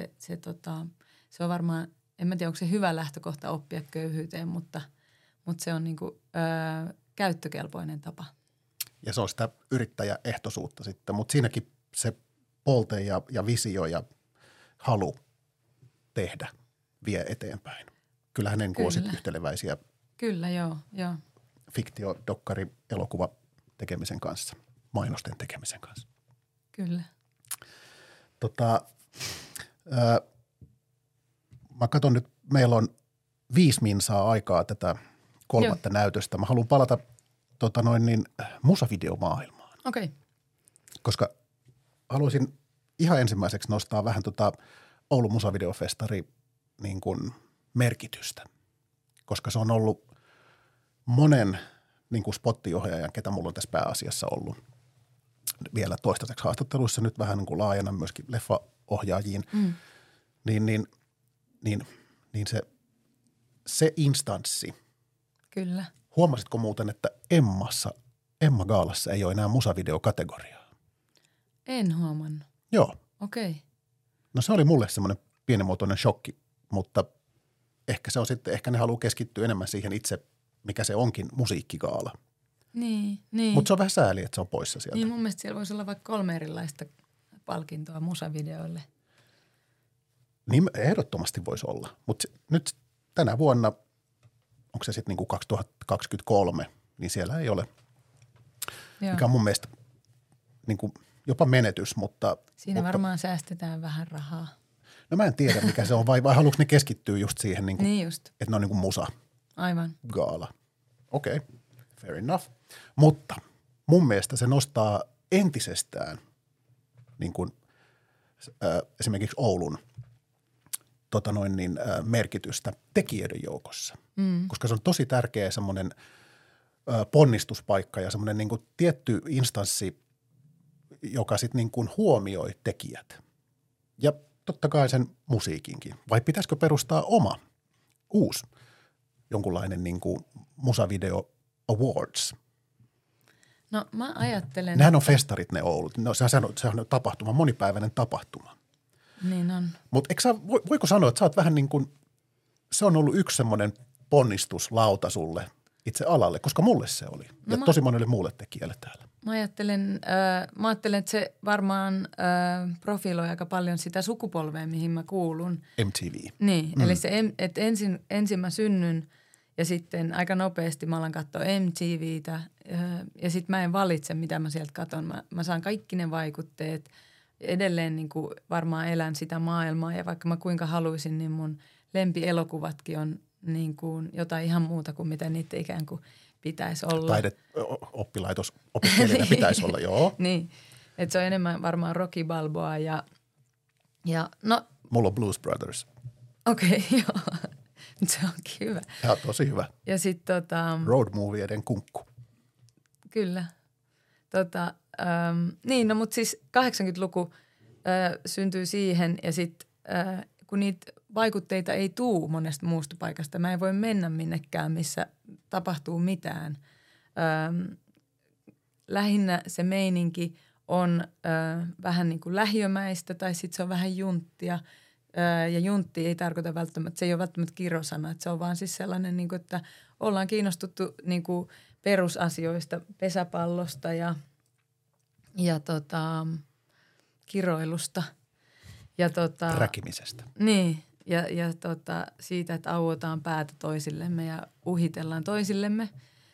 Speaker 3: se on varmaan, en mä tiedä, onko se hyvä lähtökohta oppia köyhyyteen, mutta se on niinku, käyttökelpoinen tapa.
Speaker 2: Ja se on sitä yrittäjäehtoisuutta sitten, mutta siinäkin se polte ja visio ja halu tehdä vie eteenpäin. Kyllähän ne on sitten yhteleväisiä.
Speaker 3: Kyllä, joo.
Speaker 2: Fiktio, dokkari, elokuva tekemisen kanssa, mainosten tekemisen kanssa.
Speaker 3: Kyllä.
Speaker 2: Mä katson nyt, meillä on 5 minsaa aikaa tätä kolmatta näytöstä. Mä haluan palata musavideomaailmaan.
Speaker 3: Okei. Okay.
Speaker 2: Koska haluaisin ihan ensimmäiseksi nostaa vähän Oulun musavideofestari niin kuin merkitystä. Koska se on ollut monen niin kuin spottiohjaajan, ketä mulla on tässä pääasiassa ollut vielä toistaiseksi haastatteluissa, nyt vähän niin kuin laajana myöskin leffaohjaajiin, niin se instanssi.
Speaker 3: Kyllä.
Speaker 2: Huomasitko muuten, että Emma Gaalassa ei ole enää musavideokategoriaa?
Speaker 3: En huomannut.
Speaker 2: Joo.
Speaker 3: Okei. Okay.
Speaker 2: No se oli mulle semmoinen pienimuotoinen shokki, mutta ehkä ne haluaa keskittyä enemmän siihen itse, mikä se onkin, musiikkigaala.
Speaker 3: Niin.
Speaker 2: Mutta se on vähän sääli, että se on poissa sieltä.
Speaker 3: Niin mun mielestä siellä voisi olla vaikka 3 erilaista palkintoa musavideoille.
Speaker 2: Niin ehdottomasti voisi olla, mutta nyt tänä vuonna, onko se sitten niinku 2023, niin siellä ei ole, mikä on mun mielestä niinku jopa menetys, mutta.
Speaker 3: Siinä varmaan säästetään vähän rahaa.
Speaker 2: No mä en tiedä, mikä se on, vai haluatko ne keskittyä just siihen,
Speaker 3: niin just.
Speaker 2: Että ne on niinku musa.
Speaker 3: Aivan.
Speaker 2: Gaala. Okei, fair enough. Mutta mun mielestä se nostaa entisestään niin kuin, esimerkiksi Oulun merkitystä tekijöiden joukossa. Koska se on tosi tärkeä semmoinen ponnistuspaikka ja semmoinen niin kuin tietty instanssi, joka sitten niin kuin huomioi tekijät. Ja totta kai sen musiikinkin. Vai pitäisikö perustaa uusi jonkunlainen niin kuin musavideo awards?
Speaker 3: No mä ajattelen.
Speaker 2: Nehän on festarit ne Oulut. No, sehän on tapahtuma, monipäiväinen tapahtuma.
Speaker 3: Niin on.
Speaker 2: Mutta voiko sanoa, että sä oot vähän niin kuin, se on ollut yksi semmoinen ponnistuslauta sulle itse alalle, koska mulle se oli ja tosi monelle muulle tekijälle täällä.
Speaker 3: Mä ajattelen, että se varmaan profiloi aika paljon sitä sukupolvea, mihin mä kuulun.
Speaker 2: MTV.
Speaker 3: Niin, eli se, että ensin mä synnyn ja sitten aika nopeasti mä alan katsoa MTVtä ja sitten mä en valitse, mitä mä sieltä katson. Mä saan kaikki ne vaikutteet. Edelleen niin kuin varmaan elän sitä maailmaa ja vaikka mä kuinka haluaisin, niin mun lempielokuvatkin on niin kuin jotain ihan muuta kuin mitä niitä ikään kuin pitäisi olla.
Speaker 2: Taideoppilaitos opiskelijana pitäisi olla, joo.
Speaker 3: Niin, että se on enemmän varmaan Rocky Balboa ja no.
Speaker 2: Mulla on Blues Brothers.
Speaker 3: Okei, joo. Se onkin hyvä.
Speaker 2: Ja tosi hyvä.
Speaker 3: Ja sitten
Speaker 2: road movieiden kunkku.
Speaker 3: Kyllä. Niin, no mutta siis 80-luku syntyy siihen ja sitten kun niitä vaikutteita ei tuu monesta muusta paikasta. Mä en voi mennä minnekään, missä tapahtuu mitään. Lähinnä se meininki on vähän niin kuin lähiömäistä tai sitten se on vähän junttia. Ja juntti ei tarkoita välttämättä, se ei ole välttämättä kirosana. Että se on vaan siis sellainen, niin kuin, että ollaan kiinnostuttu niin kuin perusasioista, pesäpallosta ja kiroilusta. Ja
Speaker 2: räkimisestä.
Speaker 3: Niin, ja siitä, että auotaan päätä toisillemme ja uhitellaan toisillemme.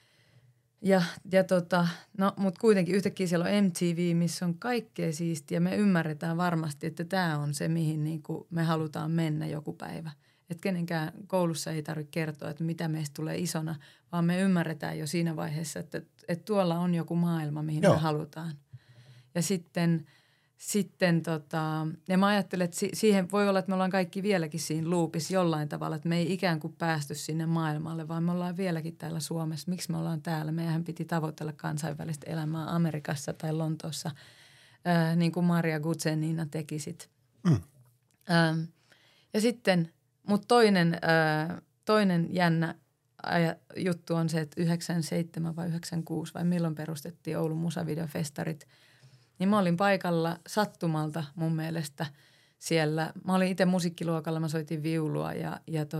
Speaker 3: No, mutta kuitenkin yhtäkkiä siellä on MTV, missä on kaikkea siistiä. Me ymmärretään varmasti, että tämä on se, mihin niinku me halutaan mennä joku päivä. Että kenenkään koulussa ei tarvitse kertoa, että mitä meistä tulee isona, vaan me ymmärretään jo siinä vaiheessa, että tuolla on joku maailma, mihin me halutaan. Ja sitten ja mä ajattelen, että siihen voi olla, että me ollaan kaikki vieläkin siinä loopissa jollain tavalla, että me ei ikään kuin päästy sinne maailmalle, vaan me ollaan vieläkin täällä Suomessa. Miksi me ollaan täällä? Meidän piti tavoitella kansainvälistä elämää Amerikassa tai Lontoossa, niin kuin Maria Guzenina teki sit. Ja sitten, mutta toinen jännä juttu on se, että 97 vai 96 vai milloin perustettiin Oulun musavideofestarit. Niin mä olin paikalla sattumalta mun mielestä siellä. Mä olin itse musiikkiluokalla, mä soitin viulua ja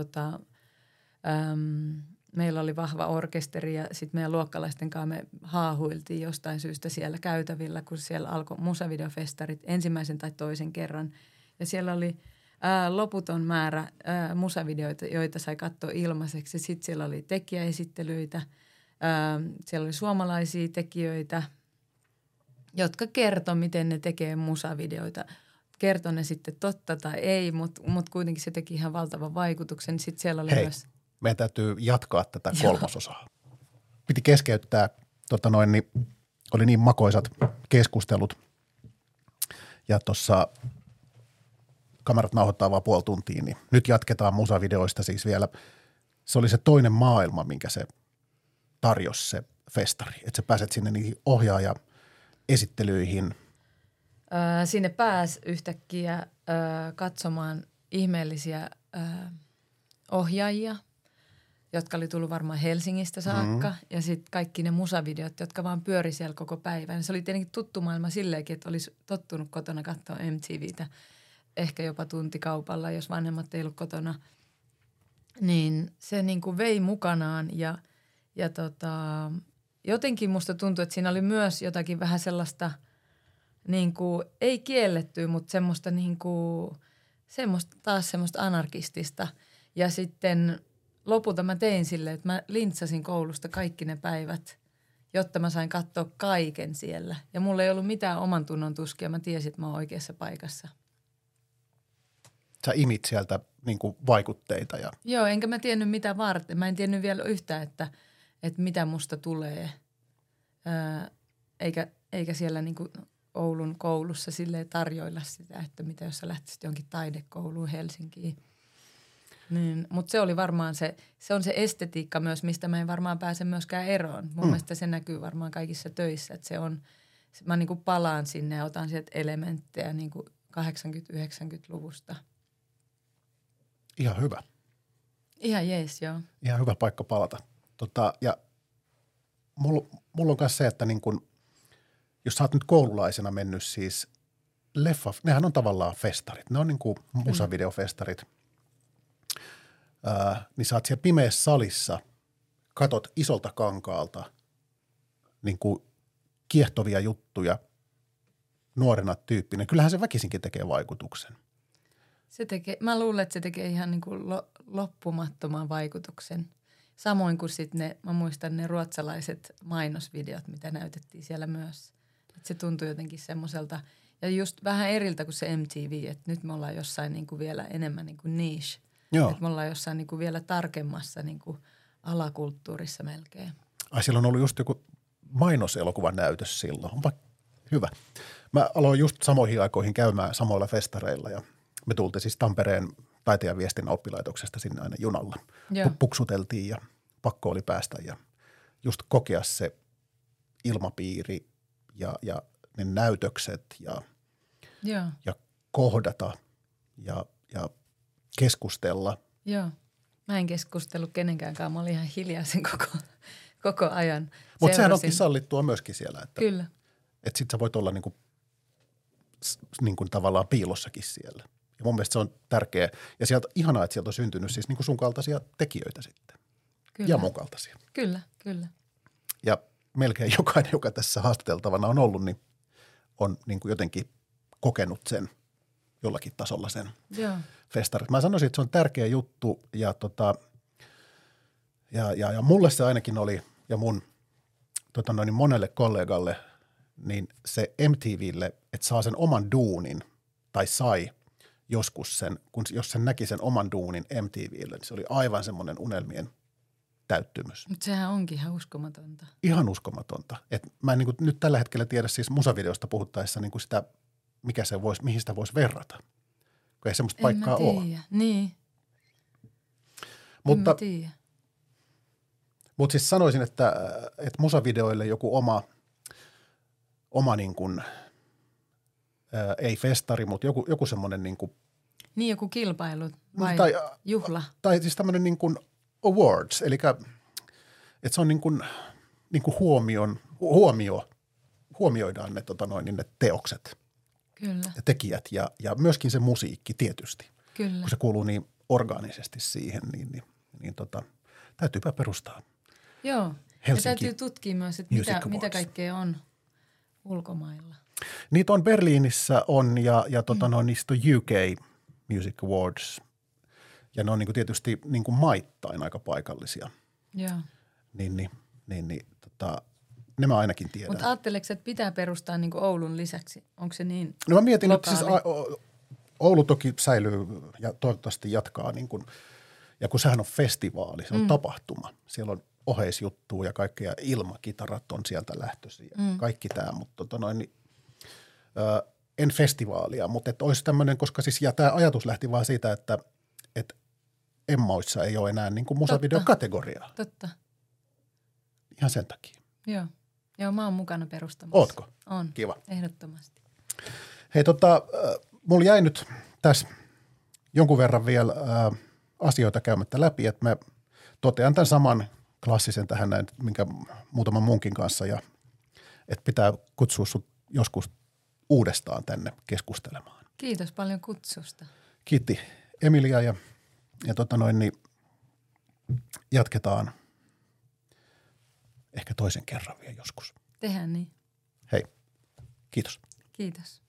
Speaker 3: meillä oli vahva orkesteri ja sitten meidän luokkalaisten kanssa me haahuiltiin jostain syystä siellä käytävillä, kun siellä alkoi musavideofestarit ensimmäisen tai toisen kerran. Ja siellä oli loputon määrä musavideoita, joita sai katsoa ilmaiseksi. Sitten siellä oli tekijäesittelyitä, siellä oli suomalaisia tekijöitä, jotka kertoi, miten ne tekee musavideoita. Kertoi ne sitten totta tai ei, mutta kuitenkin se teki ihan valtavan vaikutuksen. Sitten siellä oli myös...
Speaker 2: meidän täytyy jatkaa tätä kolmososaa. Piti keskeyttää, niin oli niin makoisat keskustelut. Ja tuossa kamerat nauhoittaa vaan puoli tuntia, niin nyt jatketaan musavideoista siis vielä. Se oli se toinen maailma, minkä se tarjosi se festari. Että sä pääset sinne niihin ohjaaja-esittelyihin.
Speaker 3: Sinne pääsi yhtäkkiä katsomaan ihmeellisiä ohjaajia, jotka oli tullut varmaan Helsingistä saakka. Ja sitten kaikki ne musavideot, jotka vaan pyöri siellä koko päivän. Se oli tietenkin tuttu maailma silleenkin, että olisi tottunut kotona katsoa MTVtä. Ehkä jopa tuntikaupalla, jos vanhemmat ei ollut kotona. Niin se niin kuin vei mukanaan ja jotenkin musta tuntui, että siinä oli myös jotakin vähän sellaista niin kuin, ei kiellettyä, mutta semmoista niin kuin, taas semmoista anarkistista. Ja sitten lopulta mä tein silleen, että mä lintsasin koulusta kaikki ne päivät, jotta mä sain katsoa kaiken siellä. Ja mulla ei ollut mitään oman tunnon tuskia, mä tiesin, että mä oon oikeassa paikassa.
Speaker 2: Sä imit sieltä niin kuin vaikutteita.
Speaker 3: Joo, enkä mä tiennyt mitä varten. Mä en tiennyt vielä yhtään, että mitä musta tulee. Eikä siellä niin kuin Oulun koulussa silleen tarjoilla sitä, että mitä jos sä lähtisit jonkin taidekouluun Helsinkiin. Niin, mutta se oli varmaan se on se estetiikka myös, mistä mä en varmaan pääse myöskään eroon. Mun mielestä se näkyy varmaan kaikissa töissä, että mä niin kuin palaan sinne ja otan sieltä elementtejä niin kuin 80-90-luvusta.
Speaker 2: Ihan hyvä.
Speaker 3: Ihan jees, joo.
Speaker 2: Ihan hyvä paikka palata. Ja mulla on myös se, että niin kun, jos sä oot nyt koululaisena mennyt siis nehän on tavallaan festarit. Ne on niin kuin musavideofestarit. Niin sä oot siellä pimeässä salissa katot isolta kankaalta niin kuin kiehtovia juttuja nuorena tyyppinen, kyllähän se väkisinkin tekee vaikutuksen.
Speaker 3: Mä luulen, että se tekee ihan niin kuin loppumattoman vaikutuksen. Samoin kuin sitten mä muistan ne ruotsalaiset mainosvideot, mitä näytettiin siellä myös. Että se tuntui jotenkin semmoiselta, ja just vähän eriltä kuin se MTV, että nyt me ollaan jossain niin kuin vielä enemmän niin kuin niche.
Speaker 2: Joo.
Speaker 3: Että me ollaan jossain niin kuin vielä tarkemmassa niin kuin alakulttuurissa melkein.
Speaker 2: Ai siellä on ollut just joku mainoselokuvan näytös silloin. Onpa hyvä. Mä aloin just samoihin aikoihin käymään samoilla festareilla ja me tultiin siis Tampereen taiteen ja viestinnän oppilaitoksesta sinne aina junalla. Puksuteltiin ja pakko oli päästä ja just kokea se ilmapiiri ja ne näytökset ja kohdata ja keskustella.
Speaker 3: Joo. Mä en keskustellut kenenkään, mä olin ihan hiljaisen koko ajan.
Speaker 2: Mutta sehän onkin sallittua myöskin siellä. Että,
Speaker 3: kyllä.
Speaker 2: Että sit sä voit olla niinku tavallaan piilossakin siellä. Ja mun mielestä se on tärkeä. Ja sieltä ihanaa, että sieltä on syntynyt siis niinku sun kaltaisia tekijöitä sitten. Kyllä. Ja mun kaltaisia.
Speaker 3: Kyllä.
Speaker 2: Ja melkein jokainen, joka tässä haastateltavana on ollut, niin on niinku jotenkin kokenut sen jollakin tasolla sen festarit. Mä sanoisin, että se on tärkeä juttu ja mulle se ainakin oli ja mun monelle kollegalle niin se MTVlle, että saa sen oman duunin tai sai joskus sen, jos sen näki sen oman duunin MTVlle, niin se oli aivan semmoinen unelmien täyttymys.
Speaker 3: Mutta sehän onkin ihan uskomatonta.
Speaker 2: Ihan uskomatonta. Et mä en nyt tällä hetkellä tiedä siis musavideosta puhuttaessa sitä, mihin sitä voisi verrata. Kun ei semmoista paikkaa ole.
Speaker 3: Niin.
Speaker 2: Mutta siis sanoisin, että musavideoille joku oma niin kuin, ei festari, mutta joku semmoinen niin kuin.
Speaker 3: Niin, joku kilpailu vai juhla.
Speaker 2: Tai siis tämmöinen niin kuin awards, eli että se on niin kuin huomioidaan ne teokset.
Speaker 3: Kyllä.
Speaker 2: Ja tekijät ja myöskin se musiikki tietysti.
Speaker 3: Kyllä.
Speaker 2: Kun se kuuluu niin orgaanisesti siihen, niin täytyypä perustaa.
Speaker 3: Joo,
Speaker 2: Helsinki
Speaker 3: ja täytyy tutkia myös, että mitä kaikkea on ulkomailla.
Speaker 2: Niitä on Berliinissä on ja niistä on UK Music Awards ja ne on niin kuin tietysti niin kuin maittain aika paikallisia.
Speaker 3: Joo.
Speaker 2: Ne mä ainakin tiedän.
Speaker 3: Mutta ajatteleeko, että pitää perustaa niin kuin Oulun lisäksi? Onko se niin
Speaker 2: No mä mietin, että
Speaker 3: lokaali?
Speaker 2: siis Oulu toki säilyy ja toivottavasti jatkaa niin kuin, ja kun sehän on festivaali, se on tapahtuma. Siellä on oheisjuttua ja kaikkea ilmakitarat on sieltä lähtöisiä. Kaikki tämä, mutta en festivaalia, mutta että olisi tämmöinen, koska siis ja tämä ajatus lähti vaan siitä, että Emmoissa ei ole enää niin kuin musavideokategoriaa.
Speaker 3: Totta.
Speaker 2: Ihan sen takia.
Speaker 3: Joo, mä oon mukana perustamassa.
Speaker 2: Ootko?
Speaker 3: On.
Speaker 2: Kiva.
Speaker 3: Ehdottomasti.
Speaker 2: Hei mulla jäi nyt tässä jonkun verran vielä asioita käymättä läpi, että mä totean tämän saman klassisen tähän näin, minkä muutaman munkin kanssa ja että pitää kutsua sut joskus uudestaan tänne keskustelemaan.
Speaker 3: Kiitos paljon kutsusta.
Speaker 2: Kiitti Emilia ja jatketaan ehkä toisen kerran vielä joskus.
Speaker 3: Tehdään niin.
Speaker 2: Hei, kiitos.
Speaker 3: Kiitos.